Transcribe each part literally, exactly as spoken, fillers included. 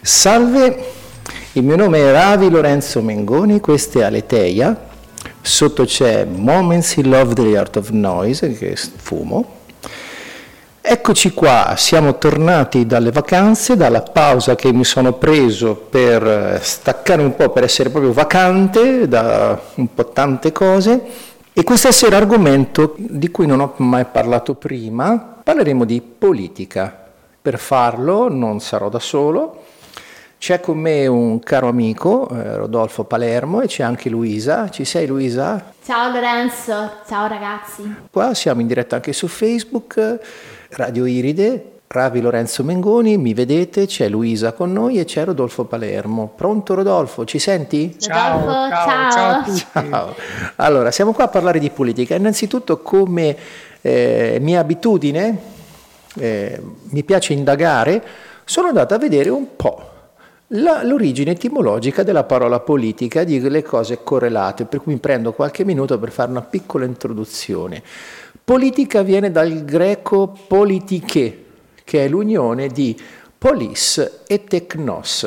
Salve, il mio nome è Ravi Lorenzo Mengoni, questa è Aletheia, sotto c'è Moments in Love the Art of Noise, che è fumo. Eccoci qua, siamo tornati dalle vacanze, dalla pausa che mi sono preso per staccare un po', per essere proprio vacante da un po' tante cose. E questa sera argomento di cui non ho mai parlato prima, parleremo di politica. Per farlo non sarò da solo. C'è con me un caro amico, eh, Rodolfo Palermo, e c'è anche Luisa. Ci sei, Luisa? Ciao Lorenzo, ciao ragazzi. Qua siamo in diretta anche su Facebook, Radio Iride, Ravi Lorenzo Mengoni, mi vedete, c'è Luisa con noi e c'è Rodolfo Palermo. Pronto Rodolfo, ci senti? Ciao, Rodolfo, ciao. ciao, ciao a tutti. Ciao. Allora, siamo qua a parlare di politica. Innanzitutto, come eh, mia abitudine, eh, mi piace indagare, sono andato a vedere un po' La, l'origine etimologica della parola politica, di le cose correlate, per cui mi prendo qualche minuto per fare una piccola introduzione. Politica viene dal greco politiche, che è l'unione di polis e teknos.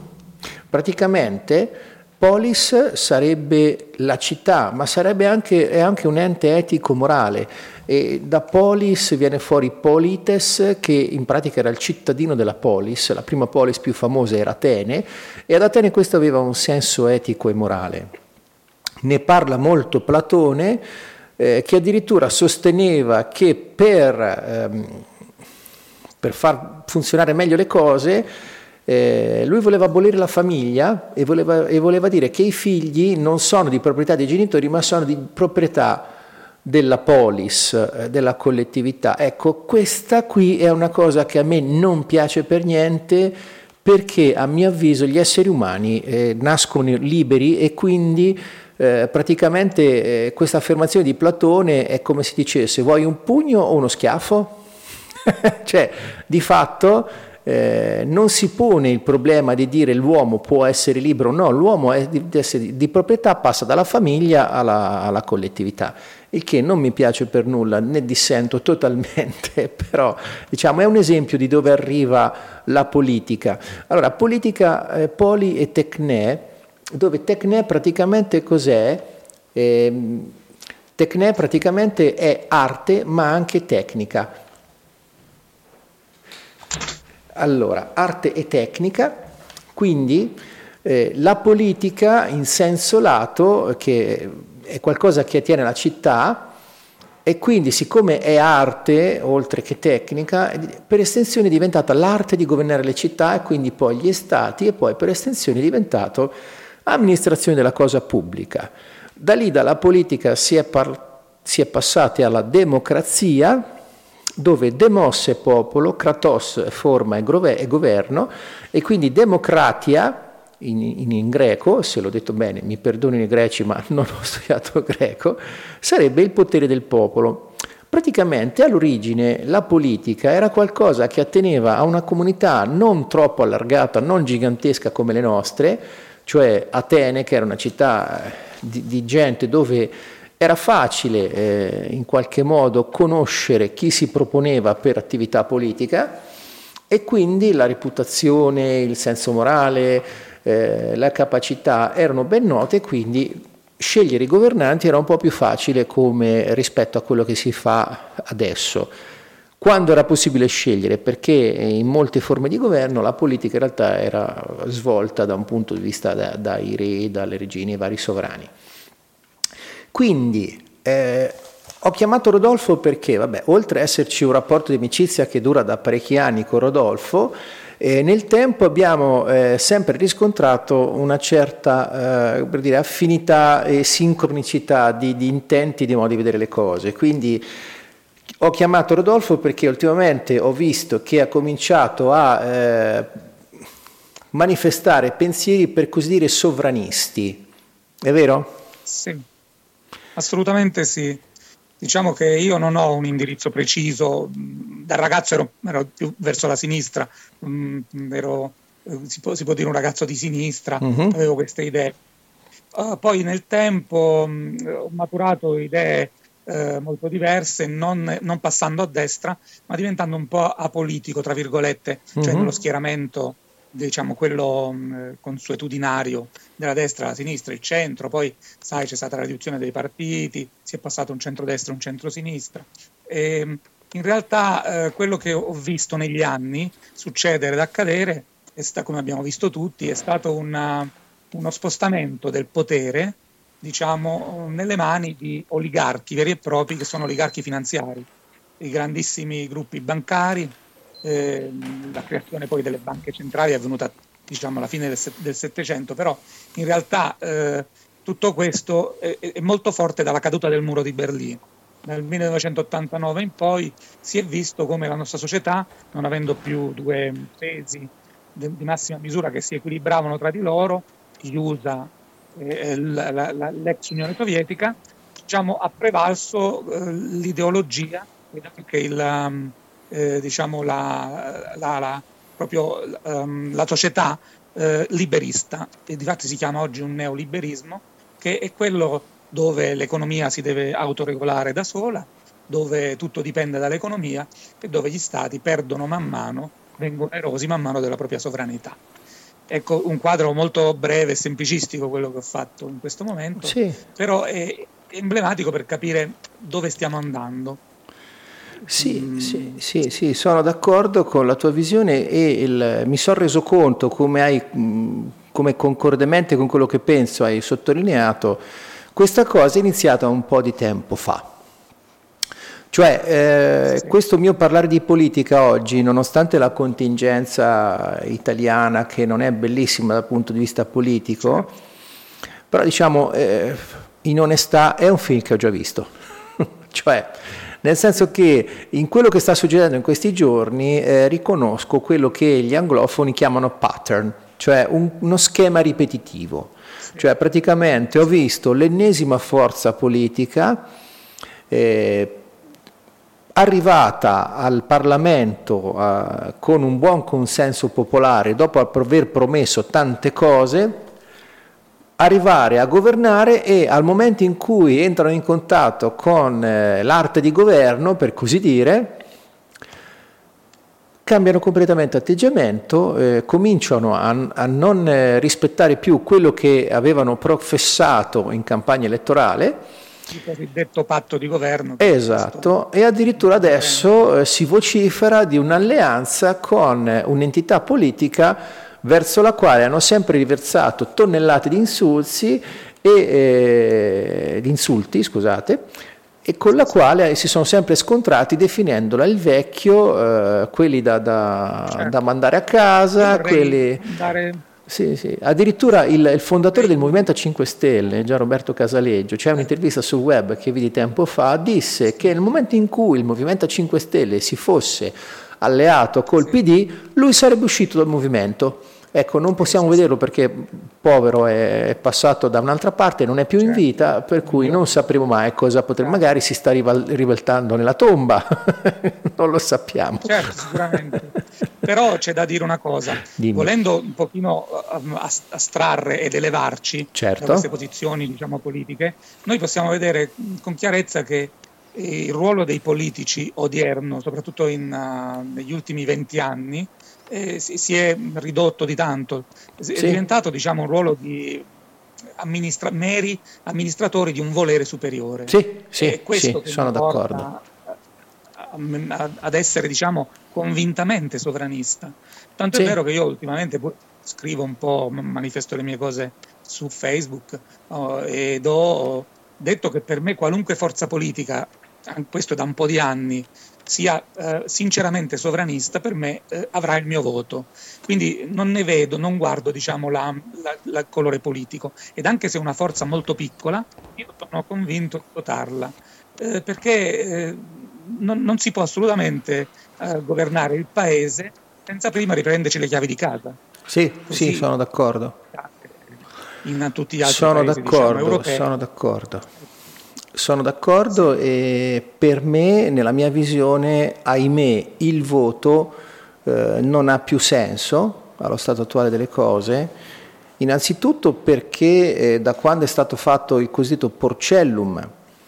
Praticamente polis sarebbe la città, ma sarebbe anche, è anche un ente etico-morale. E da polis viene fuori polites, che in pratica era il cittadino della polis. La prima polis più famosa era Atene, e ad Atene questo aveva un senso etico e morale. Ne parla molto Platone, eh, che addirittura sosteneva che per, ehm, per far funzionare meglio le cose, eh, lui voleva abolire la famiglia e voleva, e voleva dire che i figli non sono di proprietà dei genitori, ma sono di proprietà della polis, della collettività. Ecco, questa qui è una cosa che a me non piace per niente, perché a mio avviso gli esseri umani eh, nascono liberi e quindi eh, praticamente eh, questa affermazione di Platone è come se dicesse: vuoi un pugno o uno schiaffo? Cioè, di fatto eh, non si pone il problema di dire l'uomo può essere libero o no, l'uomo è di, di, di proprietà, passa dalla famiglia alla, alla collettività. Il che non mi piace per nulla, ne dissento totalmente, però diciamo è un esempio di dove arriva la politica. Allora, politica, eh, poli e tecne, dove tecne praticamente cos'è? Eh, tecne praticamente è arte, ma anche tecnica. Allora, arte e tecnica, quindi eh, la politica in senso lato, che è qualcosa che attiene alla città, e quindi siccome è arte oltre che tecnica, per estensione è diventata l'arte di governare le città e quindi poi gli stati, e poi per estensione è diventato amministrazione della cosa pubblica. Da lì, dalla politica si è, par- si è passati alla democrazia, dove demos è popolo, kratos è forma e, grove- e governo, e quindi democratia In, in, in greco, se l'ho detto bene, mi perdonino i greci, ma non ho studiato greco, sarebbe il potere del popolo. Praticamente all'origine la politica era qualcosa che atteneva a una comunità non troppo allargata, non gigantesca come le nostre, cioè Atene, che era una città di, di gente dove era facile eh, in qualche modo conoscere chi si proponeva per attività politica, e quindi la reputazione, il senso morale, Eh, la capacità erano ben note, e quindi scegliere i governanti era un po' più facile come rispetto a quello che si fa adesso, quando era possibile scegliere, perché in molte forme di governo la politica in realtà era svolta da un punto di vista da, dai re, dalle regine, i vari sovrani. Quindi eh, ho chiamato Rodolfo perché, vabbè, oltre ad esserci un rapporto di amicizia che dura da parecchi anni con Rodolfo, E nel tempo abbiamo eh, sempre riscontrato una certa eh, per dire, affinità e sincronicità di, di intenti, di modi di vedere le cose. Quindi ho chiamato Rodolfo perché ultimamente ho visto che ha cominciato a eh, manifestare pensieri, per così dire, sovranisti. È vero? Sì, assolutamente sì. Diciamo che io non ho un indirizzo preciso, da ragazzo ero, ero più verso la sinistra, ero, si, può, si può dire un ragazzo di sinistra, uh-huh. Avevo queste idee. Uh, poi nel tempo mh, ho maturato idee eh, molto diverse, non, non passando a destra, ma diventando un po' apolitico, tra virgolette, uh-huh. Cioè nello schieramento diciamo quello mh, consuetudinario della destra, la sinistra, il centro, poi sai c'è stata la riduzione dei partiti, si è passato un centrodestra e un centrosinistra. E, in realtà eh, quello che ho visto negli anni succedere ed accadere, è sta, come abbiamo visto tutti, è stato una, uno spostamento del potere, diciamo, nelle mani di oligarchi veri e propri, che sono oligarchi finanziari, i grandissimi gruppi bancari. Eh, la creazione poi delle banche centrali è avvenuta, diciamo, alla fine del, del Settecento, però in realtà eh, tutto questo è, è molto forte dalla caduta del muro di Berlino. Dal millenovecentottantanove in poi si è visto come la nostra società, non avendo più due pesi de, di massima misura che si equilibravano tra di loro, gli U S A e la, la, la, l'ex Unione Sovietica, diciamo, ha prevalso eh, l'ideologia che il um, Eh, diciamo la, la, la, proprio um, la società eh, liberista, e difatti si chiama oggi un neoliberismo, che è quello dove l'economia si deve autoregolare da sola, dove tutto dipende dall'economia e dove gli stati perdono man mano, vengono erosi man mano della propria sovranità. Ecco un quadro molto breve e semplicistico quello che ho fatto in questo momento, sì. Però è, è emblematico per capire dove stiamo andando. Sì, mm. sì, sì, sì, sono d'accordo con la tua visione e il, mi sono reso conto come hai, come concordemente con quello che penso hai sottolineato, questa cosa è iniziata un po' di tempo fa. Cioè, eh, sì. Questo mio parlare di politica oggi, nonostante la contingenza italiana che non è bellissima dal punto di vista politico, sì. Però diciamo, eh, in onestà è un film che ho già visto. Cioè, nel senso che in quello che sta succedendo in questi giorni eh, riconosco quello che gli anglofoni chiamano pattern, cioè un, uno schema ripetitivo. Sì. Cioè praticamente ho visto l'ennesima forza politica eh, arrivata al Parlamento eh, con un buon consenso popolare, dopo aver promesso tante cose, arrivare a governare e al momento in cui entrano in contatto con eh, l'arte di governo, per così dire, cambiano completamente atteggiamento, eh, cominciano a, a non eh, rispettare più quello che avevano professato in campagna elettorale. Il cosiddetto patto di governo. Esatto, e addirittura adesso eh, si vocifera di un'alleanza con eh, un'entità politica verso la quale hanno sempre riversato tonnellate di insulti e eh, di insulti, scusate, e con la quale si sono sempre scontrati definendola il vecchio, eh, quelli da, da, certo. da mandare a casa, quelli... Andare... Sì, sì. Addirittura il, il fondatore del Movimento cinque Stelle, Gian Roberto Casaleggio, c'è un'intervista sul web che vidi tempo fa, disse che nel momento in cui il Movimento cinque Stelle si fosse alleato col P D, lui sarebbe uscito dal movimento. Ecco, non possiamo vederlo perché povero è passato da un'altra parte, non è più in vita, per cui non sapremo mai cosa potrà, magari si sta rivoltando nella tomba, non lo sappiamo. Certo, sicuramente. Però c'è da dire una cosa, Dimmi. volendo un pochino astrarre ed elevarci certo. da queste posizioni, diciamo, politiche, noi possiamo vedere con chiarezza che il ruolo dei politici odierno, soprattutto in, uh, negli ultimi venti anni, eh, si, si è ridotto di tanto, è sì. diventato, diciamo, un ruolo di amministra- meri amministratori di un volere superiore. Sì, sì, sì sono d'accordo. A, ad essere, diciamo, convintamente sovranista. Tanto sì. è vero che io ultimamente scrivo un po', manifesto le mie cose su Facebook oh, ed ho detto che per me qualunque forza politica, questo da un po' di anni, sia eh, sinceramente sovranista, per me eh, avrà il mio voto. Quindi non ne vedo, non guardo, diciamo, la, la, la, il colore politico. Ed anche se è una forza molto piccola, io sono convinto di votarla, eh, perché eh, non, non si può assolutamente eh, governare il paese senza prima riprenderci le chiavi di casa. Sì, Così, sì, sono d'accordo. In tutti gli altri sono paesi, d'accordo, diciamo, europei. Sono d'accordo. Sono d'accordo e per me, nella mia visione, ahimè, il voto eh, non ha più senso allo stato attuale delle cose, innanzitutto perché eh, da quando è stato fatto il cosiddetto porcellum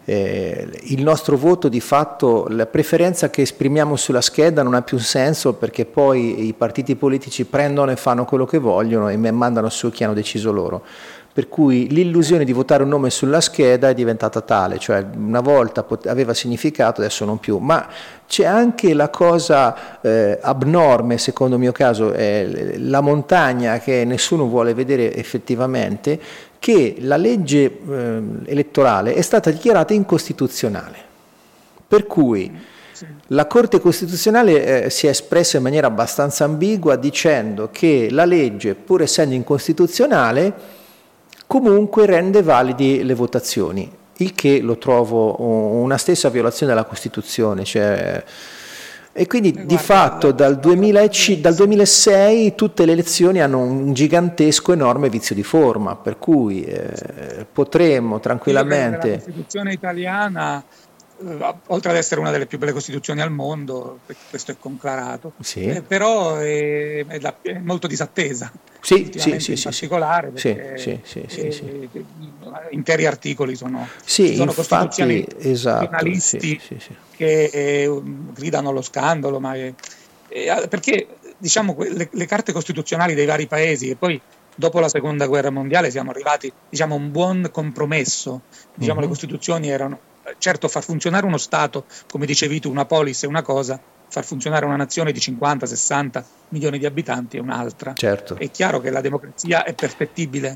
eh, il nostro voto di fatto, la preferenza che esprimiamo sulla scheda non ha più senso, perché poi i partiti politici prendono e fanno quello che vogliono e mandano su chi hanno deciso loro. Per cui l'illusione di votare un nome sulla scheda è diventata tale, cioè una volta aveva significato, adesso non più. Ma c'è anche la cosa eh, abnorme, secondo il mio caso, è la montagna che nessuno vuole vedere effettivamente, che la legge eh, elettorale è stata dichiarata incostituzionale. Per cui la Corte Costituzionale eh, si è espressa in maniera abbastanza ambigua dicendo che la legge, pur essendo incostituzionale, comunque rende validi le votazioni, il che lo trovo una stessa violazione della Costituzione. Cioè, e quindi Guarda, di fatto dal, duemila, dal duemilasei tutte le elezioni hanno un gigantesco, enorme vizio di forma, per cui eh, potremmo tranquillamente... La Costituzione italiana, oltre ad essere una delle più belle costituzioni al mondo, questo è conclarato, sì. eh, però è, è, da, è molto disattesa, sì, sì, sì, in sì, particolare, sì, perché sì, sì, sì, eh, sì. interi articoli sono, sì, sono infatti, esatto, giornalisti sì, sì, sì. che eh, gridano allo scandalo, ma è, è, perché diciamo le, le carte costituzionali dei vari paesi, e poi dopo la seconda guerra mondiale siamo arrivati, diciamo, a un buon compromesso, diciamo, uh-huh. Le costituzioni erano, certo, far funzionare uno Stato, come dicevi tu, una polis è una cosa, far funzionare una nazione di cinquanta sessanta milioni di abitanti è un'altra. Certo. È chiaro che la democrazia è perfettibile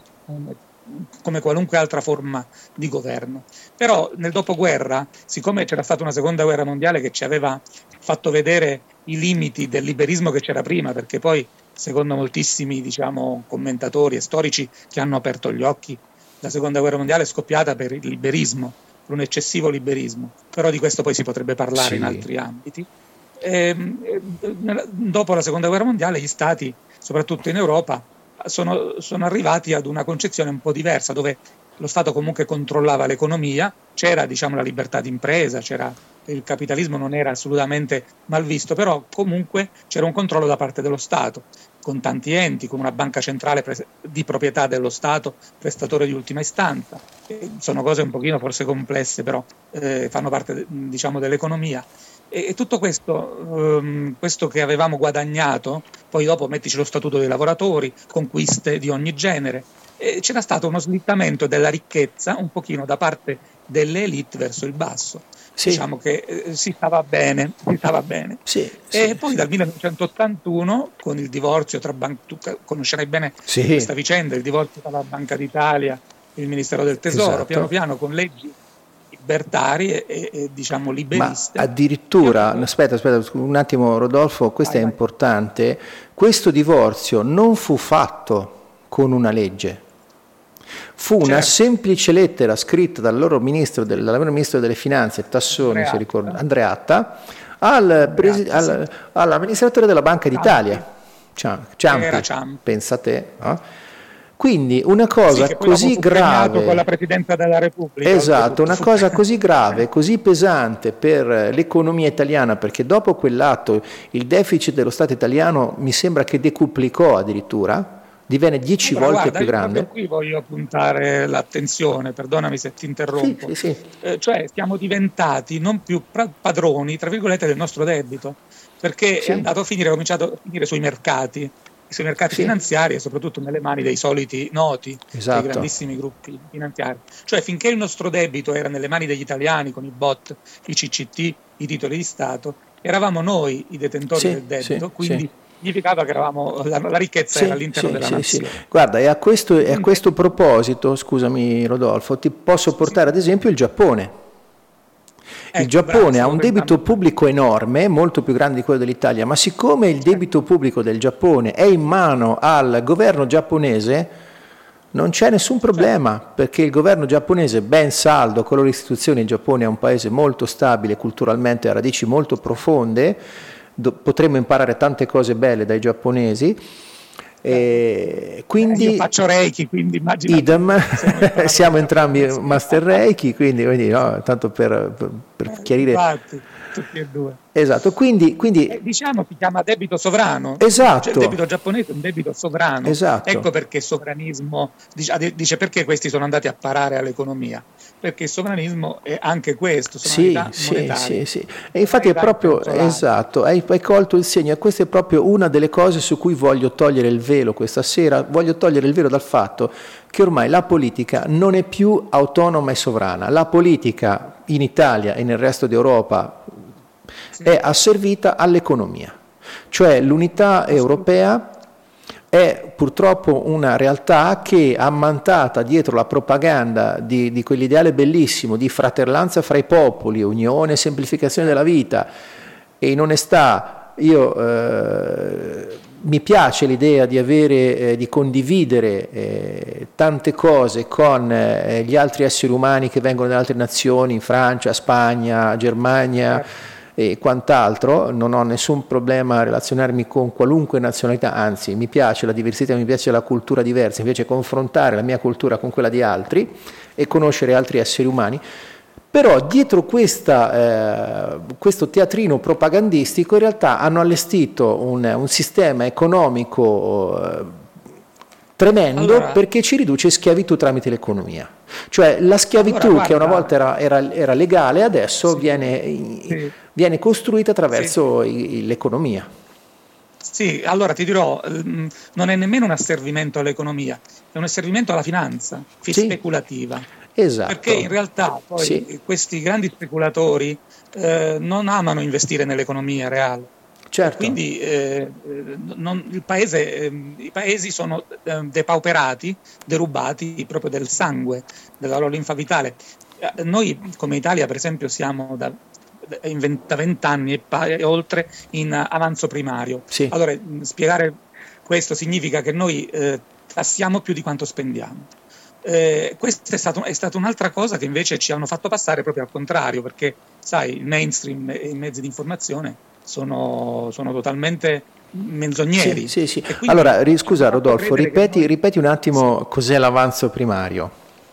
come qualunque altra forma di governo, però nel dopoguerra, siccome c'era stata una seconda guerra mondiale che ci aveva fatto vedere i limiti del liberismo che c'era prima, perché poi secondo moltissimi, diciamo, commentatori e storici che hanno aperto gli occhi, la seconda guerra mondiale è scoppiata per il liberismo, per un eccessivo liberismo, però di questo poi si potrebbe parlare sì. in altri ambiti. E, e, dopo la seconda guerra mondiale gli stati, soprattutto in Europa, sono, sono arrivati ad una concezione un po' diversa, dove lo Stato comunque controllava l'economia, c'era, diciamo, la libertà d'impresa, c'era, il capitalismo non era assolutamente mal visto, però comunque c'era un controllo da parte dello Stato, con tanti enti, con una banca centrale pre- di proprietà dello Stato, prestatore di ultima istanza. E sono cose un pochino forse complesse, però eh, fanno parte, diciamo, dell'economia. E, e tutto questo, ehm, questo che avevamo guadagnato, poi dopo mettici lo statuto dei lavoratori, conquiste di ogni genere, e c'era stato uno slittamento della ricchezza un pochino da parte delle elite verso il basso. Sì. Diciamo che eh, si stava bene, si stava bene. Sì, e sì, poi sì. dal millenovecentottantuno, con il divorzio tra ban- tu conoscerai bene sì. questa vicenda, il divorzio tra la Banca d'Italia e il Ministero del Tesoro, esatto. piano piano con leggi libertarie e, e diciamo liberiste. Ma addirittura, aspetta, aspetta un attimo Rodolfo, questo vai, è vai. importante, questo divorzio non fu fatto con una legge. Fu certo. una semplice lettera scritta dal loro ministro, del, dal ministro delle finanze, Tassoni, Andreatta. se ricordo, Andreatta, al Andreatta, presi, al, sì. all'amministratore della Banca d'Italia, Ciampi, Ciampi, Ciampi. pensa te. No? Quindi una cosa sì, così grave, con la Presidenza della Repubblica. Esatto, una cosa così grave, così pesante per l'economia italiana, perché dopo quell'atto il deficit dello Stato italiano mi sembra che decuplicò addirittura, divenne dieci allora, volte guarda, più grande. Proprio qui voglio puntare l'attenzione, perdonami se ti interrompo. Sì, sì, sì. Eh, cioè siamo diventati non più padroni, tra virgolette, del nostro debito, perché sì. è andato a finire, è cominciato a finire sui mercati, sui mercati sì. finanziari e soprattutto nelle mani dei soliti noti, esatto. dei grandissimi gruppi finanziari. Cioè finché il nostro debito era nelle mani degli italiani con i B O T, i C C T, i titoli di Stato, eravamo noi i detentori sì, del debito, sì, quindi sì. significava che eravamo, la, la ricchezza sì, era all'interno sì, della sì, nazione. Sì. Guarda, e a questo, e a questo proposito, scusami Rodolfo, ti posso portare sì. ad esempio il Giappone. Il ecco, Giappone bravo, ha un debito pubblico enorme, molto più grande di quello dell'Italia, ma siccome il debito pubblico del Giappone è in mano al governo giapponese, non c'è nessun problema, perché il governo giapponese, ben saldo con le loro istituzioni, il Giappone è un paese molto stabile, culturalmente ha radici molto profonde, do, potremmo imparare tante cose belle dai giapponesi. E quindi, eh, io faccio Reiki, quindi immagino idem, siamo, siamo entrambi master Reiki, quindi, quindi no, tanto per, per, per eh, chiarire. Infatti, tutti e due. Esatto, quindi... quindi... Eh, diciamo si chiama debito sovrano. Esatto. Cioè, il debito giapponese è un debito sovrano. Esatto. Ecco perché sovranismo, dice, dice perché questi sono andati a parare all'economia. Perché il sovranismo è anche questo, sovranità sì, monetaria. Sì, sì, sì. E infatti è proprio, esatto, hai, hai colto il segno, e questa è proprio una delle cose su cui voglio togliere il velo questa sera, voglio togliere il velo dal fatto che ormai la politica non è più autonoma e sovrana. La politica in Italia e nel resto d'Europa è asservita all'economia, cioè l'unità europea è purtroppo una realtà che, ammantata dietro la propaganda di, di quell'ideale bellissimo di fratellanza fra i popoli, unione e semplificazione della vita, e in onestà io eh, mi piace l'idea di avere, eh, di condividere eh, tante cose con eh, gli altri esseri umani che vengono da altre nazioni, Francia, Spagna, Germania e quant'altro. Non ho nessun problema a relazionarmi con qualunque nazionalità, anzi mi piace la diversità, mi piace la cultura diversa, mi piace confrontare la mia cultura con quella di altri e conoscere altri esseri umani. Però dietro questa, eh, questo teatrino propagandistico in realtà hanno allestito un, un sistema economico eh, tremendo, allora, perché ci riduce schiavitù tramite l'economia. Cioè la schiavitù, allora, guarda, che una volta era, era, era legale, adesso sì, viene, sì. viene costruita attraverso sì. i, l'economia. Sì, allora ti dirò, non è nemmeno un asservimento all'economia, è un asservimento alla finanza sì. speculativa. Esatto. Perché in realtà poi sì. questi grandi speculatori eh, non amano investire nell'economia reale. Certo. Quindi eh, non, il paese, eh, i paesi sono eh, depauperati, derubati proprio del sangue, della loro linfa vitale. Eh, noi come Italia per esempio siamo da, da vent'anni e, e oltre in avanzo primario. Sì. Allora spiegare questo significa che noi eh, tassiamo più di quanto spendiamo. Eh, questa è, stato, è stata un'altra cosa che invece ci hanno fatto passare proprio al contrario, perché sai, il mainstream e i mezzi di informazione sono, sono totalmente menzogneri. Sì, sì, sì. Allora, scusa Rodolfo, ripeti, noi... ripeti un attimo sì. cos'è l'avanzo primario.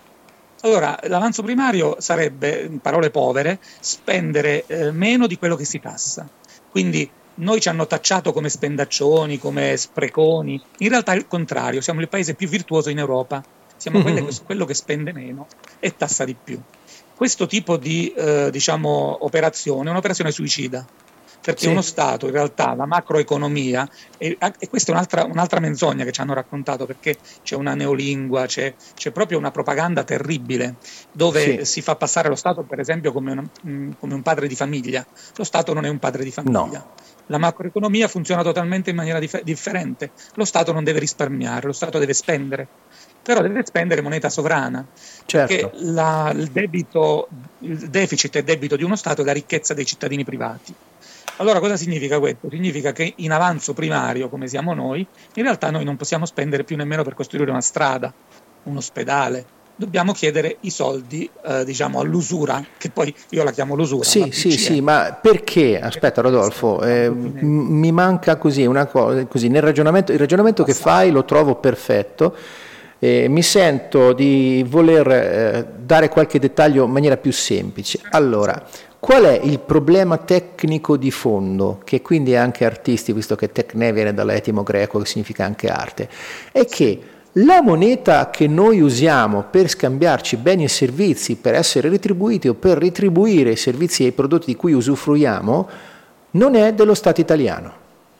Allora, l'avanzo primario sarebbe, in parole povere, spendere eh, meno di quello che si tassa. Quindi noi ci hanno tacciato come spendaccioni, come spreconi, in realtà è il contrario, siamo il paese più virtuoso in Europa. Siamo mm-hmm. che, quello che spende meno e tassa di più. Questo tipo di eh, diciamo, operazione è un'operazione suicida, perché sì. uno Stato, in realtà, la macroeconomia, e, e questa è un'altra, un'altra menzogna che ci hanno raccontato, perché c'è una neolingua, c'è, c'è proprio una propaganda terribile, dove sì. si fa passare lo Stato, per esempio, come, una, come un padre di famiglia. Lo Stato non è un padre di famiglia. No. La macroeconomia funziona totalmente in maniera dif- differente. Lo Stato non deve risparmiare, lo Stato deve spendere. Però deve spendere moneta sovrana, certo. perché la, il debito, il deficit e debito di uno Stato è la ricchezza dei cittadini privati. Allora cosa significa questo? Significa che in avanzo primario, come siamo noi, in realtà noi non possiamo spendere più nemmeno per costruire una strada, un ospedale. Dobbiamo chiedere i soldi, eh, diciamo, all'usura, che poi io la chiamo l'usura. Sì, sì, sì, ma perché? Aspetta Rodolfo, eh, m- mi manca così una cosa, così, nel ragionamento, il ragionamento che fai lo trovo perfetto. Eh, mi sento di voler eh, dare qualche dettaglio in maniera più semplice. Allora, qual è il problema tecnico di fondo, che quindi è anche artistico, visto che tecne viene dall'etimo greco, che significa anche arte? È che la moneta che noi usiamo per scambiarci beni e servizi, per essere retribuiti o per retribuire i servizi e i prodotti di cui usufruiamo, non è dello Stato italiano.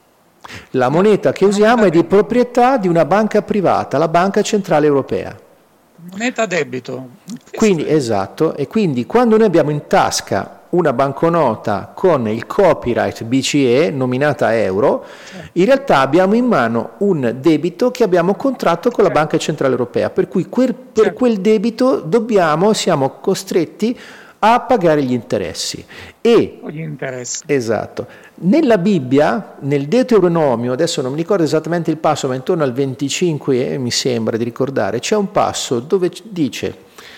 La moneta che usiamo è di proprietà di una banca privata, la Banca Centrale Europea. Moneta a debito. Quindi, esatto, e quindi quando noi abbiamo in tasca una banconota con il copyright B C E, nominata euro, in realtà abbiamo in mano un debito che abbiamo contratto con la Banca Centrale Europea, per cui quel, per quel debito dobbiamo, siamo costretti a pagare gli interessi. E, gli interessi. Esatto. Nella Bibbia, nel Deuteronomio, adesso non mi ricordo esattamente il passo, ma intorno al venticinque, eh, mi sembra di ricordare, c'è un passo dove dice: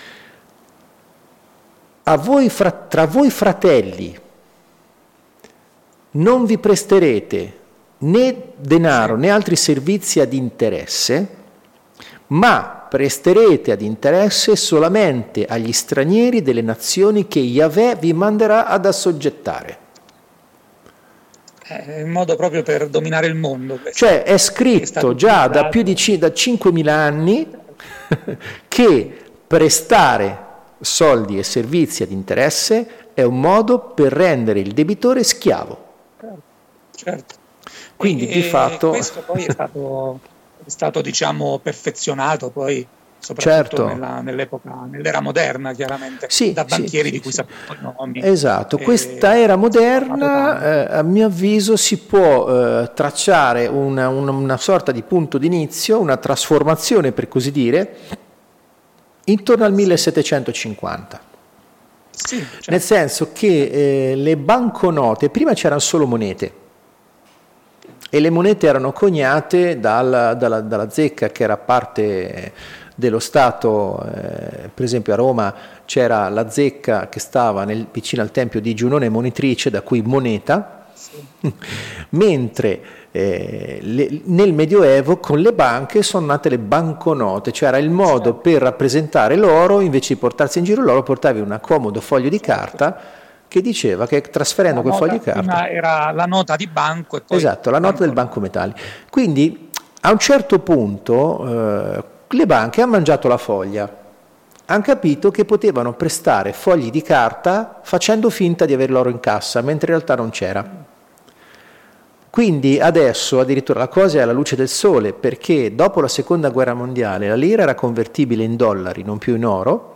a voi fra, tra voi fratelli non vi presterete né denaro né altri servizi ad interesse, ma presterete ad interesse solamente agli stranieri delle nazioni che Yahweh vi manderà ad assoggettare. È un modo proprio per dominare il mondo. Cioè è scritto è già da più di da cinquemila anni che prestare soldi e servizi ad interesse è un modo per rendere il debitore schiavo. Certo, certo. Quindi e, di fatto... Questo poi è stato, è stato diciamo perfezionato poi soprattutto certo. nella, nell'epoca, nell'era moderna chiaramente, sì, da banchieri sì, di sì, cui sì. sappiamo i nomi. Esatto, questa era moderna eh, a mio avviso si può eh, tracciare una, una, una sorta di punto d'inizio, una trasformazione per così dire, intorno al millesettecentocinquanta. Sì, certo. Nel senso che eh, le banconote, prima c'erano solo monete, e le monete erano coniate dal, dalla, dalla zecca che era parte dello Stato, eh, per esempio a Roma c'era la zecca che stava nel, vicino al tempio di Giunone Monitrice, da cui moneta, sì. mentre eh, le, nel Medioevo con le banche sono nate le banconote, cioè era il modo certo. per rappresentare l'oro, invece di portarsi in giro l'oro portavi un comodo foglio di certo. carta che diceva che trasferendo la quel foglio di carta... Prima era la nota di banco e poi... Esatto, la nota del banco metallico. Quindi a un certo punto eh, le banche hanno mangiato la foglia, hanno capito che potevano prestare fogli di carta facendo finta di avere l'oro in cassa, mentre in realtà non c'era. Quindi adesso addirittura la cosa è alla luce del sole, perché dopo la seconda guerra mondiale la lira era convertibile in dollari, non più in oro,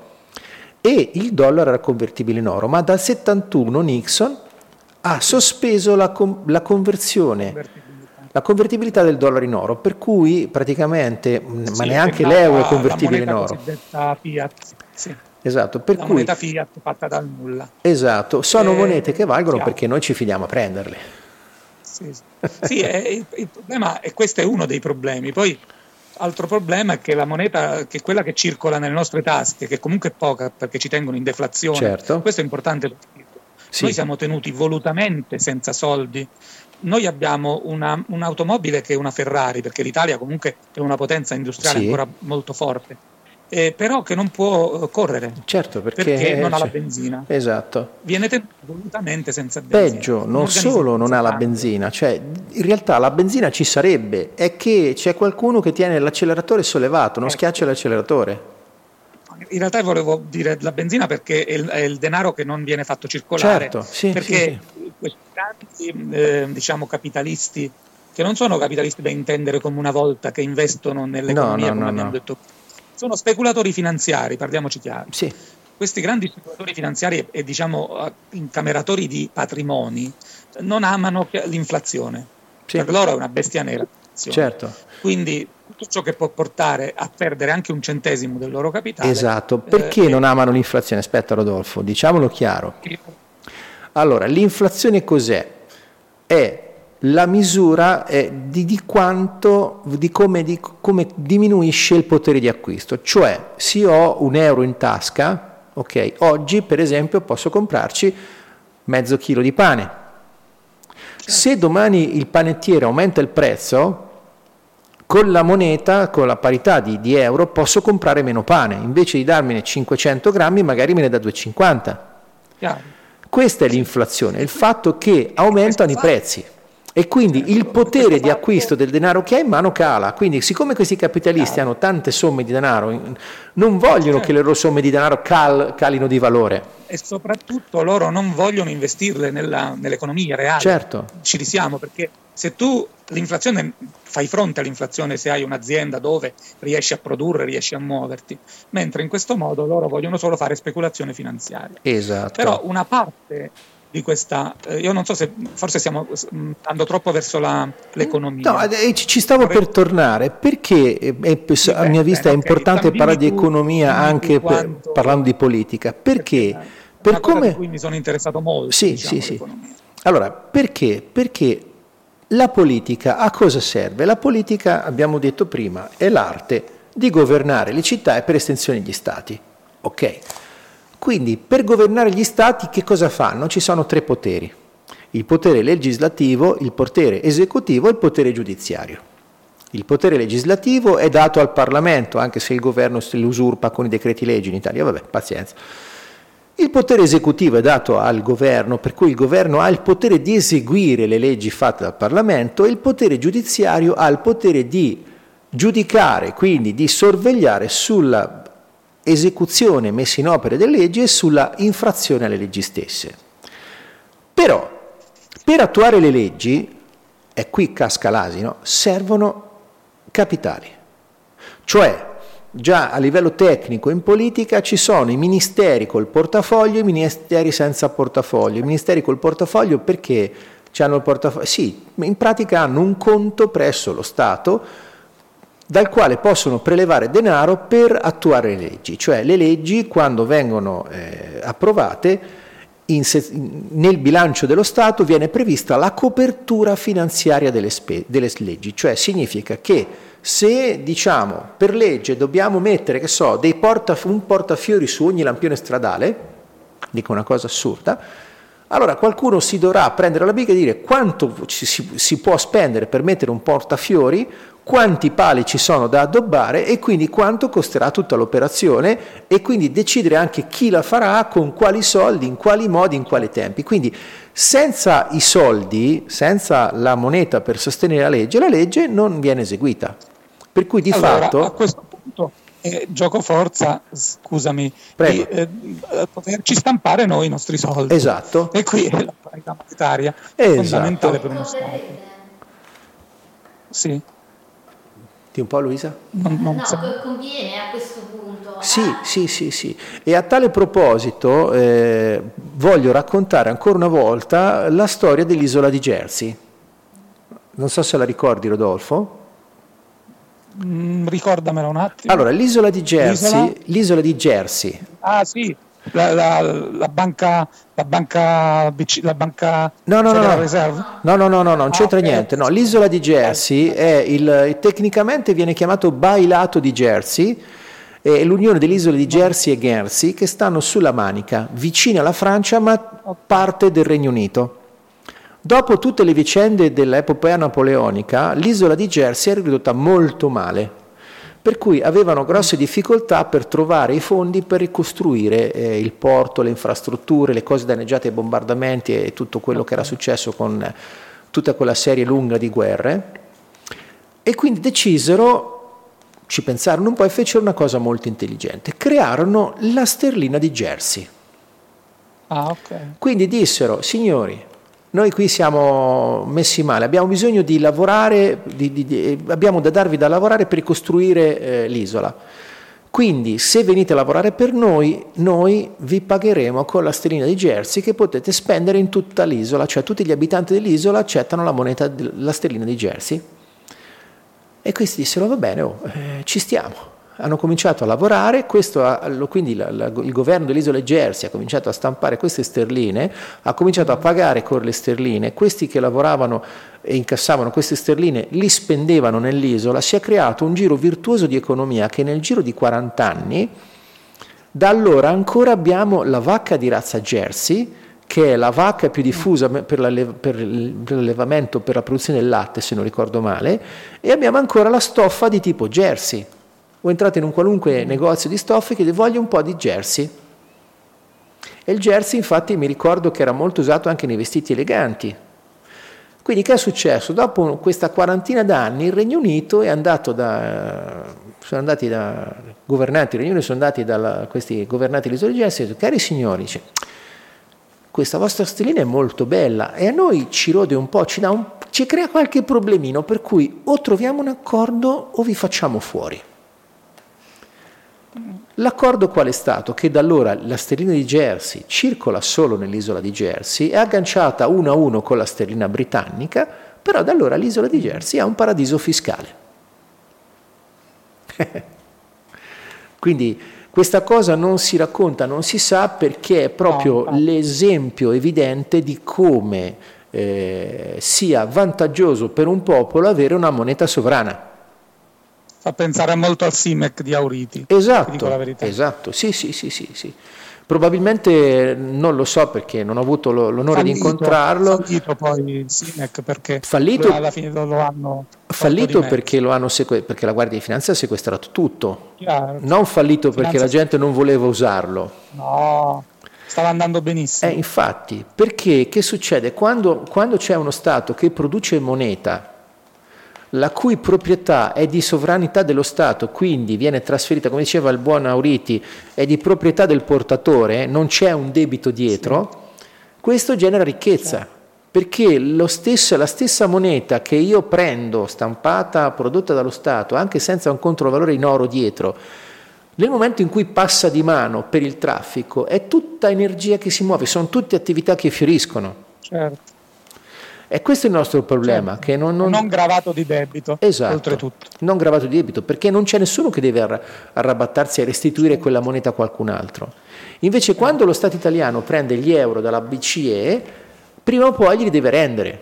e il dollaro era convertibile in oro, ma dal settantuno Nixon ha sospeso la, com- la conversione, la convertibilità del dollaro in oro, per cui praticamente, sì, ma neanche l'euro è convertibile in oro. La fiat, sì. Esatto, per la cui, moneta fiat fatta dal nulla. Esatto, sono eh, monete che valgono chiaro. Perché noi ci fidiamo a prenderle. Sì, sì. sì è, il, il problema, e questo è uno dei problemi. Poi altro problema è che la moneta, che è quella che circola nelle nostre tasche, che comunque è poca perché ci tengono in deflazione, certo. questo è importante. Sì. Noi siamo tenuti volutamente senza soldi. Noi abbiamo una, un'automobile che è una Ferrari, perché l'Italia comunque è una potenza industriale sì. ancora molto forte, eh, però che non può correre, certo, perché, perché non ha cioè, la benzina. Esatto. Viene tenuto volutamente senza benzina. Peggio, non solo non ha la benzina, cioè in realtà la benzina ci sarebbe, è che c'è qualcuno che tiene l'acceleratore sollevato, non ecco. schiaccia l'acceleratore. In realtà volevo dire la benzina perché è il, è il denaro che non viene fatto circolare, certo, sì, perché sì, sì. questi grandi eh, diciamo capitalisti, che non sono capitalisti da intendere come una volta che investono nell'economia, no, no, come no, abbiamo no. detto, sono speculatori finanziari, parliamoci chiaro. Sì. Questi grandi speculatori finanziari e, e diciamo incameratori di patrimoni non amano l'inflazione, sì. per loro è una bestia nera. Certo. Quindi tutto ciò che può portare a perdere anche un centesimo del loro capitale. Esatto, perché eh, non amano l'inflazione? Aspetta Rodolfo, diciamolo chiaro. Allora, l'inflazione cos'è? È la misura è di, di quanto, di come, di come diminuisce il potere di acquisto. Cioè, se ho un euro in tasca, ok, oggi per esempio posso comprarci mezzo chilo di pane. Certo. Se domani il panettiere aumenta il prezzo, con la moneta, con la parità di, di euro, posso comprare meno pane. Invece di darmene cinquecento grammi, magari me ne dà duecentocinquanta. Chiaro. Questa è l'inflazione, il fatto che aumentano i prezzi. E quindi il potere di acquisto del denaro che ha in mano cala. Quindi siccome questi capitalisti hanno tante somme di denaro, non vogliono certo. che le loro somme di denaro cal, calino di valore. E soprattutto loro non vogliono investirle nella, nell'economia reale. Certo. Ci risiamo, perché se tu l'inflazione fai fronte all'inflazione se hai un'azienda dove riesci a produrre, riesci a muoverti, mentre in questo modo loro vogliono solo fare speculazione finanziaria. Esatto. Però una parte di questa, eh, io non so se forse stiamo andando troppo verso la, l'economia. No, eh, ci stavo Vorrei... per tornare, perché è, è, a mia vista è okay, importante parlare di economia anche per, parlando di politica, perché, perché per una come... di cui mi sono interessato molto. Sì, diciamo, sì, sì. Allora, perché? Perché la politica a cosa serve? La politica, abbiamo detto prima, è l'arte di governare le città e per estensione gli stati. Ok? Quindi per governare gli stati che cosa fanno? Ci sono tre poteri: il potere legislativo, il potere esecutivo e il potere giudiziario. Il potere legislativo è dato al Parlamento, anche se il governo se lo usurpa con i decreti leggi in Italia, vabbè, pazienza. Il potere esecutivo è dato al governo, per cui il governo ha il potere di eseguire le leggi fatte dal Parlamento e il potere giudiziario ha il potere di giudicare, quindi di sorvegliare sulla esecuzione messa in opera delle leggi e sulla infrazione alle leggi stesse. Però, per attuare le leggi, e qui casca l'asino, servono capitali. Cioè, già a livello tecnico in politica ci sono i ministeri col portafoglio e i ministeri senza portafoglio. I ministeri col portafoglio perché hanno il portafoglio? Sì, in pratica hanno un conto presso lo Stato dal quale possono prelevare denaro per attuare le leggi. Cioè le leggi, quando vengono eh, approvate, in se- nel bilancio dello Stato viene prevista la copertura finanziaria delle, spe- delle leggi. Cioè significa che se, diciamo, per legge dobbiamo mettere, che so, dei porta- un portafiori su ogni lampione stradale, dico una cosa assurda, allora qualcuno si dovrà prendere la briga e dire quanto ci si, si può spendere per mettere un portafiori, quanti pali ci sono da addobbare e quindi quanto costerà tutta l'operazione e quindi decidere anche chi la farà, con quali soldi, in quali modi, in quali tempi. Quindi senza i soldi, senza la moneta per sostenere la legge, la legge non viene eseguita. Per cui di allora, fatto... a questo punto eh, gioco forza, scusami, di eh, poterci stampare noi i nostri soldi. Esatto. E qui è la parità monetaria esatto. fondamentale per uno Stato. Sì. Un po' Luisa? Non, non no, so. Conviene a questo punto. Sì, eh? sì, sì, sì. E a tale proposito eh, voglio raccontare ancora una volta la storia dell'isola di Jersey. Non so se la ricordi, Rodolfo. Mm, ricordamela un attimo. Allora, l'isola di Jersey, l'isola, l'isola di Jersey. Ah, sì. La, la, la banca la banca la banca no no no no. Reserve? no no no no non c'entra ah, okay. niente no l'isola di Jersey è il tecnicamente viene chiamato bailato di Jersey, è l'unione delle isole di Jersey e Guernsey che stanno sulla Manica, vicine alla Francia ma parte del Regno Unito. Dopo tutte le vicende dell'epopea napoleonica, l'isola di Jersey è ridotta molto male, per cui avevano grosse difficoltà per trovare i fondi per ricostruire eh, il porto, le infrastrutture, le cose danneggiate ai bombardamenti e tutto quello che era successo con eh, tutta quella serie lunga di guerre, e quindi decisero, ci pensarono un po' e fecero una cosa molto intelligente, crearono la sterlina di Jersey. Ah, okay. Quindi dissero, signori, noi qui siamo messi male, abbiamo bisogno di lavorare, di, di, di, abbiamo da darvi da lavorare per ricostruire eh, l'isola. Quindi se venite a lavorare per noi, noi vi pagheremo con la sterlina di Jersey che potete spendere in tutta l'isola, cioè tutti gli abitanti dell'isola accettano la moneta, la sterlina di Jersey. E questi dissero, va bene, oh, eh, ci stiamo. Hanno cominciato a lavorare, questo ha, quindi la, la, il governo dell'isola Jersey ha cominciato a stampare queste sterline, ha cominciato a pagare con le sterline, questi che lavoravano e incassavano queste sterline li spendevano nell'isola, si è creato un giro virtuoso di economia che nel giro di quaranta anni, da allora ancora abbiamo la vacca di razza Jersey, che è la vacca più diffusa per, la, per l'allevamento, per la produzione del latte, se non ricordo male, e abbiamo ancora la stoffa di tipo Jersey. O entrate in un qualunque negozio di stoffe che voglio un po' di Jersey. E il Jersey infatti mi ricordo che era molto usato anche nei vestiti eleganti. Quindi che è successo? Dopo questa quarantina d'anni il Regno Unito è andato da, sono andati da governanti, il Regno Unito sono andati da questi governanti dell'isola di Jersey e detto, cari signori, dice, questa vostra stellina è molto bella e a noi ci rode un po', ci, dà un, ci crea qualche problemino, per cui o troviamo un accordo o vi facciamo fuori. L'accordo qual è stato? Che da allora la sterlina di Jersey circola solo nell'isola di Jersey, è agganciata uno a uno con la sterlina britannica, però da allora l'isola di Jersey è un paradiso fiscale. Quindi questa cosa non si racconta, non si sa, perché è proprio no, no. l'esempio evidente di come eh, sia vantaggioso per un popolo avere una moneta sovrana. Fa pensare molto al S I M E C di Auriti. Esatto, dico la verità. esatto, sì, sì, sì, sì, sì. Probabilmente non lo so perché non ho avuto l'onore fallito, di incontrarlo. Fallito poi il S I M E C perché fallito, alla fine lo hanno fallito perché lo hanno seque- perché la Guardia di Finanza ha sequestrato tutto. Chiaro. Non fallito perché Finanza... la gente non voleva usarlo. No. stava andando benissimo. Eh, infatti, perché che succede? Quando, quando c'è uno Stato che produce moneta, la cui proprietà è di sovranità dello Stato, quindi viene trasferita, come diceva il buon Auriti, è di proprietà del portatore, non c'è un debito dietro, sì. Questo genera ricchezza, certo. Perché lo stesso, la stessa moneta che io prendo, stampata, prodotta dallo Stato, anche senza un controvalore in oro dietro, nel momento in cui passa di mano per il traffico, è tutta energia che si muove, sono tutte attività che fioriscono. Certo. E questo è il nostro problema. Certo. Che non, non... non gravato di debito, esatto, oltretutto. Non gravato di debito, perché non c'è nessuno che deve arra- arrabattarsi a restituire certo. quella moneta a qualcun altro. Invece certo. quando lo Stato italiano prende gli euro dalla B C E, prima o poi glieli deve rendere.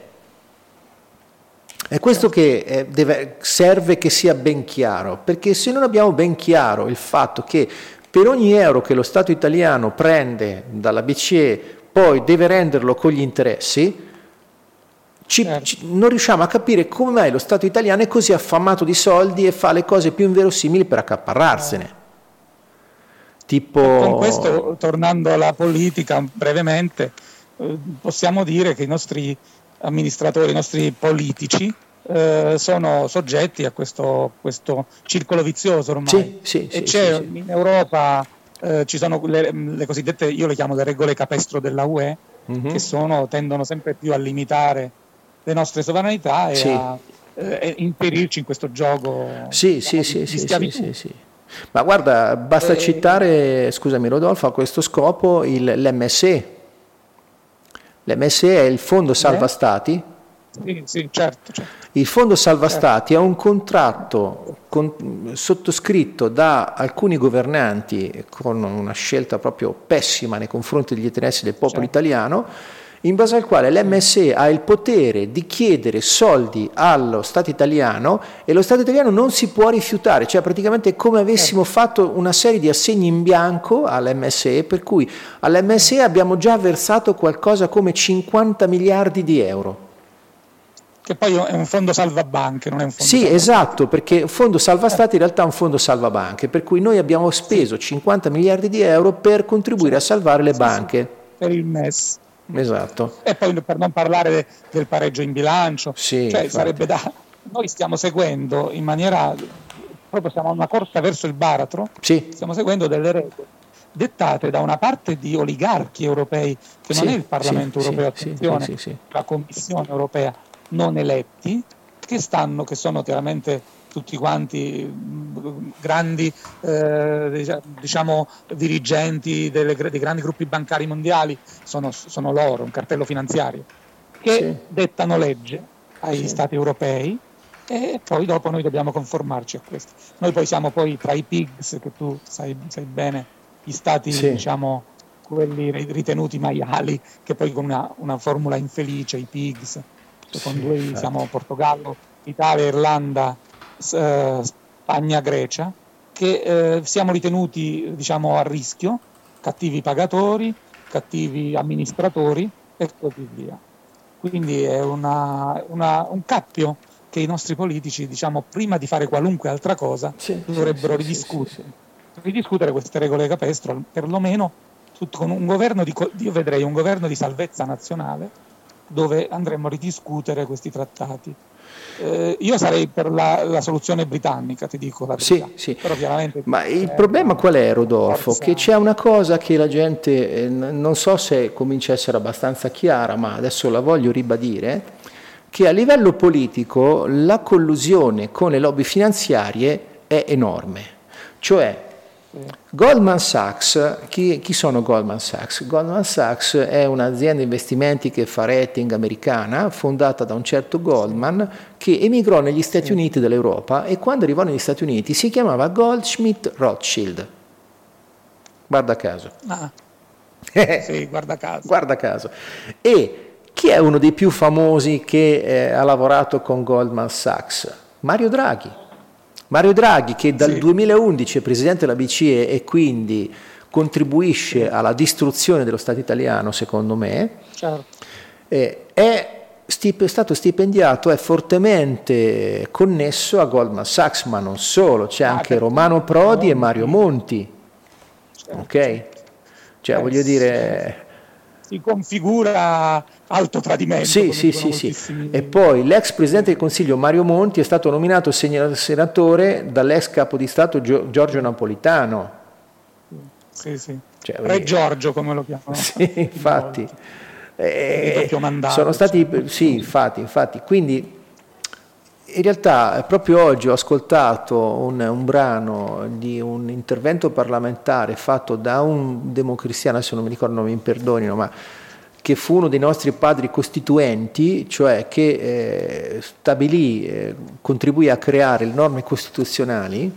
È questo certo. che eh, deve, serve che sia ben chiaro, perché se non abbiamo ben chiaro il fatto che per ogni euro che lo Stato italiano prende dalla B C E, poi deve renderlo con gli interessi, Ci, certo. ci, non riusciamo a capire come mai lo Stato italiano è così affamato di soldi e fa le cose più inverosimili per accaparrarsene. Tipo... Con questo, tornando alla politica brevemente, eh, possiamo dire che i nostri amministratori, i nostri politici eh, sono soggetti a questo, questo circolo vizioso ormai. Sì, sì, e sì, c'è sì, sì. in Europa eh, ci sono le, le cosiddette, io le chiamo le regole capestro della U E, mm-hmm. che sono, tendono sempre più a limitare le nostre sovranità e sì. a eh, inserirci in questo gioco sì, diciamo, sì, di, sì, di sì, schiavitù. sì, sì. Ma guarda, basta e... citare, scusami Rodolfo, a questo scopo il, l'M S E. L'M S E è il Fondo Salva eh? Stati. Sì, sì, certo, certo. Il Fondo Salva certo. Stati è un contratto con, sottoscritto da alcuni governanti con una scelta proprio pessima nei confronti degli interessi del popolo certo. italiano, in base al quale l'M S E ha il potere di chiedere soldi allo Stato italiano e lo Stato italiano non si può rifiutare, cioè praticamente è come avessimo fatto una serie di assegni in bianco all'M S E, per cui all'M S E abbiamo già versato qualcosa come cinquanta miliardi di euro. Che poi è un fondo salvabanche, non è un fondo Sì, salva esatto, perché fondo salva stati in realtà è un fondo salvabanche, per cui noi abbiamo speso cinquanta miliardi di euro per contribuire sì. a salvare le sì, banche. Sì. Per il M E S. Esatto. E poi per non parlare de, del pareggio in bilancio, sì, cioè infatti. sarebbe da... Noi stiamo seguendo in maniera, proprio siamo a una corsa verso il baratro, sì. stiamo seguendo delle regole dettate da una parte di oligarchi europei, che sì, non è il Parlamento sì, europeo, sì, attenzione, sì, sì, sì. la Commissione europea, non eletti, che stanno, che sono chiaramente tutti quanti grandi eh, diciamo dirigenti delle, dei grandi gruppi bancari mondiali, sono, sono loro, un cartello finanziario, che sì. dettano legge ai sì. stati europei e poi dopo noi dobbiamo conformarci a questo. Noi poi siamo poi tra i pigs, che tu sai, sai bene, gli stati sì. diciamo quelli ritenuti maiali, che poi con una, una formula infelice, i pigs, secondo sì, noi siamo Portogallo, Italia, Irlanda, Uh, Spagna, Grecia, che uh, siamo ritenuti diciamo a rischio, cattivi pagatori, cattivi amministratori e così via. Quindi è una, una, un cappio che i nostri politici, diciamo, prima di fare qualunque altra cosa, sì, dovrebbero sì, ridiscutere. Sì, sì, sì. Ridiscutere queste regole capestro, perlomeno tutto, con un governo di, io vedrei un governo di salvezza nazionale dove andremmo a ridiscutere questi trattati. Eh, io sarei per la, la soluzione britannica, ti dico la verità. Sì, sì. Però chiaramente ma il problema qual è, Rodolfo? Forza... Che c'è una cosa che la gente, eh, non so se comincia a essere abbastanza chiara, ma adesso la voglio ribadire, che a livello politico la collusione con le lobby finanziarie è enorme. Cioè, Goldman Sachs, chi, chi sono Goldman Sachs? Goldman Sachs è un'azienda di investimenti che fa rating americana, fondata da un certo Goldman, che emigrò negli Stati Uniti dell'Europa e quando arrivò negli Stati Uniti si chiamava Goldschmidt Rothschild. Guarda caso. Ah, sì, guarda caso. Guarda caso. E chi è uno dei più famosi che eh, ha lavorato con Goldman Sachs? Mario Draghi. Mario Draghi, che dal sì. duemilaundici è presidente della B C E e quindi contribuisce sì. alla distruzione dello Stato italiano, secondo me, certo. eh, è, stip- è stato stipendiato, è fortemente connesso a Goldman Sachs, ma non solo, c'è ah, anche Romano Prodi Monti. e Mario Monti. Certo. Ok? Cioè, eh, voglio dire... Si configura alto tradimento. Sì, sì, sì, sì. E poi l'ex Presidente del Consiglio Mario Monti è stato nominato senatore dall'ex Capo di Stato Giorgio Napolitano. Sì, sì. Cioè, Re Giorgio, come lo chiamano. Sì, infatti. Eh, sono stati... Cioè. Sì, infatti, infatti. Quindi... In realtà proprio oggi ho ascoltato un, un brano di un intervento parlamentare fatto da un democristiano, adesso non mi ricordo, non mi perdonino, ma che fu uno dei nostri padri costituenti, cioè che eh, stabilì, eh, contribuì a creare le norme costituzionali,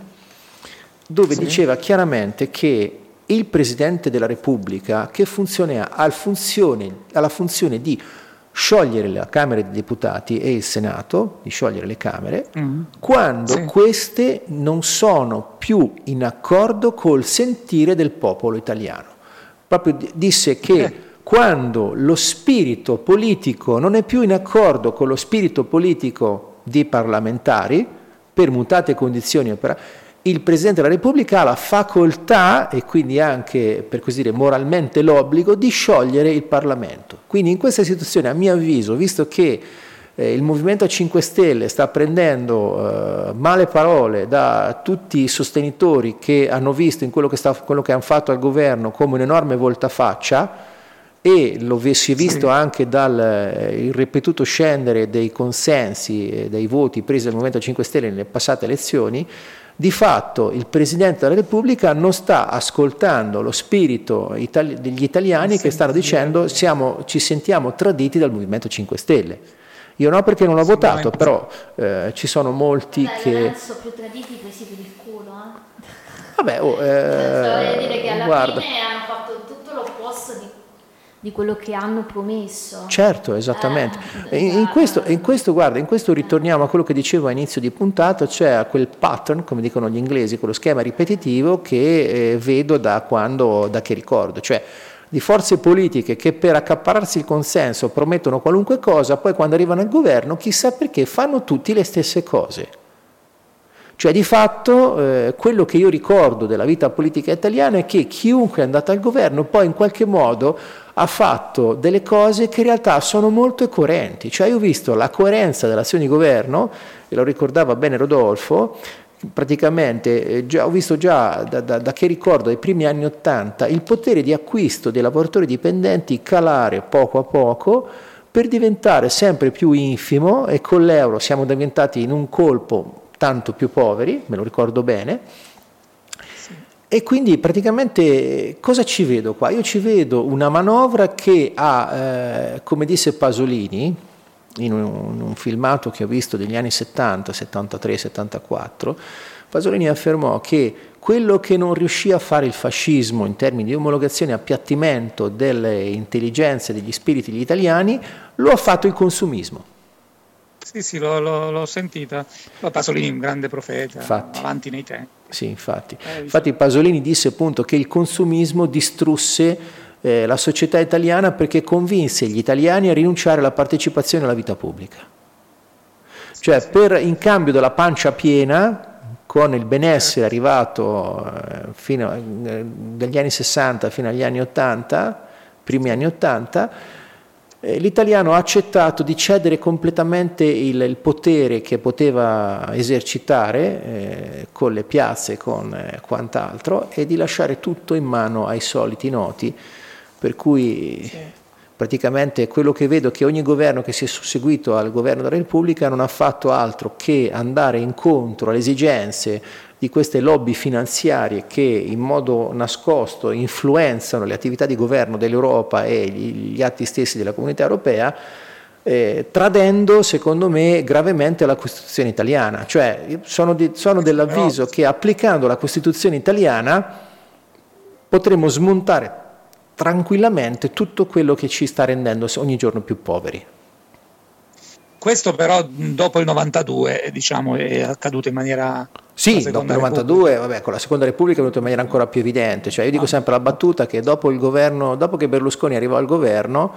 dove sì. diceva chiaramente che il Presidente della Repubblica, che funzione ha? Ha, il funzione, ha la funzione di sciogliere la Camera dei Deputati e il Senato, di sciogliere le Camere, mm. quando sì. queste non sono più in accordo col sentire del popolo italiano. Proprio disse che eh. quando lo spirito politico non è più in accordo con lo spirito politico dei parlamentari, per mutate condizioni operative, il Presidente della Repubblica ha la facoltà e quindi anche, per così dire, moralmente l'obbligo di sciogliere il Parlamento. Quindi in questa situazione, a mio avviso, visto che eh, il Movimento cinque Stelle sta prendendo eh, male parole da tutti i sostenitori che hanno visto in quello che, sta, quello che hanno fatto al governo come un'enorme voltafaccia, e lo si è visto sì. anche dal eh, il ripetuto scendere dei consensi e dei voti presi dal Movimento cinque Stelle nelle passate elezioni, di fatto il Presidente della Repubblica non sta ascoltando lo spirito itali- degli italiani sì, che stanno sì, dicendo sì. Siamo, ci sentiamo traditi dal Movimento cinque Stelle. Io no, perché non l'ho votato, però eh, ci sono molti Beh, che... Lorenzo, più traditi presi per il culo, eh? Vabbè, oh, eh, cioè, voglio dire che alla guarda. fine hanno fatto tutto l'opposto di di quello che hanno promesso. Certo, esattamente. Eh, in, in, questo, in questo, guarda, in questo ritorniamo a quello che dicevo a inizio di puntata, cioè a quel pattern, come dicono gli inglesi, quello schema ripetitivo che eh, vedo da quando, da che ricordo, cioè di forze politiche che per accaparrarsi il consenso promettono qualunque cosa, poi quando arrivano al governo, chissà perché, fanno tutti le stesse cose. Cioè di fatto eh, quello che io ricordo della vita politica italiana è che chiunque è andato al governo poi in qualche modo ha fatto delle cose che in realtà sono molto coerenti. Cioè io ho visto la coerenza dell'azione di governo, e lo ricordava bene Rodolfo, praticamente eh, già, ho visto già da, da, da che ricordo dai primi anni Ottanta il potere di acquisto dei lavoratori dipendenti calare poco a poco per diventare sempre più infimo, e con l'euro siamo diventati in un colpo tanto più poveri, me lo ricordo bene, sì. E quindi praticamente cosa ci vedo qua? Io ci vedo una manovra che ha, eh, come disse Pasolini, in un, in un filmato che ho visto degli anni settanta, settantatré, settantaquattro, Pasolini affermò che quello che non riuscì a fare il fascismo in termini di omologazione e appiattimento delle intelligenze, degli spiriti degli italiani, lo ha fatto il consumismo. Sì, sì, l'ho, l'ho, l'ho sentita. Pasolini è un grande profeta, infatti, avanti nei tempi. Sì, infatti. Eh, infatti Pasolini disse appunto che il consumismo distrusse eh, la società italiana perché convinse gli italiani a rinunciare alla partecipazione alla vita pubblica. Cioè, sì, per, in cambio della pancia piena, con il benessere arrivato eh, fino a, eh, dagli anni sessanta fino agli anni ottanta, primi anni ottanta, l'italiano ha accettato di cedere completamente il, il potere che poteva esercitare eh, con le piazze e con eh, quant'altro, e di lasciare tutto in mano ai soliti noti, per cui sì. praticamente quello che vedo è che ogni governo che si è susseguito al governo della Repubblica non ha fatto altro che andare incontro alle esigenze di queste lobby finanziarie che in modo nascosto influenzano le attività di governo dell'Europa e gli, gli atti stessi della Comunità Europea, eh, tradendo secondo me gravemente la Costituzione italiana. Cioè sono, di, sono dell'avviso che applicando la Costituzione italiana potremo smontare tranquillamente tutto quello che ci sta rendendo ogni giorno più poveri. Questo però dopo il novantadue, diciamo, è accaduto in maniera... Sì, dopo il novantadue, vabbè, con la Seconda Repubblica è venuto in maniera ancora più evidente. Cioè io dico sempre la battuta che dopo il governo, dopo che Berlusconi arrivò al governo,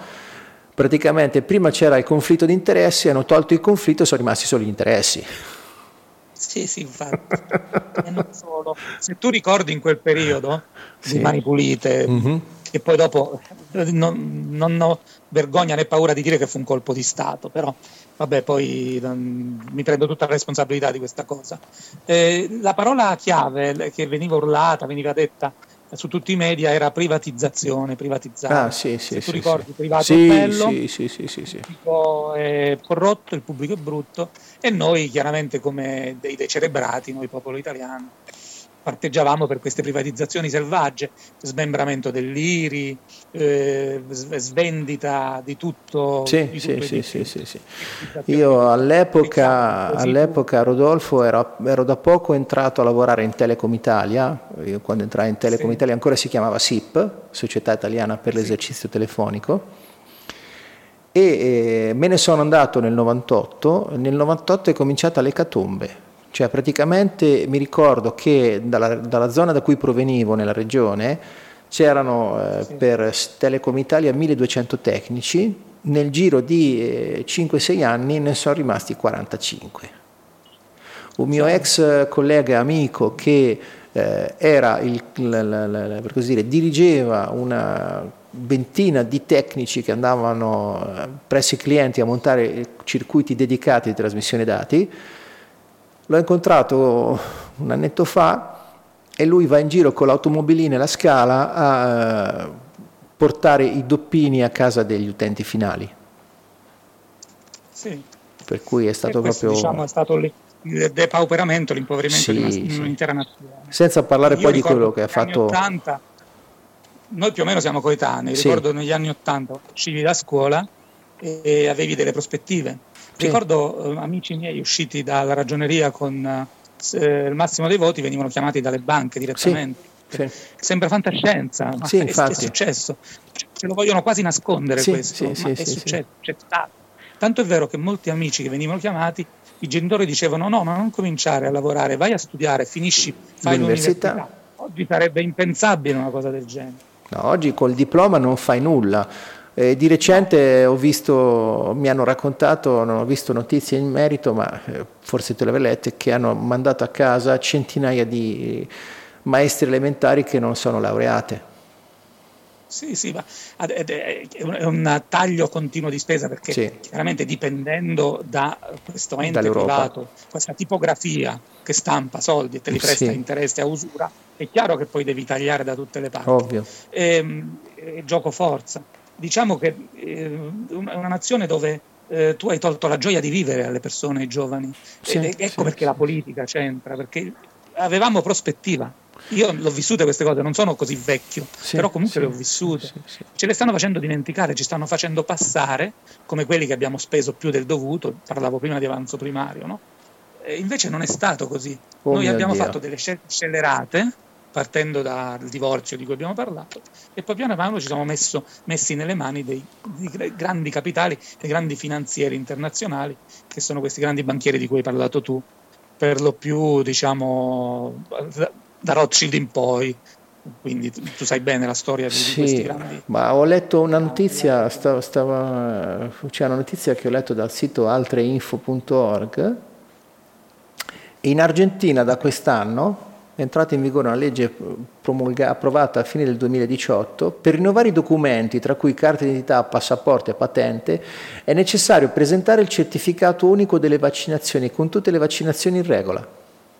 praticamente prima c'era il conflitto di interessi, hanno tolto il conflitto e sono rimasti solo gli interessi. Sì, sì, infatti. E non solo. Se tu ricordi in quel periodo Sì. di Mani Pulite, Mhm. che poi dopo non, non ho vergogna né paura di dire che fu un colpo di Stato, però vabbè, poi um, mi prendo tutta la responsabilità di questa cosa. Eh, la parola chiave che veniva urlata, veniva detta su tutti i media era privatizzazione, privatizzare. Ah, sì, sì, Se tu sì, ricordi, sì. privato Sì, è bello, sì, sì, sì, sì, sì. il pubblico è corrotto, il pubblico è brutto, e noi chiaramente come dei decerebrati, noi popolo italiano, parteggiavamo per queste privatizzazioni selvagge, smembramento dell'I R I, eh, svendita di tutto, Sì, di sì, tutto e sì, di sì, più. sì, sì. Privatizzazione di Io tutto. all'epoca, Così all'epoca Rodolfo ero, ero da poco entrato a lavorare in Telecom Italia. Io quando entrai in Telecom sì. Italia ancora si chiamava S I P, Società Italiana per l'Esercizio Telefonico, e eh, me ne sono andato nel novantotto. Nel novantotto è cominciata l'ecatombe, cioè praticamente mi ricordo che dalla, dalla zona da cui provenivo nella regione c'erano eh, Sì. per Telecom Italia milleduecento tecnici, nel giro di eh, cinque sei anni ne sono rimasti quarantacinque. Un mio Chiaro. ex collega amico che eh, era il, la, la, la, per così dire, dirigeva una ventina di tecnici che andavano presso i clienti a montare circuiti dedicati di trasmissione dati. L'ho incontrato un annetto fa e lui va in giro con l'automobilina e la Scala a portare i doppini a casa degli utenti finali. Sì. Per cui è stato E questo, proprio... diciamo, è stato il depauperamento, l'impoverimento sì, di, una, sì. di un'intera nazione. Senza parlare Io poi di quello che ha negli anni fatto... ottanta, noi più o meno siamo coetanei, sì. ricordo negli anni ottanta uscivi da scuola e, e avevi delle prospettive. Sì. Ricordo eh, amici miei usciti dalla ragioneria con eh, il massimo dei voti venivano chiamati dalle banche direttamente. Sì. Sì. Sembra fantascienza, ma sì, è, è successo. Ce lo vogliono quasi nascondere sì, questo, sì, ma sì, è sì, successo, sì. c'è stato. Tanto è vero che molti amici che venivano chiamati, i genitori dicevano no, ma non cominciare a lavorare, vai a studiare, finisci, fai l'università. l'università. Oggi sarebbe impensabile una cosa del genere. No, oggi col diploma non fai nulla. Eh, di recente ho visto, mi hanno raccontato, non ho visto notizie in merito, ma eh, forse te le avevi lette, che hanno mandato a casa centinaia di maestre elementari che non sono laureate. Sì, sì, ma è un taglio continuo di spesa perché sì. chiaramente dipendendo da questo ente Dall'Europa. privato, questa tipografia che stampa soldi e te li presta sì. a interessi a usura, è chiaro che poi devi tagliare da tutte le parti. Ovvio. E, e gioco forza. Diciamo che è una nazione dove eh, tu hai tolto la gioia di vivere alle persone, ai giovani. Sì, Ed ecco sì, perché sì. la politica c'entra, perché avevamo prospettiva. Io l'ho vissute queste cose, non sono così vecchio, sì, però comunque sì, le ho vissute. Sì, sì. Ce le stanno facendo dimenticare, ci stanno facendo passare come quelli che abbiamo speso più del dovuto, parlavo prima di avanzo primario, no? E invece non è stato così. Oh Noi abbiamo Dio. fatto delle scelte scellerate, partendo dal divorzio di cui abbiamo parlato, e poi piano piano ci siamo messo, messi nelle mani dei, dei grandi capitali, dei grandi finanzieri internazionali, che sono questi grandi banchieri di cui hai parlato tu, per lo più, diciamo, da Rothschild in poi, quindi tu sai bene la storia di, sì, di questi grandi... ma ho letto una notizia, stava, stava, c'è una notizia che ho letto dal sito altreinfo punto org. In Argentina da quest'anno è entrata in vigore una legge promulga, approvata a fine del duemiladiciotto. Per rinnovare i documenti, tra cui carta d'identità, passaporto e patente, è necessario presentare il certificato unico delle vaccinazioni, con tutte le vaccinazioni in regola.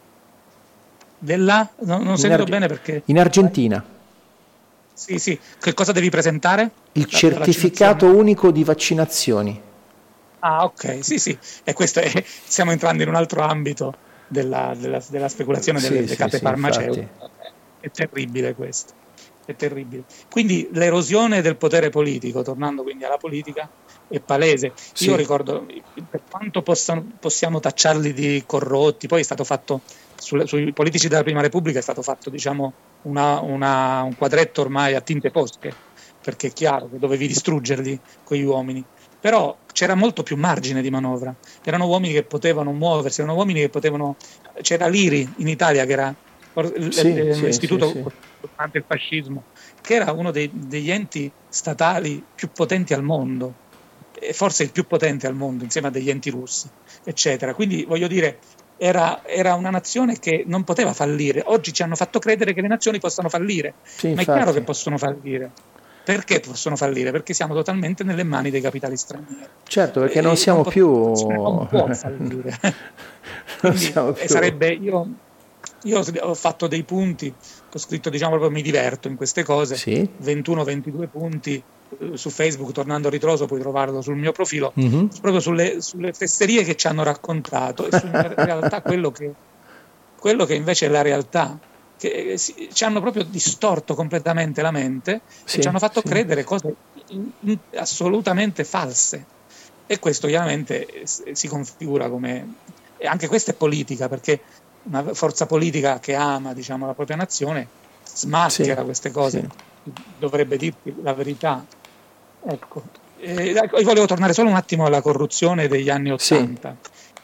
Della? No, non ho sentito Arge- bene perché... In Argentina. Sì, sì. Che cosa devi presentare? Il la, certificato la unico di vaccinazioni. Ah, ok. Sì, sì. E questo è... Stiamo entrando in un altro ambito della, della, della speculazione delle, sì, delle case sì, farmaceutiche. Infatti. È terribile questo. È terribile. Quindi l'erosione del potere politico, tornando quindi alla politica, è palese. Sì. Io ricordo, per quanto possano, possiamo tacciarli di corrotti, poi è stato fatto... sui politici della Prima Repubblica è stato fatto, diciamo, una, una, un quadretto ormai a tinte fosche, perché è chiaro che dovevi distruggerli quegli uomini, però c'era molto più margine di manovra, erano uomini che potevano muoversi, erano uomini che potevano, c'era l'I R I in Italia che era sì, l'istituto sì, sì, durante il fascismo, che era uno dei, degli enti statali più potenti al mondo, e forse il più potente al mondo insieme a degli enti russi, eccetera. Quindi voglio dire, era, era una nazione che non poteva fallire. Oggi ci hanno fatto credere che le nazioni possano fallire, Sì, ma è infatti. chiaro che possono fallire. Perché possono fallire? Perché siamo totalmente nelle mani dei capitali stranieri. Certo, perché non E siamo non pot- più... non può fallire. non Quindi siamo eh, più... sarebbe io, io ho fatto dei punti, ho scritto, diciamo, proprio mi diverto in queste cose, Sì. ventuno ventidue punti eh, su Facebook, tornando a ritroso puoi trovarlo sul mio profilo, Mhm. proprio sulle, sulle fesserie che ci hanno raccontato e sulla realtà quello che, quello che invece è la realtà, che si, ci hanno proprio distorto completamente la mente Sì, e ci hanno fatto sì. credere cose in- in- assolutamente false. E questo chiaramente eh, s- si configura come... E anche questa è politica, perché una forza politica che ama, diciamo, la propria nazione smaschera Sì, queste cose, sì. dovrebbe dirti la verità. Ecco. Eh, ecco, io volevo tornare solo un attimo alla corruzione degli anni Sì. Ottanta.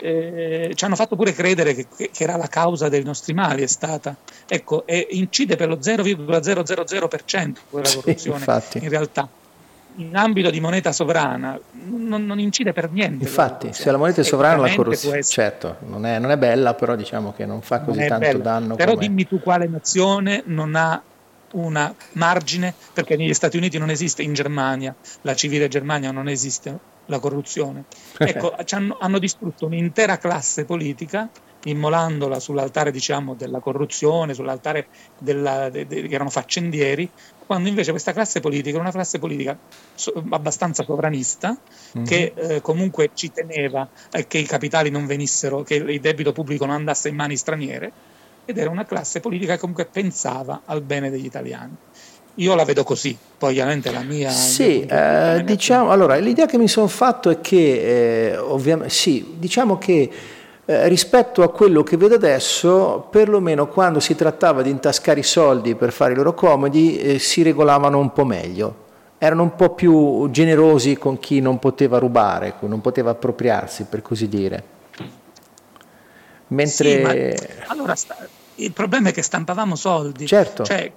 Eh, ci hanno fatto pure credere che, che era la causa dei nostri mali, è stata. Ecco, e incide per lo zero virgola zero zero zero per cento quella Sì, corruzione, infatti. in realtà. In ambito di moneta sovrana non, non incide per niente. Infatti, se la moneta è sovrana la corruzione, essere, certo, non è, non è bella, però diciamo che non fa così non è tanto bella. danno Però come... dimmi tu quale nazione non ha una margine, perché negli Stati Uniti non esiste, in Germania, la civile Germania non esiste la corruzione. Ecco, ci hanno, hanno distrutto un'intera classe politica, immolandola sull'altare, diciamo, della corruzione, sull'altare della, de, de, che erano faccendieri, quando invece questa classe politica era una classe politica so, abbastanza sovranista, mm-hmm. che eh, comunque ci teneva eh, che i capitali non venissero, che il debito pubblico non andasse in mani straniere, ed era una classe politica che comunque pensava al bene degli italiani. Io la vedo così, poi ovviamente la mia... Sì, eh, diciamo, allora, l'idea che mi sono fatto è che, eh, ovviamente, sì, diciamo che eh, rispetto a quello che vedo adesso, perlomeno quando si trattava di intascare i soldi per fare i loro comodi, eh, si regolavano un po' meglio. Erano un po' più generosi con chi non poteva rubare, non poteva appropriarsi, per così dire. Mentre... Sì, ma, allora, il problema è che stampavamo soldi. Certo. Cioè,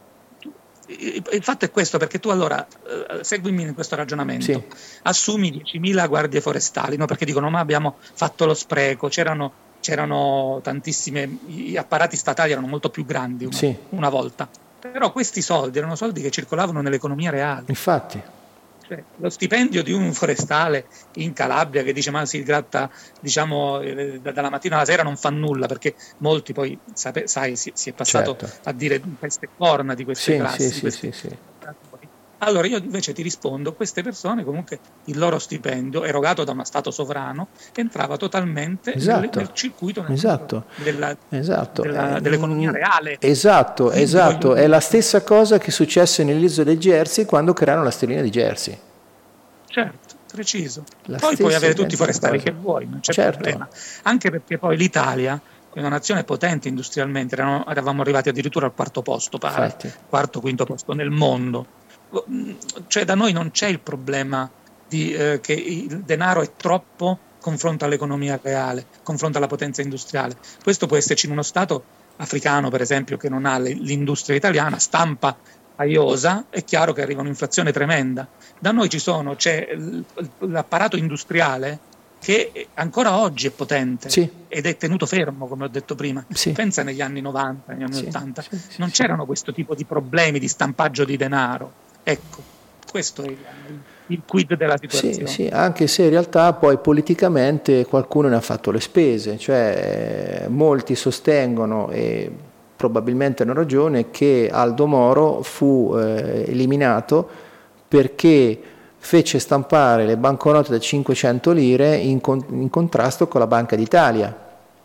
il fatto è questo, perché tu allora, eh, seguimi in questo ragionamento, sì. assumi diecimila guardie forestali, no? Perché dicono ma abbiamo fatto lo spreco, c'erano, c'erano tantissime, gli apparati statali erano molto più grandi una, sì. una volta, però questi soldi erano soldi che circolavano nell'economia reale. Infatti. Cioè, lo stipendio di un forestale in Calabria che dice ma si gratta, diciamo, eh, dalla mattina alla sera non fa nulla, perché molti poi sape, sai si, si è passato certo. a dire queste corna di queste sì, classi sì, di questi... sì, sì, sì. Allora io invece ti rispondo, queste persone comunque il loro stipendio erogato da uno Stato sovrano entrava totalmente esatto. nel, nel circuito nel esatto. della, esatto. della, dell'economia reale. Esatto, Quindi esatto. voglio... È la stessa cosa che successe nell'isola del Jersey quando crearono la stellina di Jersey. Certo, preciso. La poi puoi avere tutti i forestali cosa. che vuoi, non c'è certo. problema. Anche perché poi l'Italia è una nazione potente industrialmente, eravamo, eravamo arrivati addirittura al quarto posto, pare, Infatti. quarto, quinto posto nel mondo. Cioè da noi non c'è il problema di, eh, che il denaro è troppo confronto all'economia reale, confronto alla potenza industriale. Questo può esserci in uno Stato africano, per esempio, che non ha l'industria italiana, stampa aiosa, è chiaro che arriva un'inflazione tremenda. Da noi ci sono, c'è l'apparato industriale che ancora oggi è potente sì. ed è tenuto fermo, come ho detto prima. Sì. Pensa negli anni novanta, negli anni sì. ottanta, sì, sì, non sì. c'erano questo tipo di problemi di stampaggio di denaro. Ecco, questo è il, il quid della situazione. Sì, sì, anche se in realtà poi politicamente qualcuno ne ha fatto le spese, cioè molti sostengono, e probabilmente hanno ragione, che Aldo Moro fu eh, eliminato perché fece stampare le banconote da cinquecento lire in, con, in contrasto con la Banca d'Italia.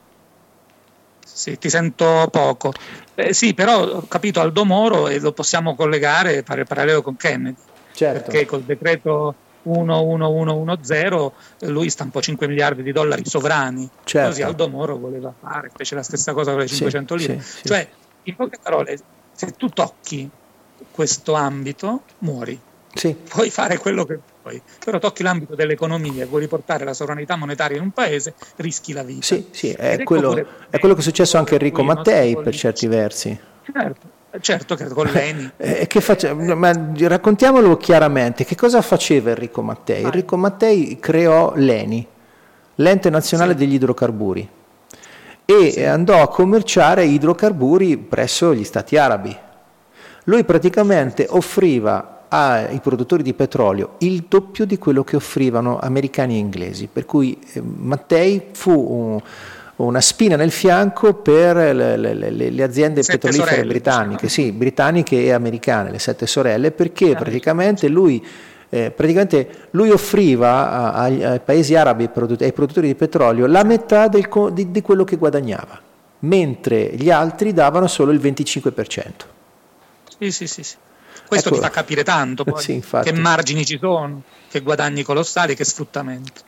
Sì, ti sento poco. Eh, sì, però ho capito Aldo Moro e lo possiamo collegare per parallelo con Kennedy. Certo. Perché col decreto uno uno uno uno zero lui stampò cinque miliardi di dollari sovrani. Certo. Così Aldo Moro voleva fare, fece la stessa cosa con le cinquecento sì, lire. Sì, cioè, sì. in poche parole, se tu tocchi questo ambito, muori. Sì. Puoi fare quello che vuoi, però tocchi l'ambito dell'economia e vuoi riportare la sovranità monetaria in un paese, rischi la vita. Sì, sì, è, ecco quello, pure, è quello che è successo anche a Enrico Mattei per politici. certi versi. Certo, certo che con l'Eni. Eh, che face... Ma raccontiamolo chiaramente, che cosa faceva Enrico Mattei? Vai. Enrico Mattei creò l'Eni, l'Ente Nazionale sì. degli Idrocarburi. e sì. andò a commerciare idrocarburi presso gli stati arabi. Lui praticamente offriva ai produttori di petrolio il doppio di quello che offrivano americani e inglesi, per cui eh, Mattei fu un, una spina nel fianco per le, le, le, le aziende sette petrolifere sorelle, britanniche, diciamo. sì, britanniche e americane, le sette sorelle, perché praticamente lui Eh, praticamente lui offriva a, ai, ai paesi arabi e ai produttori di petrolio la metà del, di, di quello che guadagnava, mentre gli altri davano solo il venticinque per cento. Sì, sì, sì, sì. Questo ecco. ti fa capire tanto poi, sì, che margini ci sono, che guadagni colossali, che sfruttamento.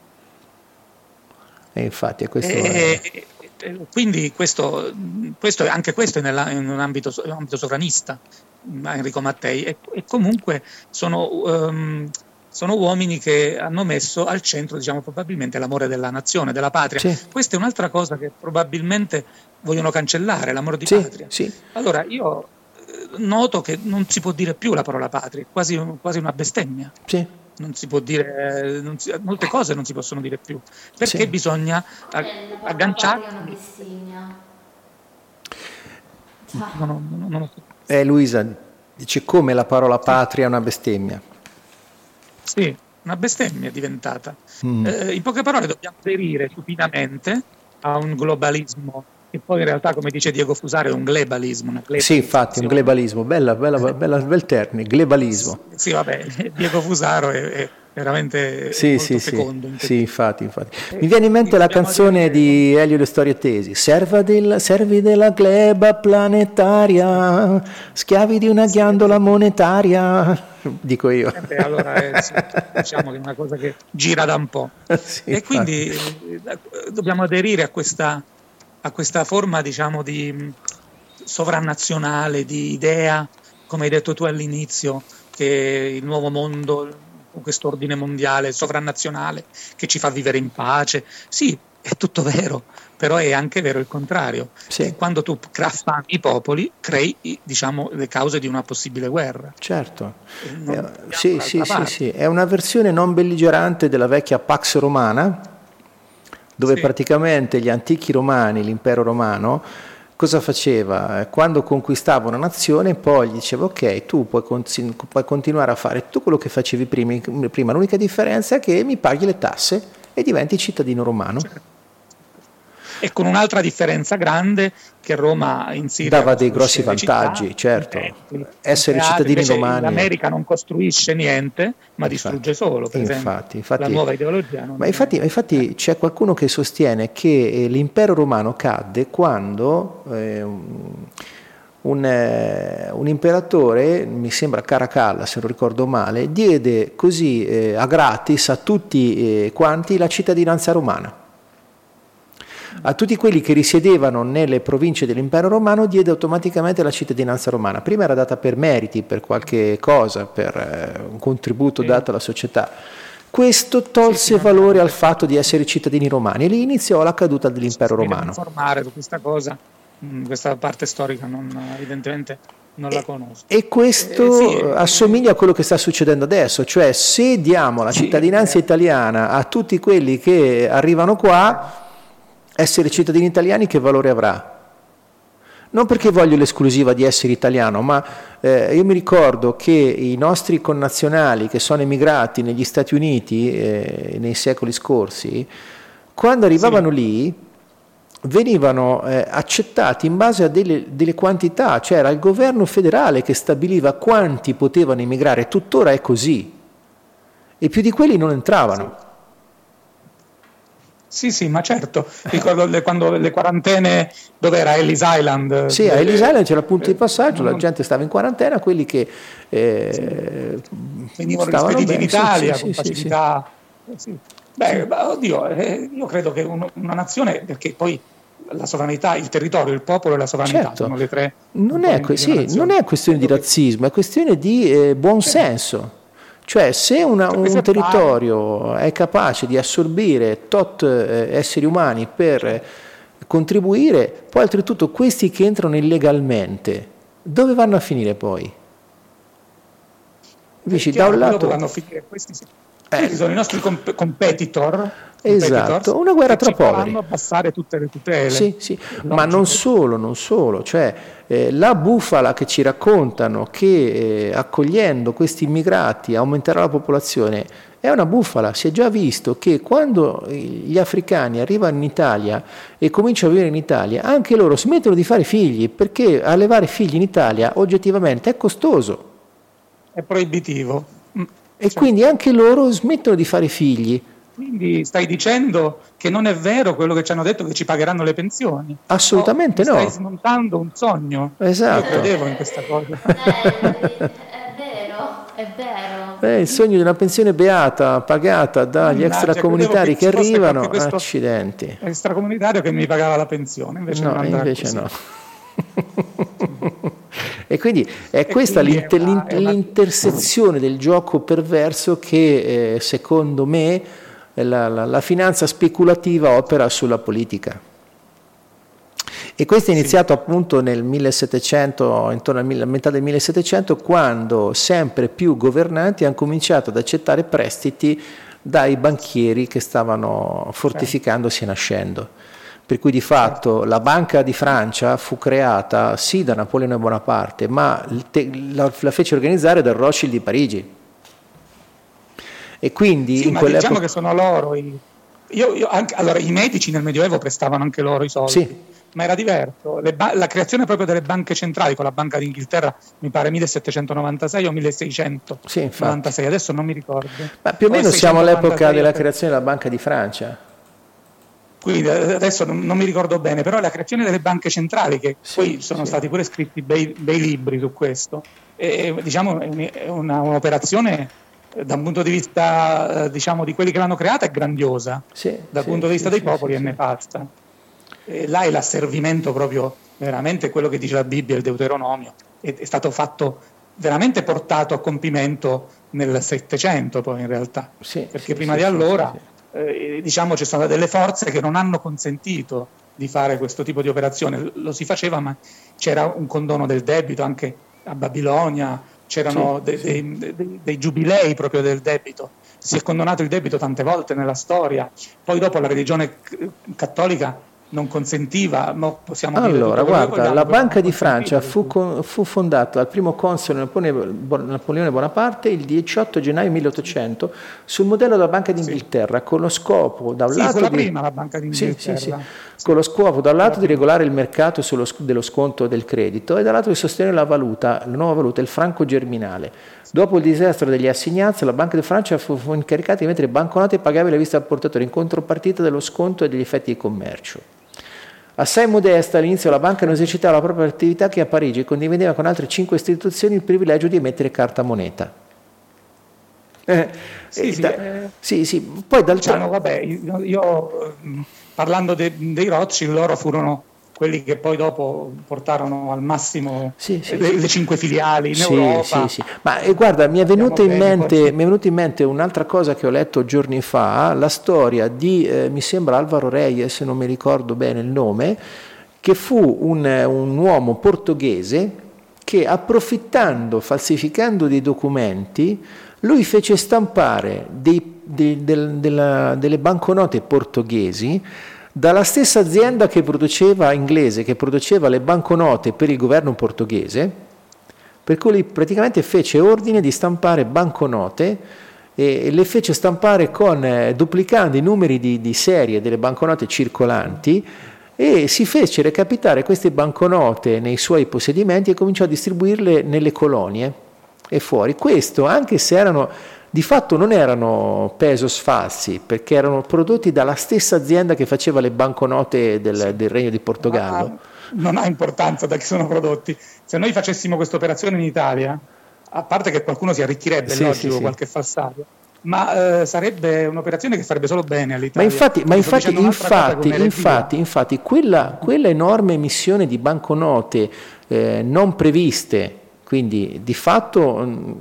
E infatti è questo. E, è... e, quindi questo, questo, anche questo è nella, in un ambito, un ambito sovranista. Enrico Mattei, e, e comunque sono, um, sono uomini che hanno messo al centro, diciamo, probabilmente l'amore della nazione, della patria. Sì. Questa è un'altra cosa che probabilmente vogliono cancellare, l'amore di sì, patria. Sì. Allora io noto che non si può dire più la parola patria, è quasi, quasi una bestemmia. Sì. Non si può dire, non si, molte cose non si possono dire più, perché sì. bisogna agganciare. È una bestemmia. No, no, no, no, no. Eh, Luisa dice come la parola patria è una bestemmia. Sì, una bestemmia è diventata. Mm. Eh, in poche parole dobbiamo aderire supinamente a un globalismo che poi in realtà, come dice Diego Fusaro, è un glebalismo. Una sì, infatti, un glebalismo, bella, bella, bella, bel termine, glebalismo. Sì, vabbè, Diego Fusaro è, è veramente sì, molto sì, fecondo. Sì, sì, infatti, infatti. Mi viene in mente la canzone di Elio Le Storie Tesi, Serva del, servi della gleba planetaria, schiavi di una ghiandola monetaria, dico io. Eh beh, allora è, sì, diciamo che è una cosa che gira da un po'. Sì, e quindi eh, dobbiamo aderire a questa, a questa forma, diciamo, di sovranazionale, di idea, come hai detto tu all'inizio, che il nuovo mondo, questo ordine mondiale sovranazionale che ci fa vivere in pace. Sì, è tutto vero, però è anche vero il contrario. Sì. Che quando tu affami i popoli, crei, diciamo, le cause di una possibile guerra. Certo, eh, sì, sì, sì, sì, è una versione non belligerante della vecchia Pax Romana, dove sì. praticamente gli antichi romani, l'impero romano, cosa faceva? Quando conquistava una nazione poi gli diceva ok, tu puoi, continu- puoi continuare a fare tutto quello che facevi prima, prima, l'unica differenza è che mi paghi le tasse e diventi cittadino romano. Certo. E con un'altra differenza grande, che Roma in Siria dava dei grossi vantaggi, città, certo, eh, essere cittadini romani. L'America non costruisce niente, ma infatti, distrugge solo, per infatti, esempio, infatti, la nuova ideologia. Non ma infatti, è... infatti c'è qualcuno che sostiene che l'impero romano cadde quando eh, un, eh, un imperatore, mi sembra Caracalla se non ricordo male, diede così eh, a gratis a tutti eh, quanti la cittadinanza romana. A tutti quelli che risiedevano nelle province dell'impero romano diede automaticamente la cittadinanza romana. Prima era data per meriti, per qualche cosa, per eh, un contributo sì. dato alla società. Questo tolse sì, sì, valore al fatto di essere cittadini romani e lì iniziò la caduta dell'impero sì, romano. informare su questa cosa, questa parte storica non, evidentemente non la conosco. E questo eh, sì, assomiglia a quello che sta succedendo adesso, cioè se diamo la cittadinanza sì, italiana a tutti quelli che arrivano qua, essere cittadini italiani che valore avrà? Non perché voglio l'esclusiva di essere italiano, ma eh, io mi ricordo che i nostri connazionali che sono emigrati negli Stati Uniti eh, nei secoli scorsi, quando arrivavano sì. lì venivano eh, accettati in base a delle, delle quantità, cioè era il governo federale che stabiliva quanti potevano emigrare, tuttora è così, e più di quelli non entravano. Sì. Sì, sì, ma certo, ricordo le, quando le quarantene, dove era Ellis Island? Sì, a Ellis Island c'era il punto di passaggio, la gente stava in quarantena, quelli che eh, sì. venivano rispediti in Italia sì, con sì, facilità. Sì, sì. Beh, oddio, eh, io credo che un, una nazione, perché poi la sovranità, il territorio, il popolo e la sovranità certo. sono le tre. Non è, sì, non è questione di razzismo, è questione di eh, buon certo. senso. Cioè se una, un territorio è capace di assorbire tot eh, esseri umani per eh, contribuire, poi oltretutto questi che entrano illegalmente, dove vanno a finire poi? Dici, chiaro, da un lato... vanno a finire questi, sì. Questi eh, sono i nostri comp- competitor Esatto, una guerra tra poveri. Faranno abbassare tutte le tutele. Sì, sì, ma non solo, non solo, cioè eh, la bufala che ci raccontano che eh, accogliendo questi immigrati aumenterà la popolazione è una bufala. Si è già visto che quando gli africani arrivano in Italia e cominciano a vivere in Italia, anche loro smettono di fare figli, perché allevare figli in Italia oggettivamente è costoso. È proibitivo. E cioè. Quindi anche loro smettono di fare figli. Quindi stai dicendo che non è vero quello che ci hanno detto, che ci pagheranno le pensioni? Assolutamente no. Stai smontando un sogno. Esatto. Io credevo in questa cosa. È, è vero, è vero. Beh, il sogno di una pensione beata pagata dagli extracomunitari che, che arrivano, accidenti. Extracomunitario che mi pagava la pensione, invece no, non invece così. no. E quindi è e questa quindi l'inter- è una, è una... l'intersezione del gioco perverso che eh, secondo me la, la, la finanza speculativa opera sulla politica. E questo è iniziato sì. appunto nel millesettecento, intorno alla metà del millesettecento, quando sempre più governanti hanno cominciato ad accettare prestiti dai banchieri che stavano fortificandosi e nascendo. Per cui di fatto la Banca di Francia fu creata sì da Napoleone Bonaparte, ma la, la fece organizzare dal Rothschild di Parigi. E quindi sì, in ma quell'epoca... diciamo che sono loro i... Io, io anche, allora, i medici nel Medioevo prestavano anche loro i soldi, sì. ma era diverso. Le ba- la creazione proprio delle banche centrali con la Banca d'Inghilterra mi pare millesettecentonovantasei o milleseicentonovantasei, sì, adesso non mi ricordo. Ma più o meno siamo all'epoca della creazione della Banca di Francia. Quindi adesso non, non mi ricordo bene, però la creazione delle banche centrali, che sì, poi sono sì. stati pure scritti bei, bei libri su questo, e, diciamo è una, un'operazione da un punto di vista eh, diciamo di quelli che l'hanno creata è grandiosa, sì, dal sì, punto di vista sì, dei popoli sì, è sì. nefasta. E là è l'asservimento proprio, veramente quello che dice la Bibbia, il Deuteronomio, è, è stato fatto veramente portato a compimento nel Settecento poi in realtà, sì, perché sì, prima sì, di allora sì, sì. Eh, diciamo ci sono delle forze che non hanno consentito di fare questo tipo di operazione. Lo si faceva, ma c'era un condono del debito anche a Babilonia, c'erano sì, dei, sì. Dei, dei, dei giubilei proprio del debito, si è condonato il debito tante volte nella storia, poi dopo la religione cattolica non consentiva, ma possiamo allora, dire tutto guarda, vogliamo, la Banca di consentita, Francia fu, con, fu fondata dal primo console Napoleone Bonaparte il diciotto gennaio milleottocento sul modello della Banca d'Inghilterra, sì. con lo scopo da un sì, lato fu la di, prima la Banca d'Inghilterra, sì, sì, sì. Sì. con lo scopo da un lato di regolare il mercato sullo, dello sconto del credito e dall'altro di sostenere la valuta, la nuova valuta, il franco germinale. Dopo il disastro degli assignats, la Banca di Francia fu, fu incaricata di mettere banconote pagabili a vista al portatore in contropartita dello sconto e degli effetti di commercio. Assai modesta, all'inizio la banca non esercitava la propria attività che a Parigi condivideva con altre cinque istituzioni il privilegio di emettere carta moneta. Eh, sì, sì, da, eh, sì, sì, poi d'altro... diciamo, vabbè, io, io parlando de, dei Rothschild, loro furono quelli che poi dopo portarono al massimo sì, sì, le, sì. le cinque filiali in sì, Europa. Sì, sì. Ma eh, guarda, mi è, venuta in bene, mente, poi... mi è venuta in mente un'altra cosa che ho letto giorni fa, la storia di, eh, mi sembra Álvaro Reyes, se non mi ricordo bene il nome, che fu un, un uomo portoghese che, approfittando, falsificando dei documenti, lui fece stampare dei, dei, del, della, delle banconote portoghesi dalla stessa azienda che produceva, inglese, che produceva le banconote per il governo portoghese, per cui lui praticamente fece ordine di stampare banconote e, e le fece stampare con, eh, duplicando i numeri di, di serie delle banconote circolanti, e si fece recapitare queste banconote nei suoi possedimenti e cominciò a distribuirle nelle colonie e fuori. Questo, anche se erano, di fatto non erano pesos falsi, perché erano prodotti dalla stessa azienda che faceva le banconote del, sì. del Regno di Portogallo. Ma non ha importanza da chi sono prodotti. Se noi facessimo questa operazione in Italia, a parte che qualcuno si arricchirebbe, sì, logico, sì, sì. qualche falsario, ma eh, sarebbe un'operazione che farebbe solo bene all'Italia. Ma infatti, ma infatti, infatti, infatti, infatti quella, quella enorme emissione di banconote eh, non previste, quindi di fatto mh,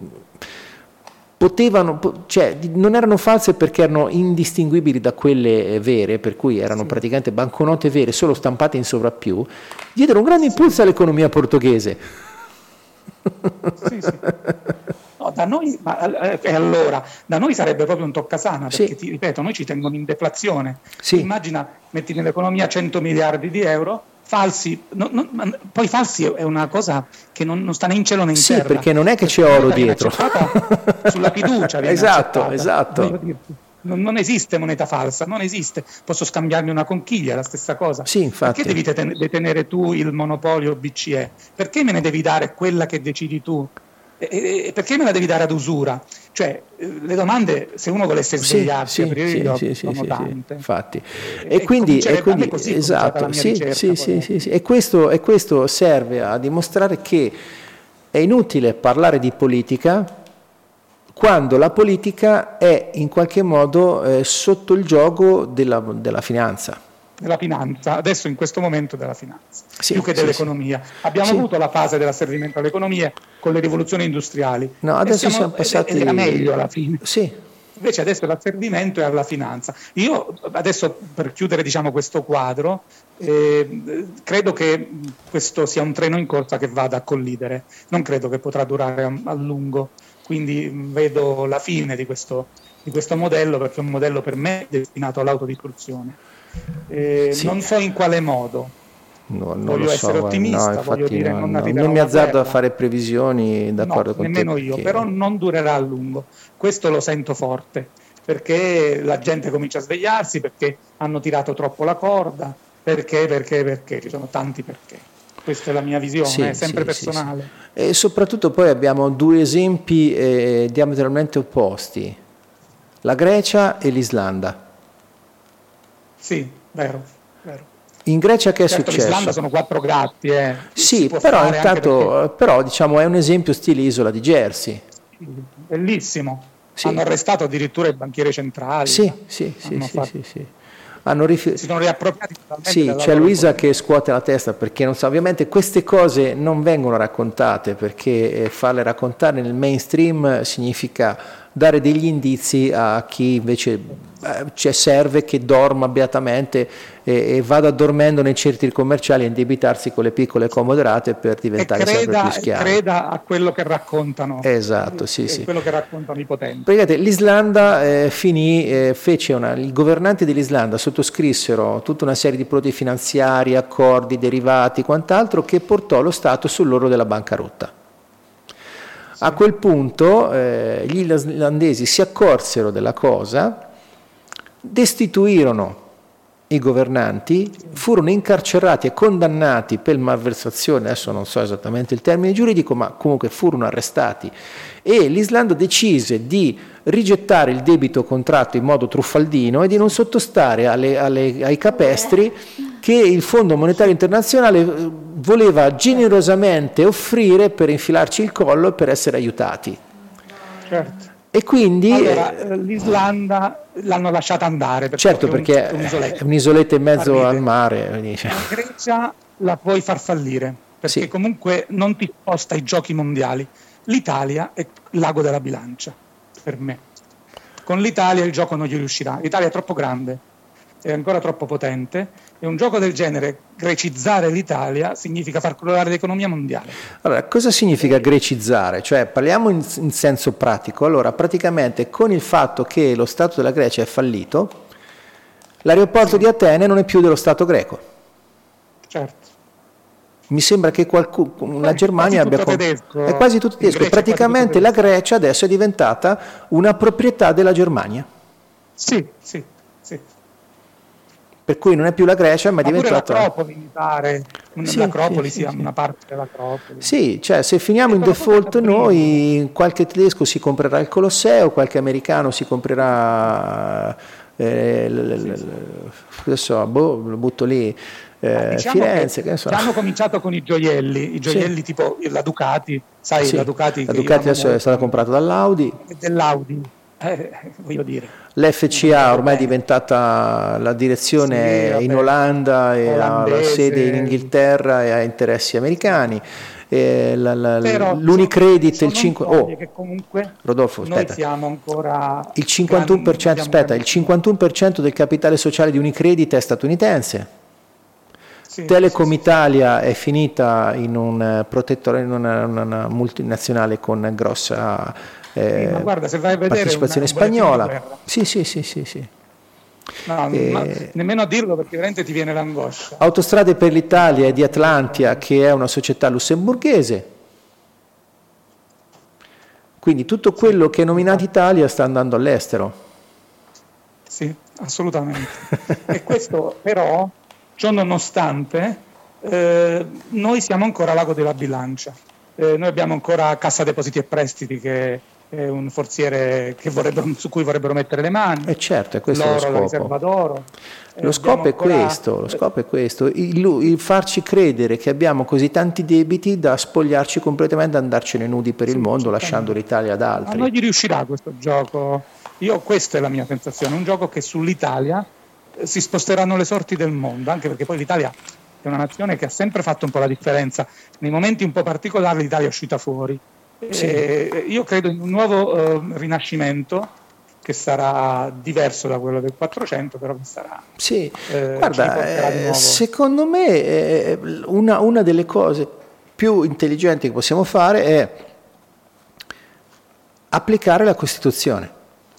potevano, cioè non erano false perché erano indistinguibili da quelle vere, per cui erano sì. praticamente banconote vere, solo stampate in sovrappiù, diedero un grande impulso all'economia portoghese. Sì, sì. No, no, da noi, ma, e allora, da noi sarebbe proprio un toccasana, perché Sì. ti ripeto, noi ci tengono in deflazione. Sì. Immagina, metti nell'economia cento miliardi di euro, falsi, no, no, ma poi falsi è una cosa che non, non sta né in cielo né in Sì, terra. perché non è che c'è Questa oro moneta viene dietro. accettata sulla fiducia, viene Esatto, accettata. esatto. Voglio dirti, Non, non esiste moneta falsa, non esiste. Posso scambiarmi una conchiglia, è la stessa cosa. Sì, infatti. Perché devi ten- detenere tu il monopolio B C E? Perché me ne devi dare quella che decidi tu? E, e- e perché me la devi dare ad usura? Cioè, eh, le domande, se uno volesse Sì, svegliarsi, sì, aprire sì, gli occhi, sì, sì, sono sì, sì, tante. infatti. E- E e quindi, e comincerebbe- a me quindi così è cominciata esatto, la mia sì, ricerca, sì, poi sì, dopo. sì, sì. E questo, e questo serve a dimostrare che è inutile parlare di politica quando la politica è in qualche modo eh, sotto il gioco della, della finanza. Della finanza, adesso in questo momento della finanza, Sì, più che sì, dell'economia. Abbiamo Sì. avuto la fase dell'asservimento all'economia con le rivoluzioni industriali. No, E adesso siamo ed- passati... ed era meglio alla fine. Sì, Invece adesso l'asservimento è alla finanza. Io adesso, per chiudere diciamo questo quadro, eh, credo che questo sia un treno in corsa che vada a collidere, non credo che potrà durare a, a lungo, quindi mh, vedo la fine di questo, di questo modello, perché è un modello per me destinato all'autodistruzione. Eh, Sì. Non so in quale modo. no, non Voglio lo so, essere guarda, ottimista, no, voglio infatti dire, no, non no, arriverà non mi una azzardo a guerra. fare previsioni, d'accordo No, con te. nemmeno io, perché- però non durerà a lungo, questo lo sento forte, perché la gente comincia a svegliarsi, perché hanno tirato troppo la corda, perché, perché, perché, ci sono tanti perché. Questa è la mia visione, Sì, è sempre sì, personale. sì, sì. E soprattutto poi abbiamo due esempi eh, diametralmente opposti, la Grecia e l'Islanda. Sì, vero, vero. In Grecia che è Certo, l'Islanda successo? sono quattro gatti, eh. Si Sì, può però fare anche intanto però, diciamo, è un esempio stile isola di Jersey. perché- bellissimo. Sì. Hanno arrestato addirittura i banchieri centrali. Sì, sì, sì, Hanno sì, fatto- sì, sì. Hanno rifi- Si sono riappropriati totalmente Sì, del c'è lavoro Luisa politico. che scuote la testa perché non sa, ovviamente queste cose non vengono raccontate perché eh, farle raccontare nel mainstream significa dare degli indizi a chi invece eh, ci serve che dorma beatamente e, e vada dormendo nei centri commerciali a indebitarsi con le piccole comode rate per E diventare sempre creda, più e schiavi. creda a quello che raccontano. Esatto, sì, e sì. quello che raccontano i potenti. Praticamente l'Islanda eh, finì, eh, fece una, i governanti dell'Islanda sottoscrissero tutta una serie di prodotti finanziari, accordi, derivati, quant'altro che portò lo Stato sull'orlo della bancarotta. A quel punto eh, gli islandesi si accorsero della cosa, destituirono i governanti, furono incarcerati e condannati per malversazione, adesso non so esattamente il termine giuridico, ma comunque furono arrestati e l'Islanda decise di rigettare il debito contratto in modo truffaldino e di non sottostare alle, alle, ai capestri che il Fondo Monetario Internazionale eh, voleva generosamente offrire per infilarci il collo e per essere aiutati. Certo. E quindi... Allora, eh, eh, l'Islanda l'hanno lasciata andare. Perché certo, è un- perché è un'isoletta. è un'isoletta in mezzo Arriva. al mare. quindi, cioè, La Grecia la puoi far fallire, perché Sì. comunque non ti sposta ai giochi mondiali. L'Italia è l'ago della bilancia, per me. Con l'Italia il gioco non gli riuscirà. L'Italia è troppo grande, è ancora troppo potente, e un gioco del genere, grecizzare l'Italia, significa far crollare l'economia mondiale. Allora, cosa significa grecizzare? Cioè, parliamo in, in senso pratico. Allora, praticamente con il fatto che lo Stato della Grecia è fallito, l'aeroporto di Atene non è più dello Stato greco. Certo. Mi sembra che qualcuno, la È Germania quasi abbia... tutto com- tedesco. È quasi tutto In tedesco. Grecia è quasi Praticamente tutto la tedesco. Grecia adesso è diventata una proprietà della Germania. Sì, sì, sì. Per cui non è più la Grecia, ma è Ma pure diventata... l'Acropoli, mi pare, Sì, l'Acropoli sì, sì, sia sì. una parte dell'Acropoli. Sì, cioè se finiamo in E quella cosa default è prima. noi, qualche tedesco si comprerà il Colosseo, qualche americano si comprerà, eh, l- l- l- cosa so, boh, lo butto lì, eh, Diciamo Firenze, che che ne so. già hanno cominciato con i gioielli, i gioielli tipo la Ducati, sai, Sì, la Ducati, la che io Ducati amo adesso è molto, stata comprata dall'Audi, dell'Audi, eh, voglio dire. l'F C A ormai è diventata la direzione Sì, vabbè. in Olanda e ha la Olandese. sede in Inghilterra e ha interessi americani. E la- la- Però l'Unicredit, sono il cinque... foglie oh, che comunque Rodolfo, noi aspetta. siamo ancora Il cinquantuno per cento, abbiamo aspetta, il grandi- cinquantuno per cento del capitale sociale di Unicredit è statunitense. sì, Sì, Telecom sì, sì, Italia è finita in un protettore, in una, una multinazionale con grossa sì, ma eh, guarda, se vai a vedere un, partecipazione un bollettino di spagnola. guerra, Sì, sì, sì, sì, sì. no, ma E nemmeno a dirlo perché veramente ti viene l'angoscia. Autostrade per l'Italia è di No, Atlantia, che è una società lussemburghese. Quindi tutto sì, quello che è nominato infatti. Italia sta andando all'estero. Sì, assolutamente. E questo però, ciò nonostante, eh, noi siamo ancora l'ago della bilancia. Eh, noi abbiamo ancora Cassa Depositi e Prestiti, che è un forziere che su cui vorrebbero mettere le mani, E certo, è questo lo l'oro, la riserva scopo. d'oro. Eh, Lo abbiamo scopo è ancora, questo, lo scopo è questo, il, il farci credere che abbiamo così tanti debiti da spogliarci completamente e andarcene nudi per il sì, mondo, lasciando certamente. l'Italia ad A noi altri. gli riuscirà questo gioco. Io, questa è la mia sensazione, un gioco che sull'Italia eh, si sposteranno le sorti del mondo, anche perché poi l'Italia è una nazione che ha sempre fatto un po' la differenza. Nei momenti un po' particolari l'Italia è uscita fuori. Sì. E io credo in un nuovo eh, rinascimento che sarà diverso da quello del Quattrocento, però che sarà. Sì, eh, guarda, ci di eh, nuovo. secondo me eh, una, una delle cose più intelligenti che possiamo fare è applicare la Costituzione,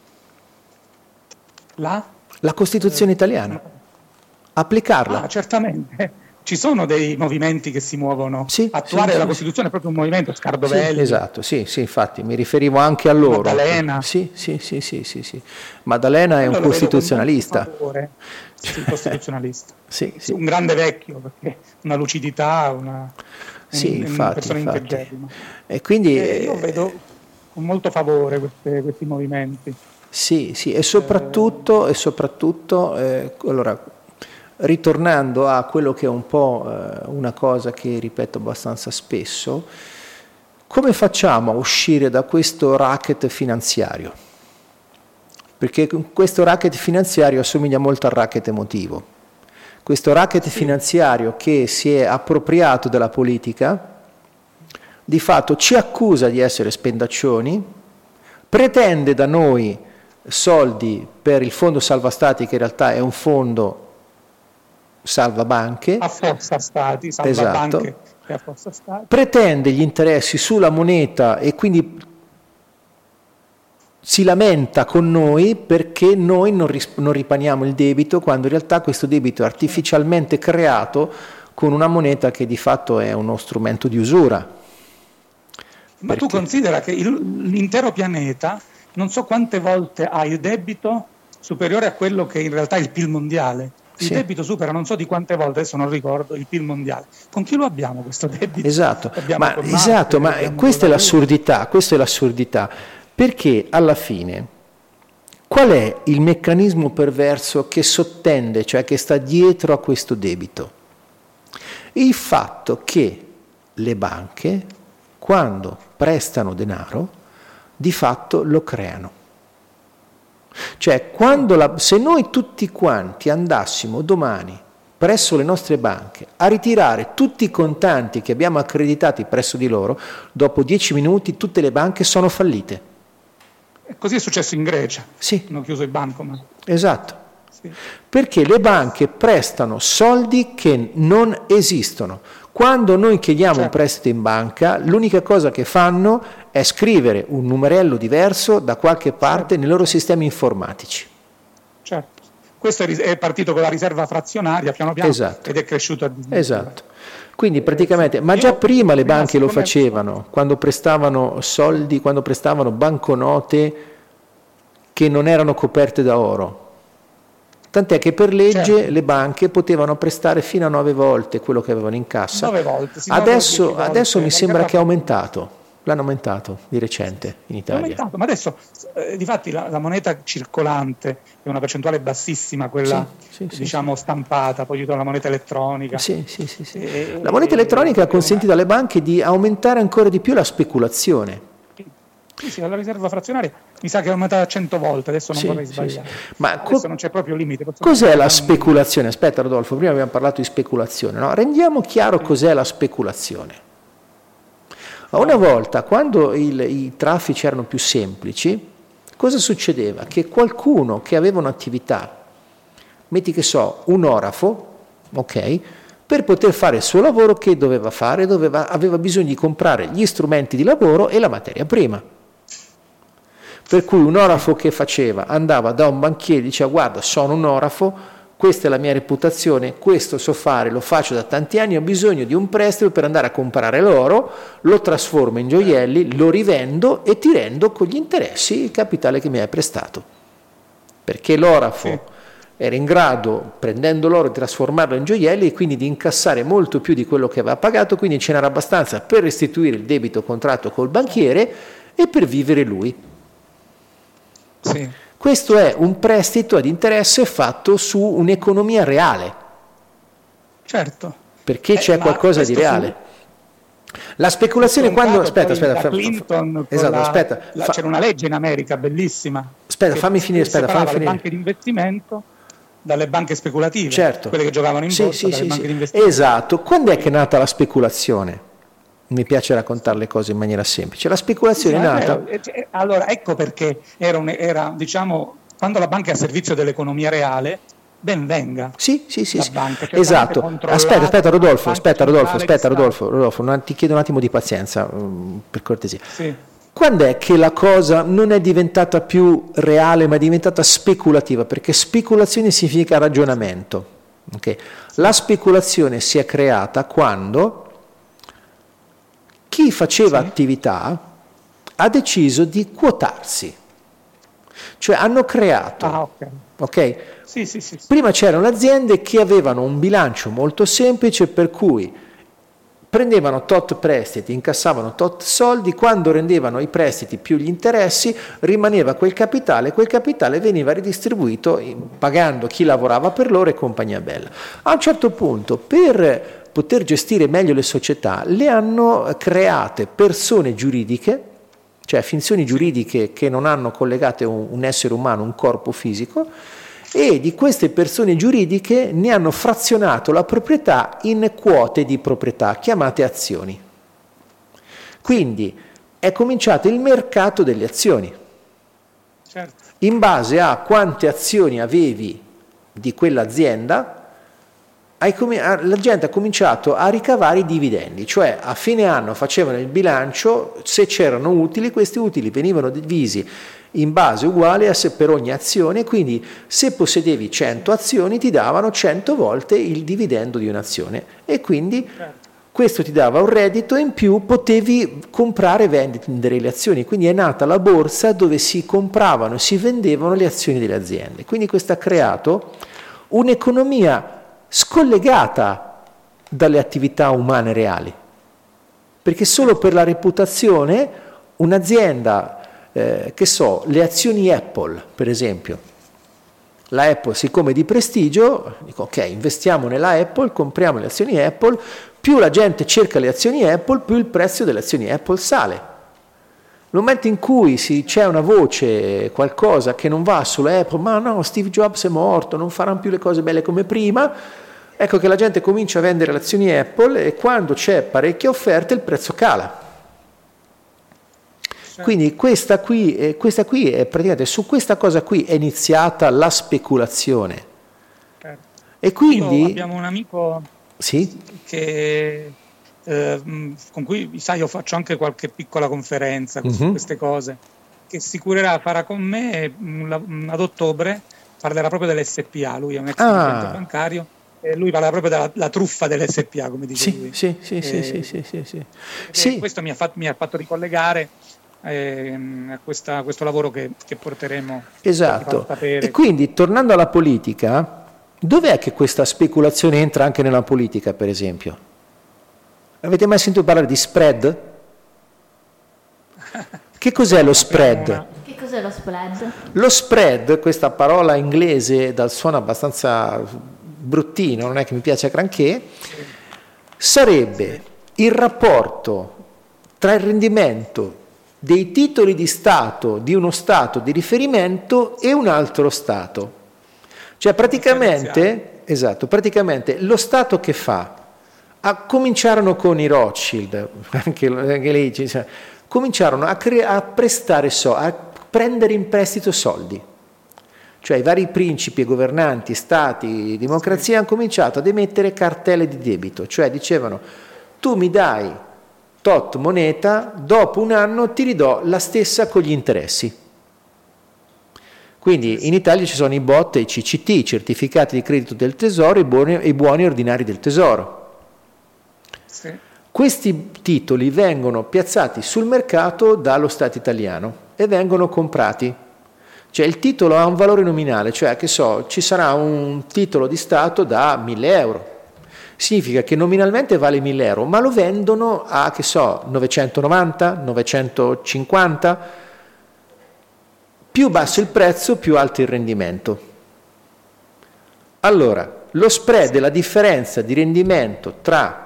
La? la Costituzione Eh, italiana, applicarla. Ah, certamente. Ci sono dei movimenti che si muovono. Sì, Attuare sì, la sì, Costituzione è proprio un movimento, sì, Scardovelli, esatto, sì, sì, infatti mi riferivo anche a loro. Maddalena. Sì, sì, sì, sì, sì, sì. Maddalena è un Quello lo vedo con costituzionalista. molto favore. Sì, costituzionalista. Sì, sì. Un grande vecchio, perché una lucidità, una, Sì, un, infatti, una persona infatti. integerrima. E quindi E io eh, vedo con molto favore queste, questi movimenti. sì, sì, e soprattutto, e soprattutto eh, allora, ritornando a quello che è un po' eh, una cosa che ripeto abbastanza spesso, come facciamo a uscire da questo racket finanziario? Perché questo racket finanziario assomiglia molto al racket emotivo. Questo racket Sì. finanziario che si è appropriato della politica, di fatto ci accusa di essere spendaccioni, pretende da noi soldi per il fondo salva stati, che in realtà è un fondo salva banche, Affossa stati, salva esatto, banche e affossa stati. pretende gli interessi sulla moneta e quindi si lamenta con noi perché noi non, ris- non ripaniamo il debito, quando in realtà questo debito è artificialmente creato con una moneta che di fatto è uno strumento di usura. Ma perché? tu considera che il, l'intero pianeta non so quante volte ha il debito superiore a quello che in realtà è il P I L mondiale. Il Sì. debito supera non so di quante volte, adesso non ricordo, il P I L mondiale. Con chi lo abbiamo questo debito? Esatto, Abbiamo ma, con Marte, esatto, ma abbiamo questa è con la l'assurdità, questa è l'assurdità, perché alla fine qual è il meccanismo perverso che sottende, cioè che sta dietro a questo debito? Il fatto che le banche, quando prestano denaro, di fatto lo creano. Cioè, quando la, se noi tutti quanti andassimo domani presso le nostre banche a ritirare tutti i contanti che abbiamo accreditati presso di loro, dopo dieci minuti tutte le banche sono fallite. E così è successo in Grecia. Sì. Hanno chiuso i bancomat. Esatto. Sì. Perché le banche prestano soldi che non esistono. Quando noi chiediamo certo. un prestito in banca, l'unica cosa che fanno è scrivere un numerello diverso da qualche parte certo. nei loro sistemi informatici. Certo. Questo è partito con la riserva frazionaria piano piano esatto. ed è cresciuto a dismisura. Esatto. Quindi praticamente, eh, sì. ma già prima le banche lo facevano, quando prestavano soldi, quando prestavano banconote che non erano coperte da oro. Tant'è che per legge certo. le banche potevano prestare fino a nove volte quello che avevano in cassa. Nove volte. Sì, adesso volte, adesso mi sembra che è aumentato. L'hanno aumentato di recente in Italia. È aumentato, ma adesso eh, difatti la, la moneta circolante è una percentuale bassissima, quella sì, sì, diciamo sì. stampata, poi la moneta elettronica. Sì, sì, sì, sì. E, la moneta e, elettronica ha e, consentito alle banche di aumentare ancora di più la speculazione. Sì, sì, la riserva frazionaria mi sa che è aumentata cento volte, adesso non sì, vorrei sbagliare. Sì, sì. Ma adesso co- non c'è proprio limite. Cos'è la speculazione? Aspetta Rodolfo, prima abbiamo parlato di speculazione, no? Rendiamo chiaro sì. cos'è la speculazione. Una volta, quando il, i traffici erano più semplici, cosa succedeva? Che qualcuno che aveva un'attività, metti che so, un orafo, ok, per poter fare il suo lavoro. Che doveva fare? Doveva, aveva bisogno di comprare gli strumenti di lavoro e la materia prima. Per cui un orafo che faceva? Andava da un banchiere e diceva: guarda, sono un orafo, questa è la mia reputazione, questo so fare, lo faccio da tanti anni, ho bisogno di un prestito per andare a comprare l'oro, lo trasformo in gioielli, lo rivendo e ti rendo con gli interessi il capitale che mi hai prestato. Perché l'orafo sì. era in grado, prendendo l'oro, di trasformarlo in gioielli e quindi di incassare molto più di quello che aveva pagato, quindi ce n'era abbastanza per restituire il debito contratto col banchiere e per vivere lui. Sì. Questo è un prestito ad interesse fatto su un'economia reale. Certo. Perché eh, c'è qualcosa di reale. Fu... La speculazione quando... Aspetta, aspetta. Da Clinton, esatto, la, aspetta. La, c'era una legge in America bellissima. Aspetta, fammi finire, aspetta, fammi finire. Le banche di investimento dalle banche speculative. Certo. Quelle che giocavano in sì, borsa, sì, dalle sì, banche sì. di investimento. Esatto. Quando è che è nata la speculazione? Mi piace raccontare le cose in maniera semplice. La speculazione sì, è nata... È allora, ecco perché era, un, era, diciamo, quando la banca è a servizio dell'economia reale, ben venga. Sì, sì, sì. sì. Banca, cioè esatto. Aspetta, aspetta Rodolfo, aspetta Rodolfo, aspetta Rodolfo, Rodolfo, non, ti chiedo un attimo di pazienza, um, per cortesia. Sì. Quando è che la cosa non è diventata più reale, ma è diventata speculativa? Perché speculazione significa ragionamento. Okay? La speculazione si è creata quando... chi faceva sì. attività ha deciso di quotarsi, cioè hanno creato, ah, ok? okay? Sì, sì, sì, sì. Prima c'erano aziende che avevano un bilancio molto semplice per cui prendevano tot prestiti, incassavano tot soldi, quando rendevano i prestiti più gli interessi rimaneva quel capitale, quel capitale veniva ridistribuito pagando chi lavorava per loro e compagnia bella. A un certo punto, per poter gestire meglio le società, le hanno create persone giuridiche, cioè finzioni giuridiche che non hanno collegate un, un essere umano, un corpo fisico, e di queste persone giuridiche ne hanno frazionato la proprietà in quote di proprietà, chiamate azioni. Quindi è cominciato il mercato delle azioni. Certo. In base a quante azioni avevi di quell'azienda, la gente ha cominciato a ricavare i dividendi, cioè a fine anno facevano il bilancio, se c'erano utili, questi utili venivano divisi in base uguale a se per ogni azione, quindi se possedevi cento azioni ti davano cento volte il dividendo di un'azione e quindi questo ti dava un reddito e in più potevi comprare e vendere le azioni, quindi è nata la borsa dove si compravano e si vendevano le azioni delle aziende, quindi questo ha creato un'economia scollegata dalle attività umane reali, perché solo per la reputazione un'azienda, eh, che so, le azioni Apple per esempio, la Apple siccome è di prestigio, dico ok, investiamo nella Apple, compriamo le azioni Apple, più la gente cerca le azioni Apple, più il prezzo delle azioni Apple sale. Nel momento in cui si, c'è una voce, qualcosa che non va sulla Apple, ma no, Steve Jobs è morto, non faranno più le cose belle come prima, ecco che la gente comincia a vendere le azioni Apple e quando c'è parecchia offerta il prezzo cala. Certo. Quindi questa qui, eh, questa qui è praticamente, su questa cosa qui è iniziata la speculazione. Certo. E quindi... Io abbiamo un amico sì? che... Eh, con cui, sai, io faccio anche qualche piccola conferenza uh-huh. su queste cose, che si curerà, farà con me mh, ad ottobre, parlerà proprio dell'S P A, lui è un ex dirigente ah. bancario, e lui parla proprio della la truffa dell'S P A, come dice sì, lui. Sì, sì, e, sì, sì, sì, sì, sì. sì. Questo mi ha, fatto, mi ha fatto ricollegare eh, a, questa, a questo lavoro che, che porteremo. Esatto, e quindi tornando alla politica, dov'è che questa speculazione entra anche nella politica, per esempio? Avete mai sentito parlare di spread? Che cos'è lo spread? Che cos'è lo spread? Lo spread, questa parola inglese dal suono abbastanza bruttino, non è che mi piace granché, sarebbe il rapporto tra il rendimento dei titoli di Stato di uno Stato di riferimento e un altro Stato. Cioè praticamente, esatto, praticamente lo Stato che fa? Ah, cominciarono con i Rothschild, anche, anche lì, cioè, cominciarono a, cre- a prestare so- a prendere in prestito soldi. Cioè i vari principi e governanti, stati, democrazie hanno cominciato ad emettere cartelle di debito, cioè dicevano tu mi dai tot moneta, dopo un anno ti ridò la stessa con gli interessi. Quindi in Italia ci sono i B O T e i C C T, certificati di credito del tesoro e buoni, e buoni ordinari del tesoro. Sì. Questi titoli vengono piazzati sul mercato dallo Stato italiano e vengono comprati. Cioè il titolo ha un valore nominale, cioè che so, ci sarà un titolo di Stato da mille euro. Significa che nominalmente vale mille euro, ma lo vendono a, che so, novecentonovanta, novecentocinquanta. Più basso il prezzo, più alto il rendimento. Allora, lo spread è la differenza di rendimento tra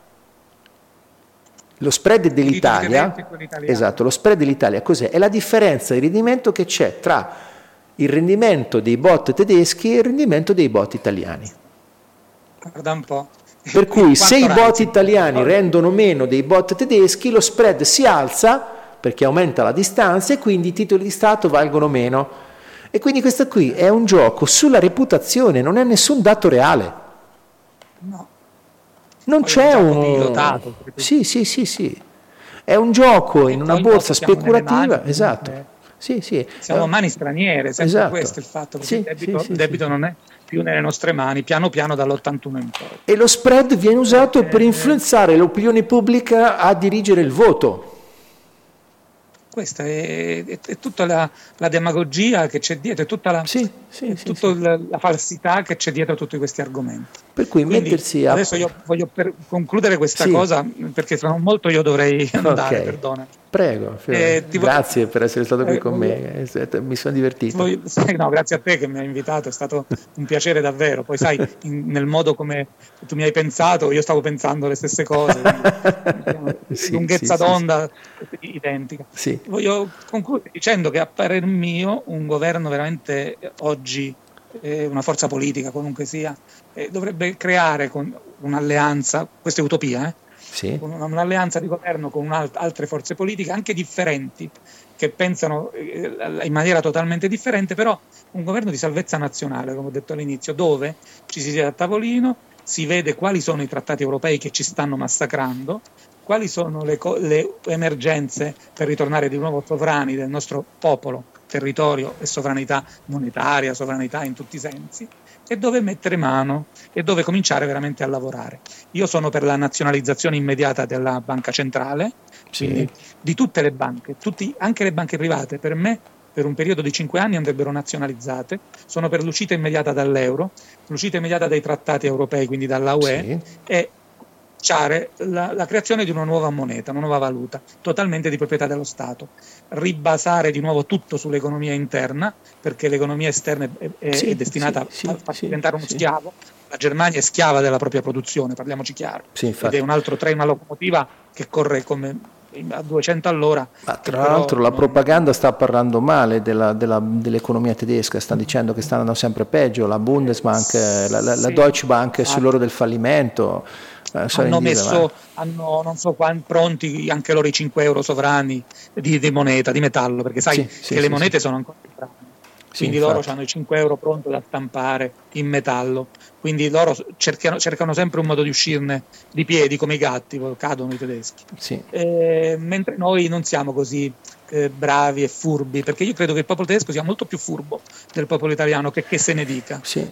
lo spread dell'Italia, esatto, lo spread dell'Italia cos'è? È la differenza di rendimento che c'è tra il rendimento dei bot tedeschi e il rendimento dei bot italiani. Guarda un po'. Per cui se i bot italiani rendono meno dei bot tedeschi, lo spread si alza perché aumenta la distanza e quindi i titoli di Stato valgono meno. E quindi questo qui è un gioco sulla reputazione, non è nessun dato reale. No. Non Poi c'è è un un... gioco pilotato. Sì, sì, sì, sì. È un gioco E in una poi borsa dopo siamo nelle speculativa, mani, esatto. eh, Sì, sì. Siamo Eh, mani straniere, sempre esatto. questo è il fatto, perché Sì, il debito, sì, sì, il debito sì. non è più nelle nostre mani, piano piano dall'ottantuno in poi. E lo spread viene usato per Eh, influenzare l'opinione pubblica a dirigere il voto. Questa è, è, è tutta la, la demagogia che c'è dietro, è tutta la, Sì, sì, è sì, tutta sì. la, la falsità che c'è dietro a tutti questi argomenti. Per cui Quindi mettersi a... adesso io voglio per concludere questa Sì. cosa, perché tra non molto io dovrei andare, Ok, perdona. prego. Eh, ti vo- Grazie per essere stato qui eh, con voglio- me, eh, mi sono divertito. Voglio- no, grazie a te che mi hai invitato, è stato un piacere davvero. Poi sai, in- nel modo come tu mi hai pensato, io stavo pensando le stesse cose, quindi, diciamo, Sì, lunghezza sì, sì, d'onda identica. sì. Voglio concludere dicendo che a parer mio un governo veramente eh, oggi, eh, una forza politica qualunque sia, eh, dovrebbe creare con un'alleanza, questa è utopia, eh, Sì. con una- un'alleanza di governo con un'alt- altre forze politiche anche differenti, che pensano eh, in maniera totalmente differente, però un governo di salvezza nazionale, come ho detto all'inizio, dove ci si siede a tavolino, si vede quali sono i trattati europei che ci stanno massacrando, quali sono le, co- le emergenze per ritornare di nuovo sovrani del nostro popolo, territorio e sovranità monetaria, sovranità in tutti i sensi, e dove mettere mano e dove cominciare veramente a lavorare. Io sono per la nazionalizzazione immediata della banca centrale, Sì. quindi di tutte le banche, tutti, anche le banche private, per me per un periodo di cinque anni andrebbero nazionalizzate. Sono per l'uscita immediata dall'euro, l'uscita immediata dai trattati europei, quindi dalla U E, Sì. e cominciare la, la creazione di una nuova moneta, una nuova valuta, totalmente di proprietà dello Stato, ribasare di nuovo tutto sull'economia interna, perché l'economia esterna è, è, Sì, è destinata sì, a sì, far sì, diventare uno sì. schiavo. La Germania è schiava della propria produzione, parliamoci chiaro, Sì, ed infatti. è un altro treno, una locomotiva che corre come a duecento all'ora. Ma che tra però l'altro la non- propaganda sta parlando male della- della- dell'economia tedesca, sta dicendo che sta andando sempre peggio, la Bundesbank, eh, la, la- la Sì, Deutsche Bank è infatti. sull'oro del fallimento. eh, sono Hanno in dire, messo, hanno non so quanti pronti anche loro i cinque euro sovrani di, di moneta, di metallo, perché sai Sì, sì, che le sì, monete sì. sono ancora strane. Sì, Quindi loro infatti. hanno i cinque euro pronto da stampare in metallo, quindi loro cercano, cercano sempre un modo di uscirne di piedi come i gatti, poi cadono i tedeschi. Sì. Eh, mentre noi non siamo così eh, bravi e furbi, perché io credo che il popolo tedesco sia molto più furbo del popolo italiano, che, che se ne dica. Sì.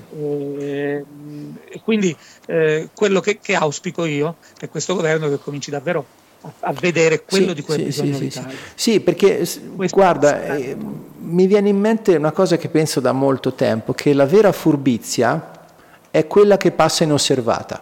Eh, e quindi eh, quello che, che auspico io è questo governo che cominci davvero a, a vedere quello Sì, di cui sì, ha bisogno sì, sì, l'Italia. sì. Sì, perché s- Questo guarda, è- eh, mi viene in mente una cosa che penso da molto tempo, che la vera furbizia è quella che passa inosservata.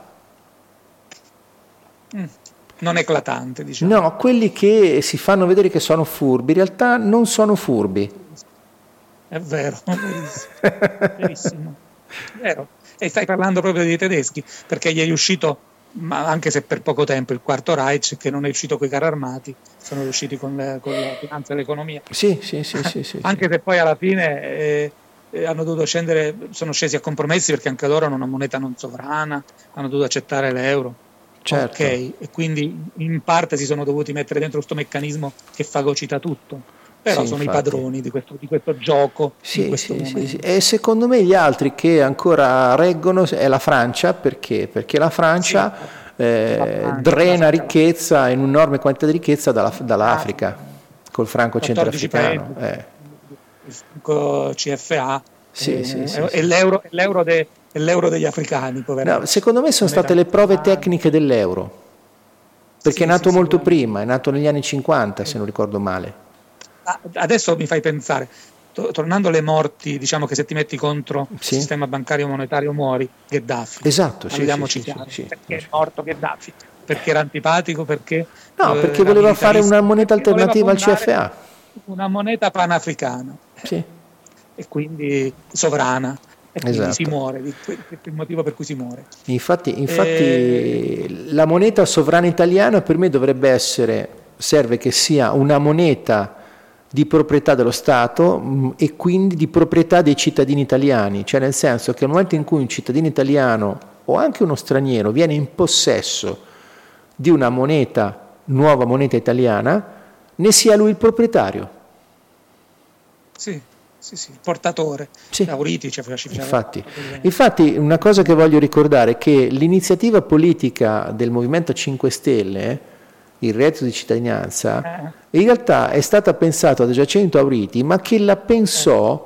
Mm, non eclatante, diciamo. No, quelli che si fanno vedere che sono furbi, in realtà non sono furbi. È vero, verissimo, verissimo. Vero. E stai parlando proprio dei tedeschi, perché gli è riuscito, ma anche se per poco tempo, il quarto Reich, che non è uscito con i carri armati, sono riusciti con, le, con la finanza e l'economia. Sì, sì, sì, sì, sì, Anche sì. se poi alla fine eh, eh, hanno dovuto scendere, sono scesi a compromessi perché anche loro hanno una moneta non sovrana, hanno dovuto accettare l'euro. Certo. Ok, e quindi in parte si sono dovuti mettere dentro questo meccanismo che fagocita tutto. però sì, sono infatti. i padroni di questo, di questo gioco sì, in questo sì, momento. sì, sì. E secondo me gli altri che ancora reggono è la Francia, perché? Perché la Francia Sì, eh, la Francia, drena la Francia, ricchezza in un'enorme quantità di ricchezza dalla, dall'Africa Africa, col franco quattordici centrafricano. paesi, Eh. il cinque C F A, Sì, sì, eh, sì, e sì. l'euro, l'euro, de, l'euro degli africani, No, poveracci. secondo me sono Moneta state le prove nazionale. tecniche dell'euro, perché è Sì, sì, nato molto sicuramente. prima, è nato negli anni cinquanta, Sì. se non ricordo male. Ah, adesso mi fai pensare, to- tornando alle morti, diciamo che se ti metti contro il Sì? sistema bancario monetario muori, Gheddafi. Esatto, sì, sì, Parliamoci sì, sì, chiaro. sì. Perché è morto Gheddafi? Perché era antipatico, perché No, eh, perché era voleva fare una militarista, moneta perché voleva alternativa al fondare C F A. una moneta panafricana Sì, e quindi sovrana. E quindi si esatto. muore, di- questo è il motivo per cui si muore. Infatti, E... infatti la moneta sovrana italiana per me dovrebbe essere, serve che sia una moneta di proprietà dello Stato mh, e quindi di proprietà dei cittadini italiani, cioè nel senso che nel momento in cui un cittadino italiano o anche uno straniero viene in possesso di una moneta, nuova moneta italiana, ne sia lui il proprietario. Sì, sì, sì, il portatore. Sì, Auriti ci faceva, ci faceva infatti. fatto. Infatti una cosa che voglio ricordare è che l'iniziativa politica del Movimento cinque Stelle, il reddito di cittadinanza, Eh, in realtà è stata pensata da Giacinto Auriti, ma che la pensò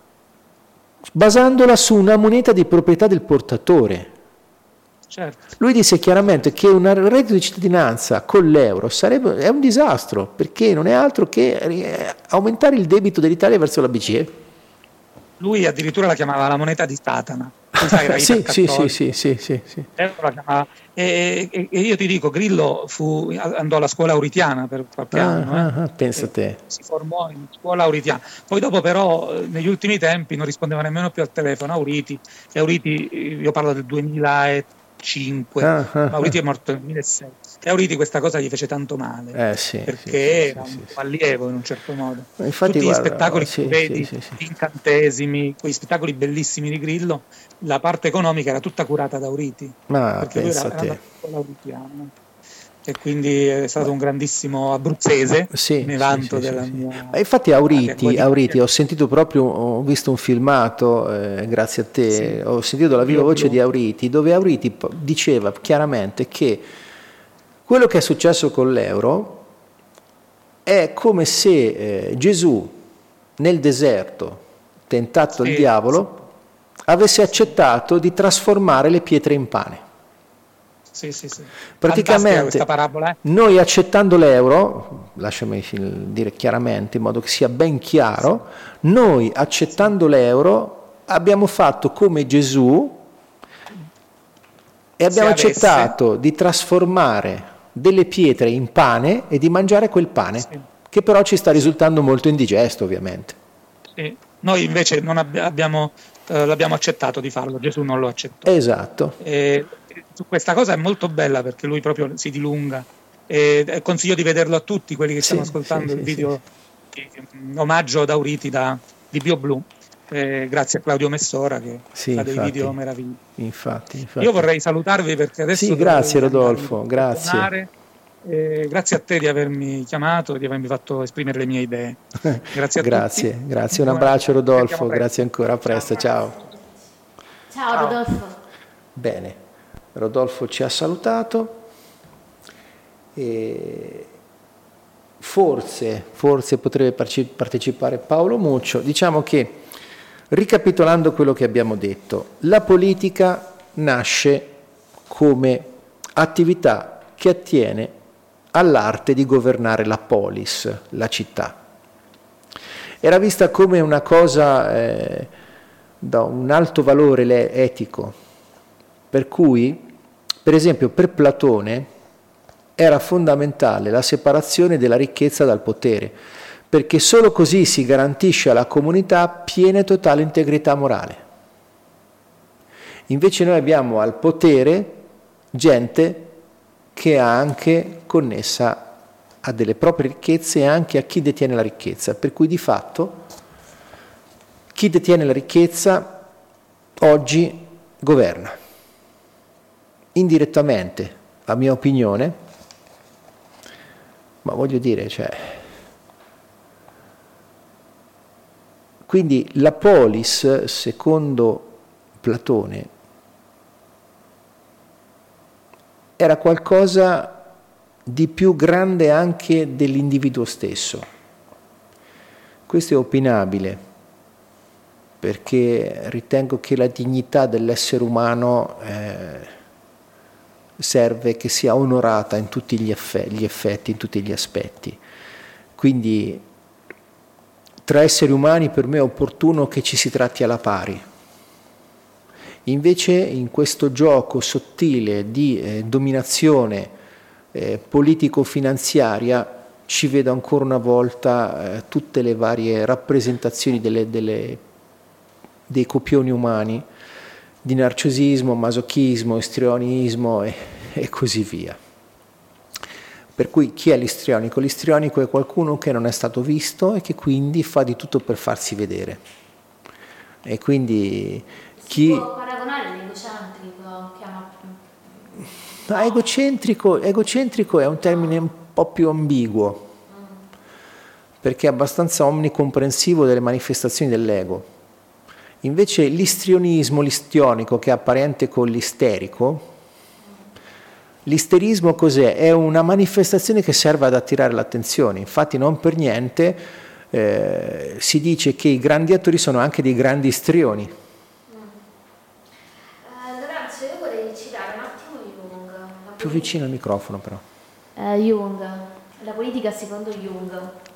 basandola su una moneta di proprietà del portatore. certo. Lui disse chiaramente che un reddito di cittadinanza con l'euro sarebbe, è un disastro, perché non è altro che aumentare il debito dell'Italia verso la B C E. Lui addirittura la chiamava la moneta di Satana. Tu sai, era sì, sì, sì, ipercattolico. sì, sì, sì, sì. La chiamava- E, e- e io ti dico, Grillo fu, andò alla scuola auritiana per qualche Ah, anno, eh. ah, ah, pensa E te. si formò in scuola auritiana. Poi dopo però, eh, negli ultimi tempi, non rispondeva nemmeno più al telefono. Auriti, e Auriti eh, io parlo del duemilacinque, Ah, ah, Auriti ah. è morto nel duemilasei. E Auriti questa cosa gli fece tanto male, Eh sì, perché sì, sì, era sì, un sì, sì. allievo in un certo modo. Infatti Tutti gli guarda, spettacoli che sì, tu sì, vedi, sì, sì. gli incantesimi, quei spettacoli bellissimi di Grillo, la parte economica era tutta curata da Auriti, Ma perché lui pensa era, a era andato te. a scuola auritiana e quindi è stato un grandissimo abruzzese, Sì, ne sì, vanto sì, sì, della sì. mia Ma infatti patria. Auriti, Vuoi dire Auriti, che- ho sentito proprio, ho visto un filmato, eh, grazie a te, Sì, ho sentito la viva Dio voce blu. di Auriti, dove Auriti p- diceva chiaramente che quello che è successo con l'euro è come se eh, Gesù nel deserto, tentato dal Sì, sì, diavolo, avesse sì, accettato di trasformare le pietre in pane. sì, sì, sì. Fantastica questa Praticamente parabola, eh? noi accettando l'euro, lasciami dire chiaramente in modo che sia ben Sì, chiaro, noi sì, accettando l'euro abbiamo fatto come Gesù e se abbiamo avesse, accettato di trasformare delle pietre in pane e di mangiare quel pane, sì, che però ci sta sì, risultando molto indigesto ovviamente. sì. Noi invece non abbi- abbiamo, eh, l'abbiamo accettato di farlo, Gesù non lo accettò. Esatto. E su questa cosa è molto bella perché lui proprio si dilunga e e consiglio di vederlo a tutti quelli che stanno Sì, sì, ascoltando il sì, sì. video di mm, omaggio ad Auriti da, di BioBlue, eh, grazie a Claudio Messora che Sì, fa dei video infatti, meravigliosi. infatti, infatti. Io vorrei salutarvi perché adesso Sì, grazie dovrei andare, mi Rodolfo, devo grazie. allontanare. Eh, grazie a te di avermi chiamato, di avermi fatto esprimere le mie idee. Grazie a tutti. Grazie, grazie, un Buona abbraccio serata. Ci sentiamo Rodolfo, presto. grazie ancora, a presto, ciao. Ciao Ciao. Rodolfo. Bene, Rodolfo ci ha salutato e forse, forse potrebbe parci- partecipare Paolo Muccio. Diciamo che, ricapitolando quello che abbiamo detto, la politica nasce come attività che attiene all'arte di governare la polis, la città. Era vista come una cosa eh, da un alto valore le- etico, per cui, per esempio, per Platone era fondamentale la separazione della ricchezza dal potere, perché solo così si garantisce alla comunità piena e totale integrità morale. Invece noi abbiamo al potere gente che è anche connessa a delle proprie ricchezze e anche a chi detiene la ricchezza, per cui di fatto chi detiene la ricchezza oggi governa. Indirettamente, a mia opinione, ma voglio dire, cioè, Quindi la polis, secondo Platone, era qualcosa di più grande anche dell'individuo stesso. Questo è opinabile, perché ritengo che la dignità dell'essere umano eh, serve che sia onorata in tutti gli, effe- gli effetti, in tutti gli aspetti. Quindi tra esseri umani per me è opportuno che ci si tratti alla pari. Invece in questo gioco sottile di eh, dominazione eh, politico-finanziaria ci vedo ancora una volta eh, tutte le varie rappresentazioni delle, delle, dei copioni umani, di narcisismo, masochismo, istrionismo e, e così via. Per cui chi è l'istrionico? L'istrionico è qualcuno che non è stato visto e che quindi fa di tutto per farsi vedere. E quindi chi... Si può paragonare all'egocentrico? Chiama... No, egocentrico, egocentrico è un termine un po' più ambiguo, perché è abbastanza omnicomprensivo delle manifestazioni dell'ego. Invece l'istrionismo, l'istionico, che è apparente con l'isterico, l'isterismo cos'è? È una manifestazione che serve ad attirare l'attenzione. Infatti non per niente eh, si dice che i grandi attori sono anche dei grandi istrioni. Mm. Uh, Lorenzo, io vorrei citare un attimo Jung. Più vicino al microfono però. Uh, Jung, la politica secondo Jung.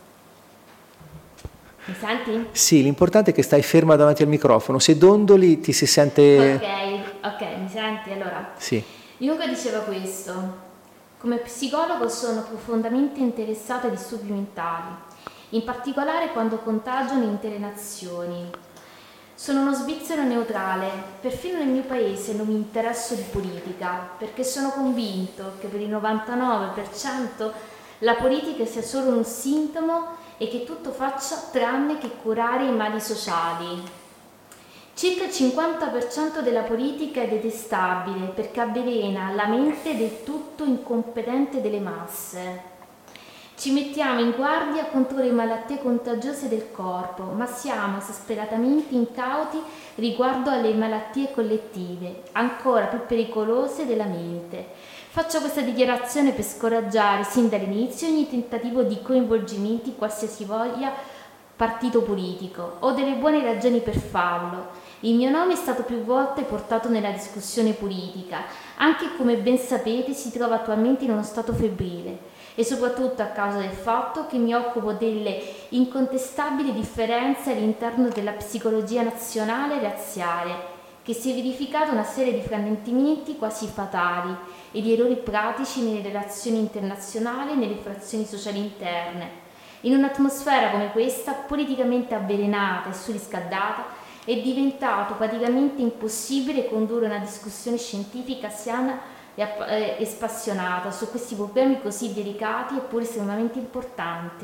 Mi senti? Sì, l'importante è che stai ferma davanti al microfono. Se dondoli ti si sente... Ok, ok, mi senti? Allora... Sì. Jung diceva questo: come psicologo sono profondamente interessato ai disturbi mentali, in particolare quando contagiano intere nazioni. Sono uno svizzero neutrale, perfino nel mio paese non mi interesso di politica, perché sono convinto che per il novantanove per cento la politica sia solo un sintomo e che tutto faccia tranne che curare i mali sociali. Circa il cinquanta per cento della politica è detestabile perché avvelena la mente del tutto incompetente delle masse. Ci mettiamo in guardia contro le malattie contagiose del corpo, ma siamo esasperatamente incauti riguardo alle malattie collettive, ancora più pericolose della mente. Faccio questa dichiarazione per scoraggiare sin dall'inizio ogni tentativo di coinvolgimento in qualsiasi voglia partito politico. Ho delle buone ragioni per farlo. Il mio nome è stato più volte portato nella discussione politica, anche come ben sapete si trova attualmente in uno stato febbrile, e soprattutto a causa del fatto che mi occupo delle incontestabili differenze all'interno della psicologia nazionale e razziale, che si è verificata una serie di fraintendimenti quasi fatali e di errori pratici nelle relazioni internazionali e nelle frazioni sociali interne. In un'atmosfera come questa, politicamente avvelenata e surriscaldata, è diventato praticamente impossibile condurre una discussione scientifica sana e spassionata su questi problemi così delicati eppure estremamente importanti.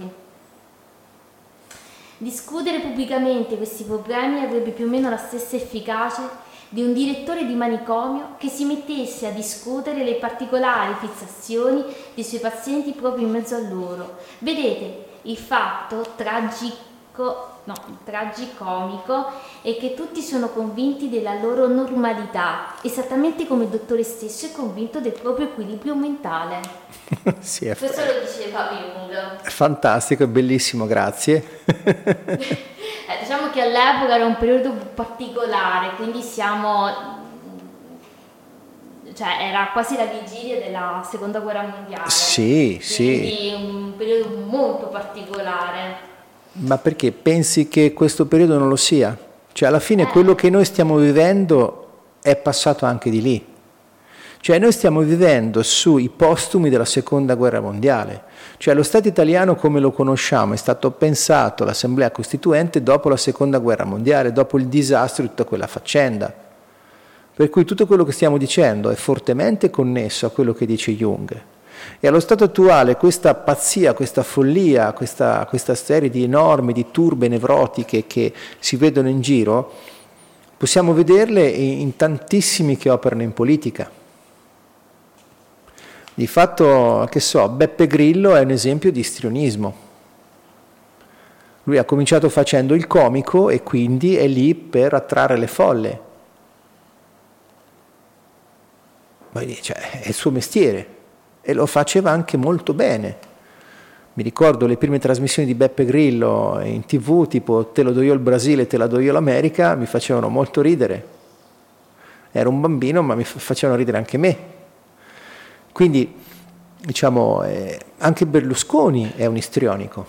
Discutere pubblicamente questi problemi avrebbe più o meno la stessa efficacia di un direttore di manicomio che si mettesse a discutere le particolari fissazioni dei suoi pazienti proprio in mezzo a loro. Vedete, il fatto tragico No, il tragicomico è che tutti sono convinti della loro normalità, esattamente come il dottore stesso è convinto del proprio equilibrio mentale. Sì, è Questo lo diceva Jung. È fantastico, è bellissimo, grazie. eh, diciamo che all'epoca era un periodo particolare, quindi siamo... cioè era quasi la vigilia della seconda guerra mondiale. Sì, quindi sì. un periodo molto particolare. Ma perché pensi che questo periodo non lo sia? Cioè alla fine Eh. quello che noi stiamo vivendo è passato anche di lì. Cioè noi stiamo vivendo sui postumi della seconda guerra mondiale. Cioè lo Stato italiano come lo conosciamo è stato pensato, l'Assemblea Costituente, dopo la seconda guerra mondiale, dopo il disastro di tutta quella faccenda. Per cui tutto quello che stiamo dicendo è fortemente connesso a quello che dice Jung. E allo stato attuale questa pazzia, questa follia, questa, questa serie di norme, di turbe nevrotiche che si vedono in giro, possiamo vederle in tantissimi che operano in politica. Di fatto, che so, Beppe Grillo è un esempio di istrionismo. Lui ha cominciato facendo il comico e quindi è lì per attrarre le folle. Cioè, è il suo mestiere e lo faceva anche molto bene. Mi ricordo le prime trasmissioni di Beppe Grillo in tivù, tipo te lo do io il Brasile, te la do io l'America, mi facevano molto ridere. Ero un bambino, ma mi facevano ridere anche me. Quindi, diciamo, eh, anche Berlusconi è un istrionico.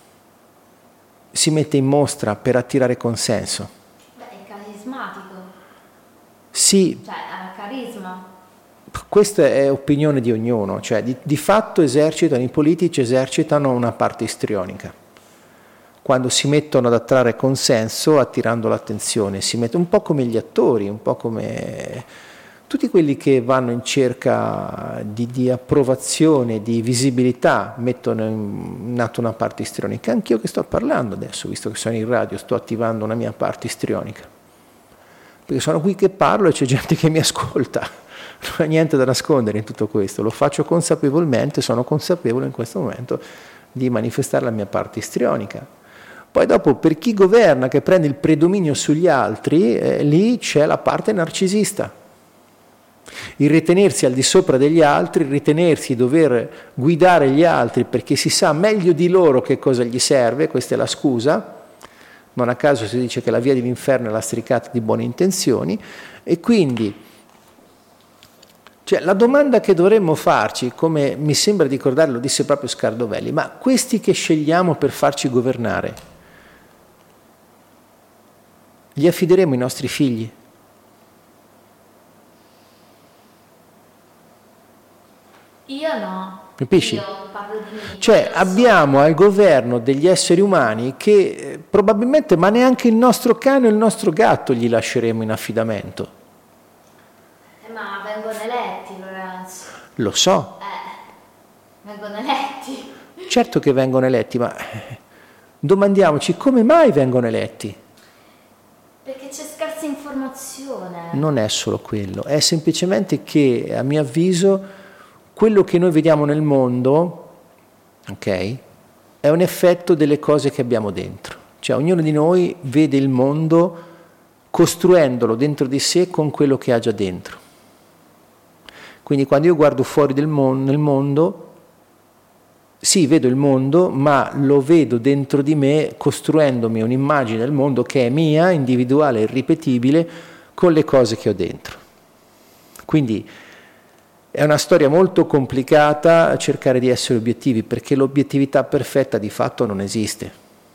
Si mette in mostra per attirare consenso. Beh, è carismatico. Sì. Cioè, ha carisma. Questa è opinione di ognuno, cioè di, di fatto esercitano, i politici esercitano una parte istrionica. Quando si mettono ad attrarre consenso, attirando l'attenzione, si mettono un po' come gli attori, un po' come tutti quelli che vanno in cerca di, di approvazione, di visibilità, mettono in atto una parte istrionica. Anch'io che sto parlando adesso, visto che sono in radio, sto attivando una mia parte istrionica. Perché sono qui che parlo e c'è gente che mi ascolta. Non ho niente da nascondere in tutto questo, lo faccio consapevolmente, sono consapevole in questo momento di manifestare la mia parte istrionica. Poi dopo, per chi governa, che prende il predominio sugli altri, eh, lì c'è la parte narcisista. Il ritenersi al di sopra degli altri, il ritenersi dover guidare gli altri perché si sa meglio di loro che cosa gli serve, questa è la scusa. Non a caso si dice che la via dell'inferno è lastricata di buone intenzioni, e quindi cioè, la domanda che dovremmo farci, come mi sembra di ricordare, lo disse proprio Scardovelli, ma questi che scegliamo per farci governare, gli affideremo i nostri figli? Io no. Capisci? Io parlo di me. Cioè, abbiamo al governo degli esseri umani che eh, probabilmente, ma neanche il nostro cane o il nostro gatto gli lasceremo in affidamento. Ma vengono eletti, Lorenzo. Lo so. Eh, vengono eletti. Certo che vengono eletti, ma domandiamoci come mai vengono eletti. Perché c'è scarsa informazione. Non è solo quello, è semplicemente che, a mio avviso, quello che noi vediamo nel mondo, ok, è un effetto delle cose che abbiamo dentro. Cioè, ognuno di noi vede il mondo costruendolo dentro di sé con quello che ha già dentro. Quindi quando io guardo fuori del mon- nel mondo, sì, vedo il mondo, ma lo vedo dentro di me costruendomi un'immagine del mondo che è mia, individuale, irripetibile, con le cose che ho dentro. Quindi è una storia molto complicata cercare di essere obiettivi, perché l'obiettività perfetta di fatto non esiste.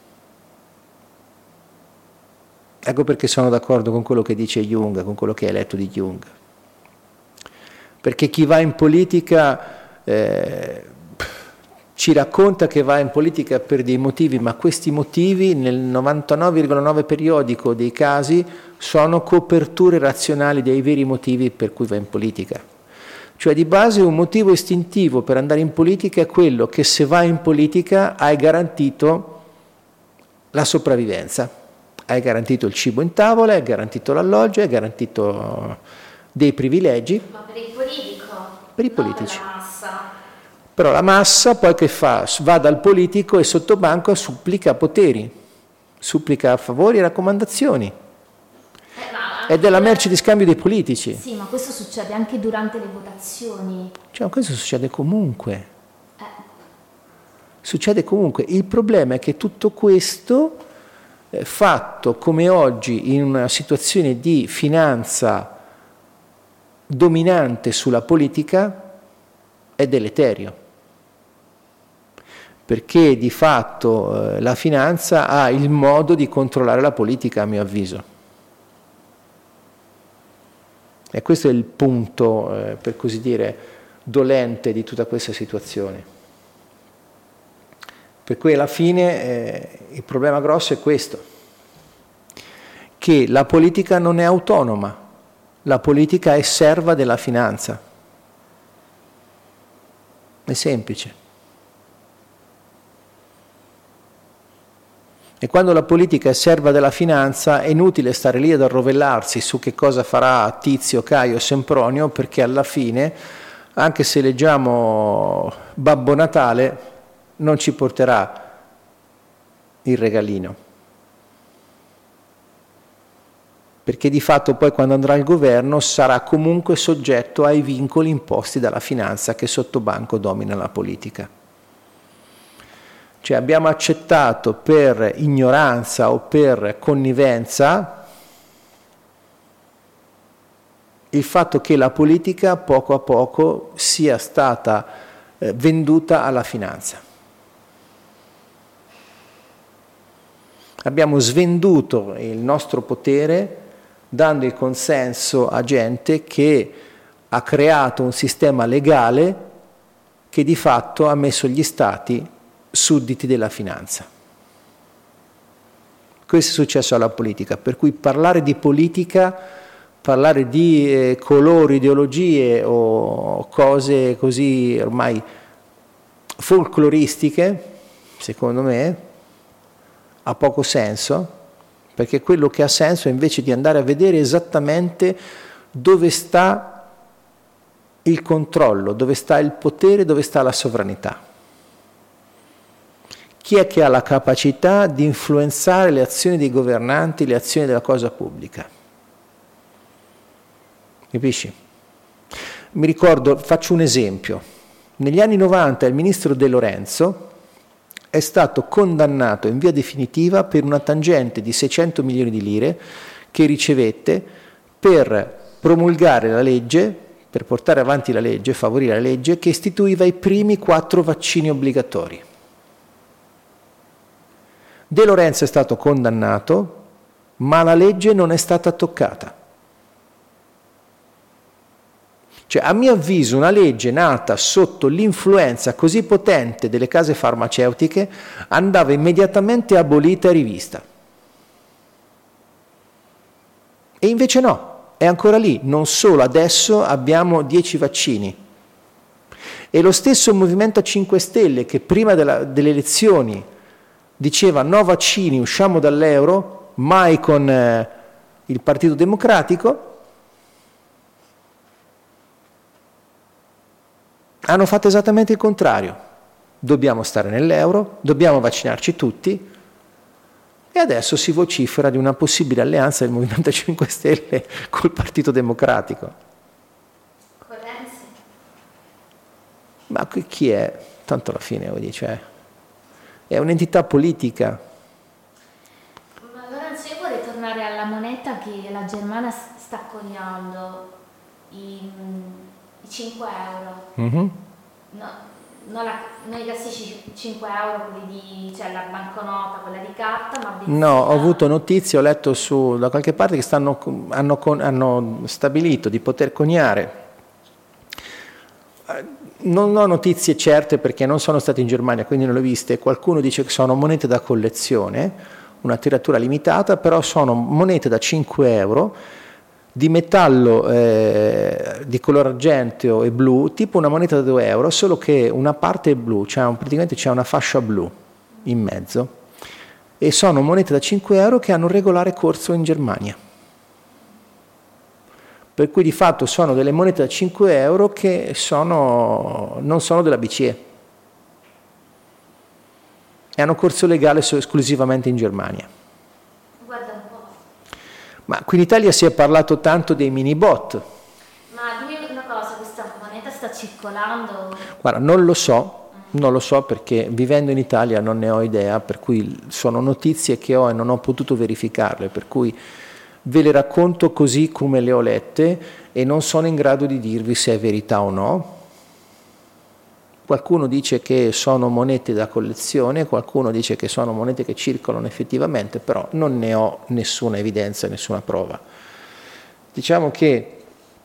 Ecco perché sono d'accordo con quello che dice Jung, con quello che hai letto di Jung. Perché chi va in politica eh, ci racconta che va in politica per dei motivi, ma questi motivi nel novantanove virgola nove periodico dei casi sono coperture razionali dei veri motivi per cui va in politica. Cioè di base un motivo istintivo per andare in politica è quello che se vai in politica hai garantito la sopravvivenza, hai garantito il cibo in tavola, hai garantito l'alloggio, hai garantito dei privilegi. Ma per il politico? Per i non politici. Per la massa. Però la massa poi che fa? Va dal politico e sotto banco supplica poteri, supplica favori e raccomandazioni. Eh, ma È della durante... merce di scambio dei politici. Sì, ma questo succede anche durante le votazioni. Cioè, questo succede comunque. Eh. Succede comunque. Il problema è che tutto questo, eh, fatto come oggi in una situazione di finanza dominante sulla politica, è deleterio, perché di fatto eh, la finanza ha il modo di controllare la politica, a mio avviso. E questo è il punto, eh, per così dire, dolente di tutta questa situazione. Per cui alla fine eh, il problema grosso è questo, che la politica non è autonoma. La politica è serva della finanza. È semplice. E quando la politica è serva della finanza è inutile stare lì ad arrovellarsi su che cosa farà Tizio, Caio, Sempronio, perché alla fine, anche se leggiamo Babbo Natale, non ci porterà il regalino, perché di fatto poi quando andrà al governo sarà comunque soggetto ai vincoli imposti dalla finanza che sotto banco domina la politica. Cioè abbiamo accettato per ignoranza o per connivenza il fatto che la politica poco a poco sia stata eh, venduta alla finanza. Abbiamo svenduto il nostro potere dando il consenso a gente che ha creato un sistema legale che di fatto ha messo gli stati sudditi della finanza. Questo è successo alla politica, per cui parlare di politica, parlare di eh, colori, ideologie o cose così ormai folcloristiche, secondo me, ha poco senso, perché quello che ha senso è invece di andare a vedere esattamente dove sta il controllo, dove sta il potere, dove sta la sovranità. Chi è che ha la capacità di influenzare le azioni dei governanti, le azioni della cosa pubblica? Capisci? Mi ricordo, faccio un esempio. Negli anni novanta il ministro De Lorenzo è stato condannato in via definitiva per una tangente di seicento milioni di lire che ricevette per promulgare la legge, per portare avanti la legge, favorire la legge che istituiva i primi quattro vaccini obbligatori. De Lorenzo è stato condannato, ma la legge non è stata toccata. Cioè, a mio avviso, una legge nata sotto l'influenza così potente delle case farmaceutiche andava immediatamente abolita e rivista. E invece no, è ancora lì. Non solo, adesso abbiamo dieci vaccini. E lo stesso Movimento cinque Stelle, che prima della, delle elezioni diceva no vaccini, usciamo dall'euro, mai con eh, il Partito Democratico, hanno fatto esattamente il contrario. Dobbiamo stare nell'euro, dobbiamo vaccinarci tutti e adesso si vocifera di una possibile alleanza del Movimento cinque Stelle col Partito Democratico. Con Renzi? Ma chi è? Tanto alla fine, vuol dire, cioè, è un'entità politica. Ma Lorenzo, io vorrei tornare alla moneta che la Germania sta coniando, i, i cinque euro. Mm-hmm. No, non, la, non i classici cinque euro, quelli di, cioè la banconota, quella di carta, ma bensì No, ho la... avuto notizie, ho letto su, da qualche parte che stanno, hanno, hanno stabilito di poter coniare. Non ho notizie certe perché non sono stato in Germania, quindi non le ho viste. Qualcuno dice che sono monete da collezione, una tiratura limitata, però sono monete da cinque euro di metallo eh, di colore argenteo e blu, tipo una moneta da due euro, solo che una parte è blu, cioè un, praticamente c'è una fascia blu in mezzo, e sono monete da cinque euro che hanno un regolare corso in Germania. Per cui di fatto sono delle monete da cinque euro che sono, non sono della B C E e hanno corso legale esclusivamente in Germania. Guarda un po'. Ma qui in Italia si è parlato tanto dei mini bot. Ma dimmi una cosa, questa moneta sta circolando? Guarda, non lo so, non lo so perché vivendo in Italia non ne ho idea, per cui sono notizie che ho e non ho potuto verificarle, per cui ve le racconto così come le ho lette e non sono in grado di dirvi se è verità o no. Qualcuno dice che sono monete da collezione, qualcuno dice che sono monete che circolano effettivamente, però non ne ho nessuna evidenza, nessuna prova. Diciamo che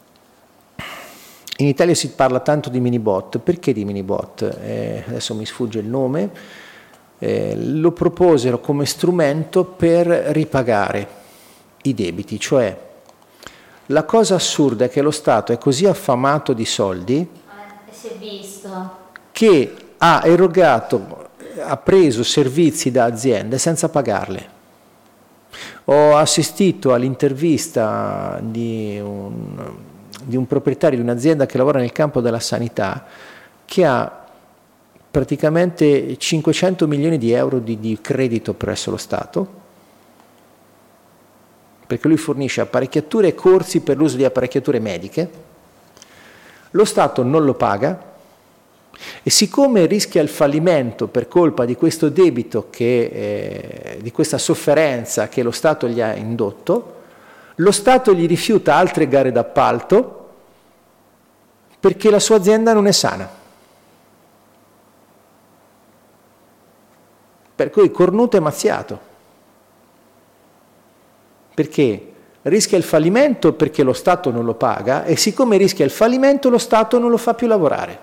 in Italia si parla tanto di mini bot. Perché di mini bot? Eh, adesso mi sfugge il nome. Eh, lo proposero come strumento per ripagare i debiti, cioè la cosa assurda è che lo Stato è così affamato di soldi Eh, si è visto. che ha erogato, ha preso servizi da aziende senza pagarle. Ho assistito all'intervista di un, di un proprietario di un'azienda che lavora nel campo della sanità che ha praticamente cinquecento milioni di euro di, di credito presso lo Stato, perché lui fornisce apparecchiature e corsi per l'uso di apparecchiature mediche, lo Stato non lo paga e siccome rischia il fallimento per colpa di questo debito, che, eh, di questa sofferenza che lo Stato gli ha indotto, lo Stato gli rifiuta altre gare d'appalto perché la sua azienda non è sana. Per cui cornuto e mazziato. Perché rischia il fallimento perché lo Stato non lo paga e siccome rischia il fallimento lo Stato non lo fa più lavorare.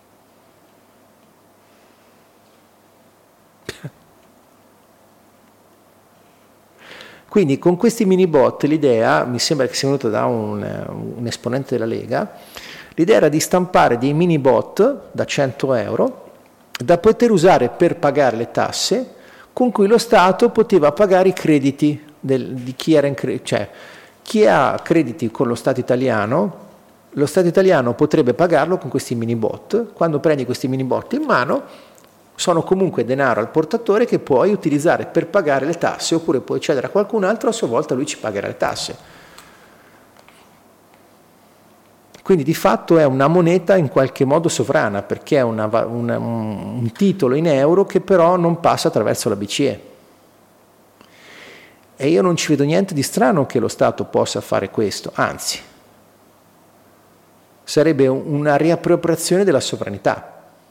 Quindi con questi mini bot l'idea, mi sembra che sia venuta da un, un esponente della Lega, l'idea era di stampare dei mini bot da cento euro da poter usare per pagare le tasse con cui lo Stato poteva pagare i crediti del, di chi era in credito, cioè chi ha crediti con lo Stato italiano, lo Stato italiano potrebbe pagarlo con questi mini bot. Quando prendi questi mini bot in mano sono comunque denaro al portatore che puoi utilizzare per pagare le tasse oppure puoi cedere a qualcun altro, a sua volta lui ci pagherà le tasse. Quindi di fatto è una moneta in qualche modo sovrana perché è una, una, un titolo in euro che però non passa attraverso la B C E. E io non ci vedo niente di strano che lo Stato possa fare questo, anzi, sarebbe una riappropriazione della sovranità.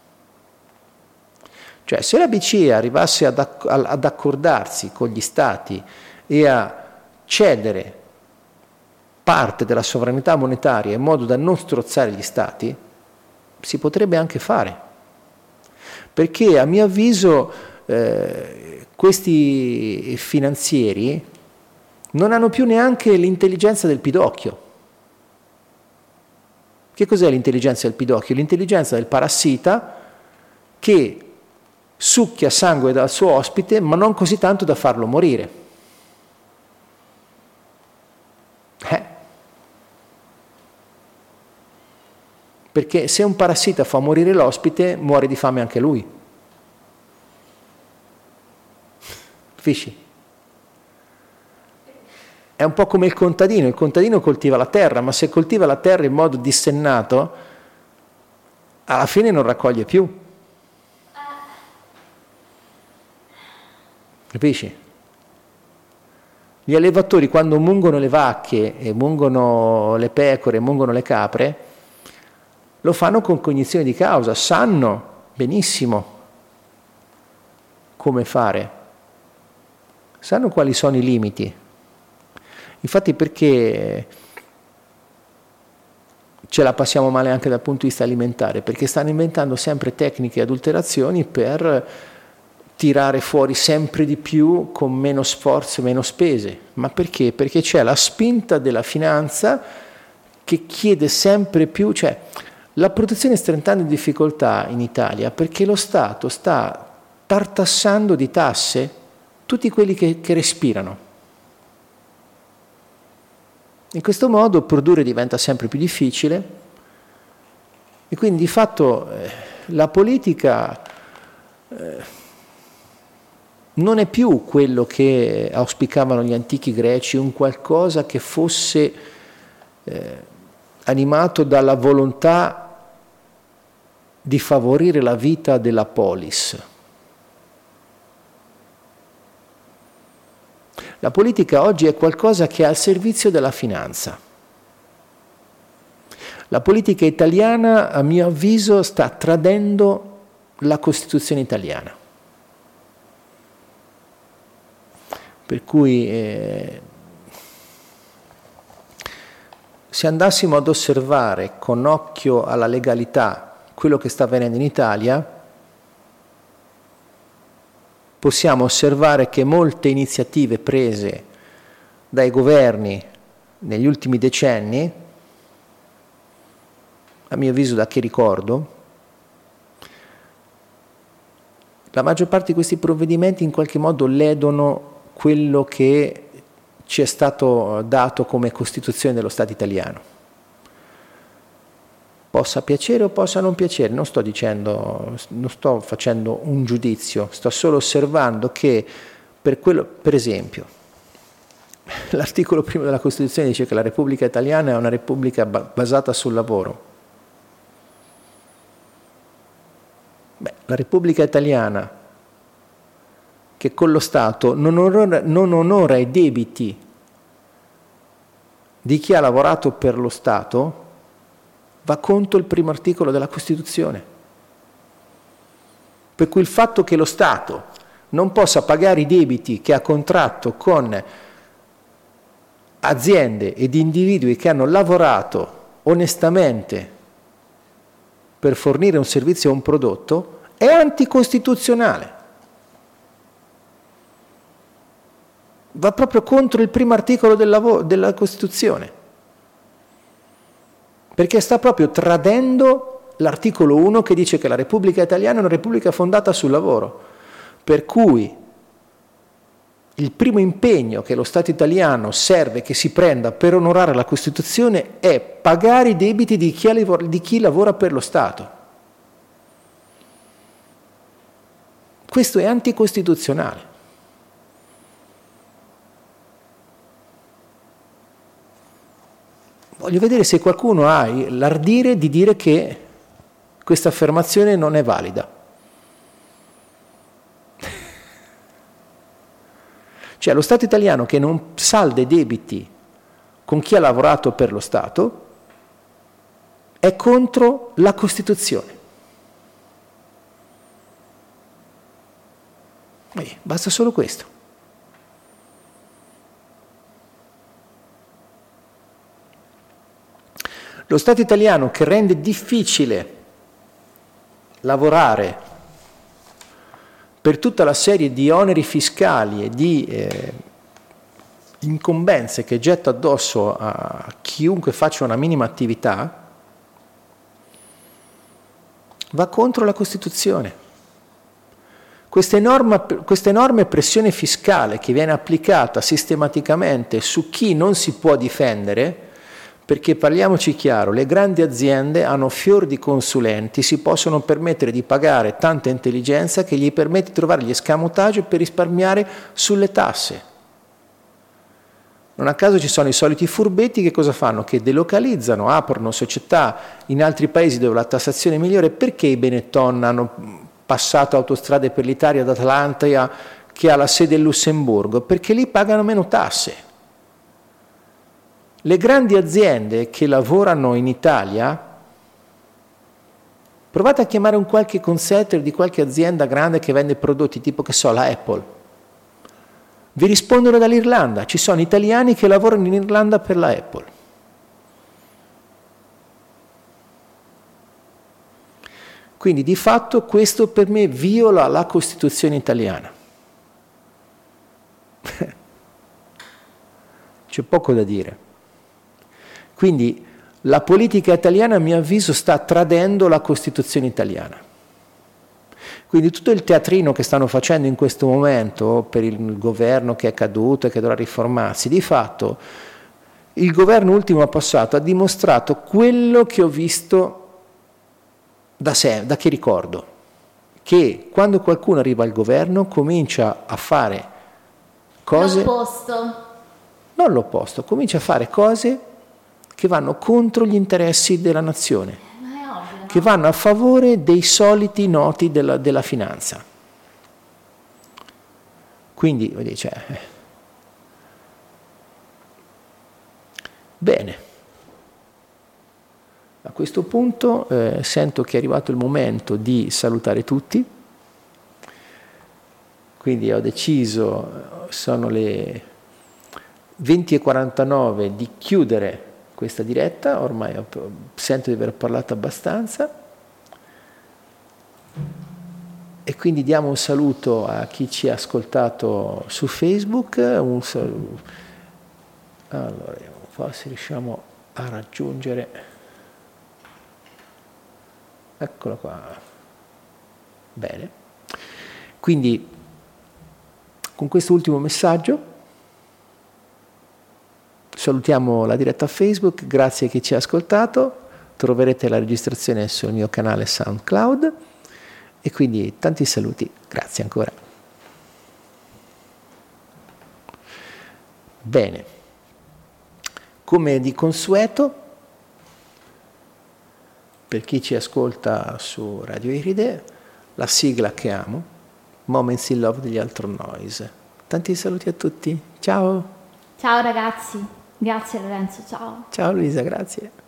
Cioè, se la B C E arrivasse ad, acc- ad accordarsi con gli Stati e a cedere parte della sovranità monetaria in modo da non strozzare gli Stati, si potrebbe anche fare. Perché a mio avviso eh, questi finanzieri non hanno più neanche l'intelligenza del pidocchio. Che cos'è l'intelligenza del pidocchio? L'intelligenza del parassita che succhia sangue dal suo ospite, ma non così tanto da farlo morire. Eh. Perché se un parassita fa morire l'ospite, muore di fame anche lui. Capisci? È un po' come il contadino. Il contadino coltiva la terra, ma se coltiva la terra in modo dissennato, alla fine non raccoglie più. Capisci? Gli allevatori quando mungono le vacche e mungono le pecore, mungono le capre, lo fanno con cognizione di causa, sanno benissimo come fare, sanno quali sono i limiti. Infatti perché ce la passiamo male anche dal punto di vista alimentare? Perché stanno inventando sempre tecniche e adulterazioni per tirare fuori sempre di più con meno sforzo e meno spese. Ma perché? Perché c'è la spinta della finanza che chiede sempre più, cioè la produzione sta entrando in difficoltà in Italia perché lo Stato sta tartassando di tasse tutti quelli che, che respirano. In questo modo produrre diventa sempre più difficile e quindi di fatto eh, la politica eh, non è più quello che auspicavano gli antichi greci, un qualcosa che fosse eh, animato dalla volontà di favorire la vita della polis. La politica oggi è qualcosa che è al servizio della finanza. La politica italiana, a mio avviso, sta tradendo la Costituzione italiana. Per cui eh, se andassimo ad osservare con occhio alla legalità quello che sta avvenendo in Italia, possiamo osservare che molte iniziative prese dai governi negli ultimi decenni, a mio avviso da che ricordo, la maggior parte di questi provvedimenti in qualche modo ledono quello che ci è stato dato come Costituzione dello Stato italiano. Possa piacere o possa non piacere, non sto dicendo, non sto facendo un giudizio, sto solo osservando che per quello, per esempio, l'articolo primo della Costituzione dice che la Repubblica Italiana è una repubblica basata sul lavoro. Beh, la Repubblica Italiana che con lo Stato non onora, non onora i debiti di chi ha lavorato per lo Stato va contro il primo articolo della Costituzione. Per cui il fatto che lo Stato non possa pagare i debiti che ha contratto con aziende ed individui che hanno lavorato onestamente per fornire un servizio o un prodotto è anticostituzionale. Va proprio contro il primo articolo del lavoro, della Costituzione, perché sta proprio tradendo l'articolo uno che dice che la Repubblica Italiana è una repubblica fondata sul lavoro, per cui il primo impegno che lo Stato italiano serve che si prenda per onorare la Costituzione è pagare i debiti di chi, di chi lavora per lo Stato. Questo è anticostituzionale. Voglio vedere se qualcuno ha l'ardire di dire che questa affermazione non è valida. Cioè lo Stato italiano che non salda i debiti con chi ha lavorato per lo Stato è contro la Costituzione. E basta solo questo. Lo Stato italiano che rende difficile lavorare per tutta la serie di oneri fiscali e di eh, incombenze che getta addosso a chiunque faccia una minima attività, va contro la Costituzione. Questa enorme, questa enorme pressione fiscale che viene applicata sistematicamente su chi non si può difendere, perché parliamoci chiaro, le grandi aziende hanno fior di consulenti, si possono permettere di pagare tanta intelligenza che gli permette di trovare gli escamotage per risparmiare sulle tasse. Non a caso ci sono i soliti furbetti che cosa fanno? Che delocalizzano, aprono società in altri paesi dove la tassazione è migliore. Perché i Benetton hanno passato autostrade per l'Italia ad Atlantia che ha la sede in Lussemburgo? Perché lì pagano meno tasse. Le grandi aziende che lavorano in Italia, provate a chiamare un qualche consultor di qualche azienda grande che vende prodotti tipo, che so, la Apple. Vi rispondono dall'Irlanda, ci sono italiani che lavorano in Irlanda per la Apple. Quindi di fatto questo per me viola la Costituzione italiana. C'è poco da dire. Quindi la politica italiana, a mio avviso, sta tradendo la Costituzione italiana. Quindi tutto il teatrino che stanno facendo in questo momento per il governo che è caduto e che dovrà riformarsi, di fatto il governo ultimo passato ha dimostrato quello che ho visto da sé, da che ricordo, che quando qualcuno arriva al governo comincia a fare cose... L'opposto. Non l'opposto, comincia a fare cose che vanno contro gli interessi della nazione, Ma è ovvio, no? che vanno a favore dei soliti noti della, della finanza. Quindi, cioè, bene, a questo punto eh, sento che è arrivato il momento di salutare tutti, quindi ho deciso, sono le venti e quarantanove, di chiudere questa diretta, ormai sento di aver parlato abbastanza e quindi diamo un saluto a chi ci ha ascoltato su Facebook, un saluto. Allora, vediamo un po' se riusciamo a raggiungere, eccolo qua, bene, quindi con questo ultimo messaggio salutiamo la diretta Facebook, grazie a chi ci ha ascoltato, troverete la registrazione sul mio canale SoundCloud e quindi tanti saluti, grazie ancora. Bene, come di consueto, per chi ci ascolta su Radio Iride, la sigla che amo, Moments in Love degli Altro Noise. Tanti saluti a tutti, ciao! Ciao ragazzi, grazie Lorenzo, ciao! Ciao Luisa, grazie!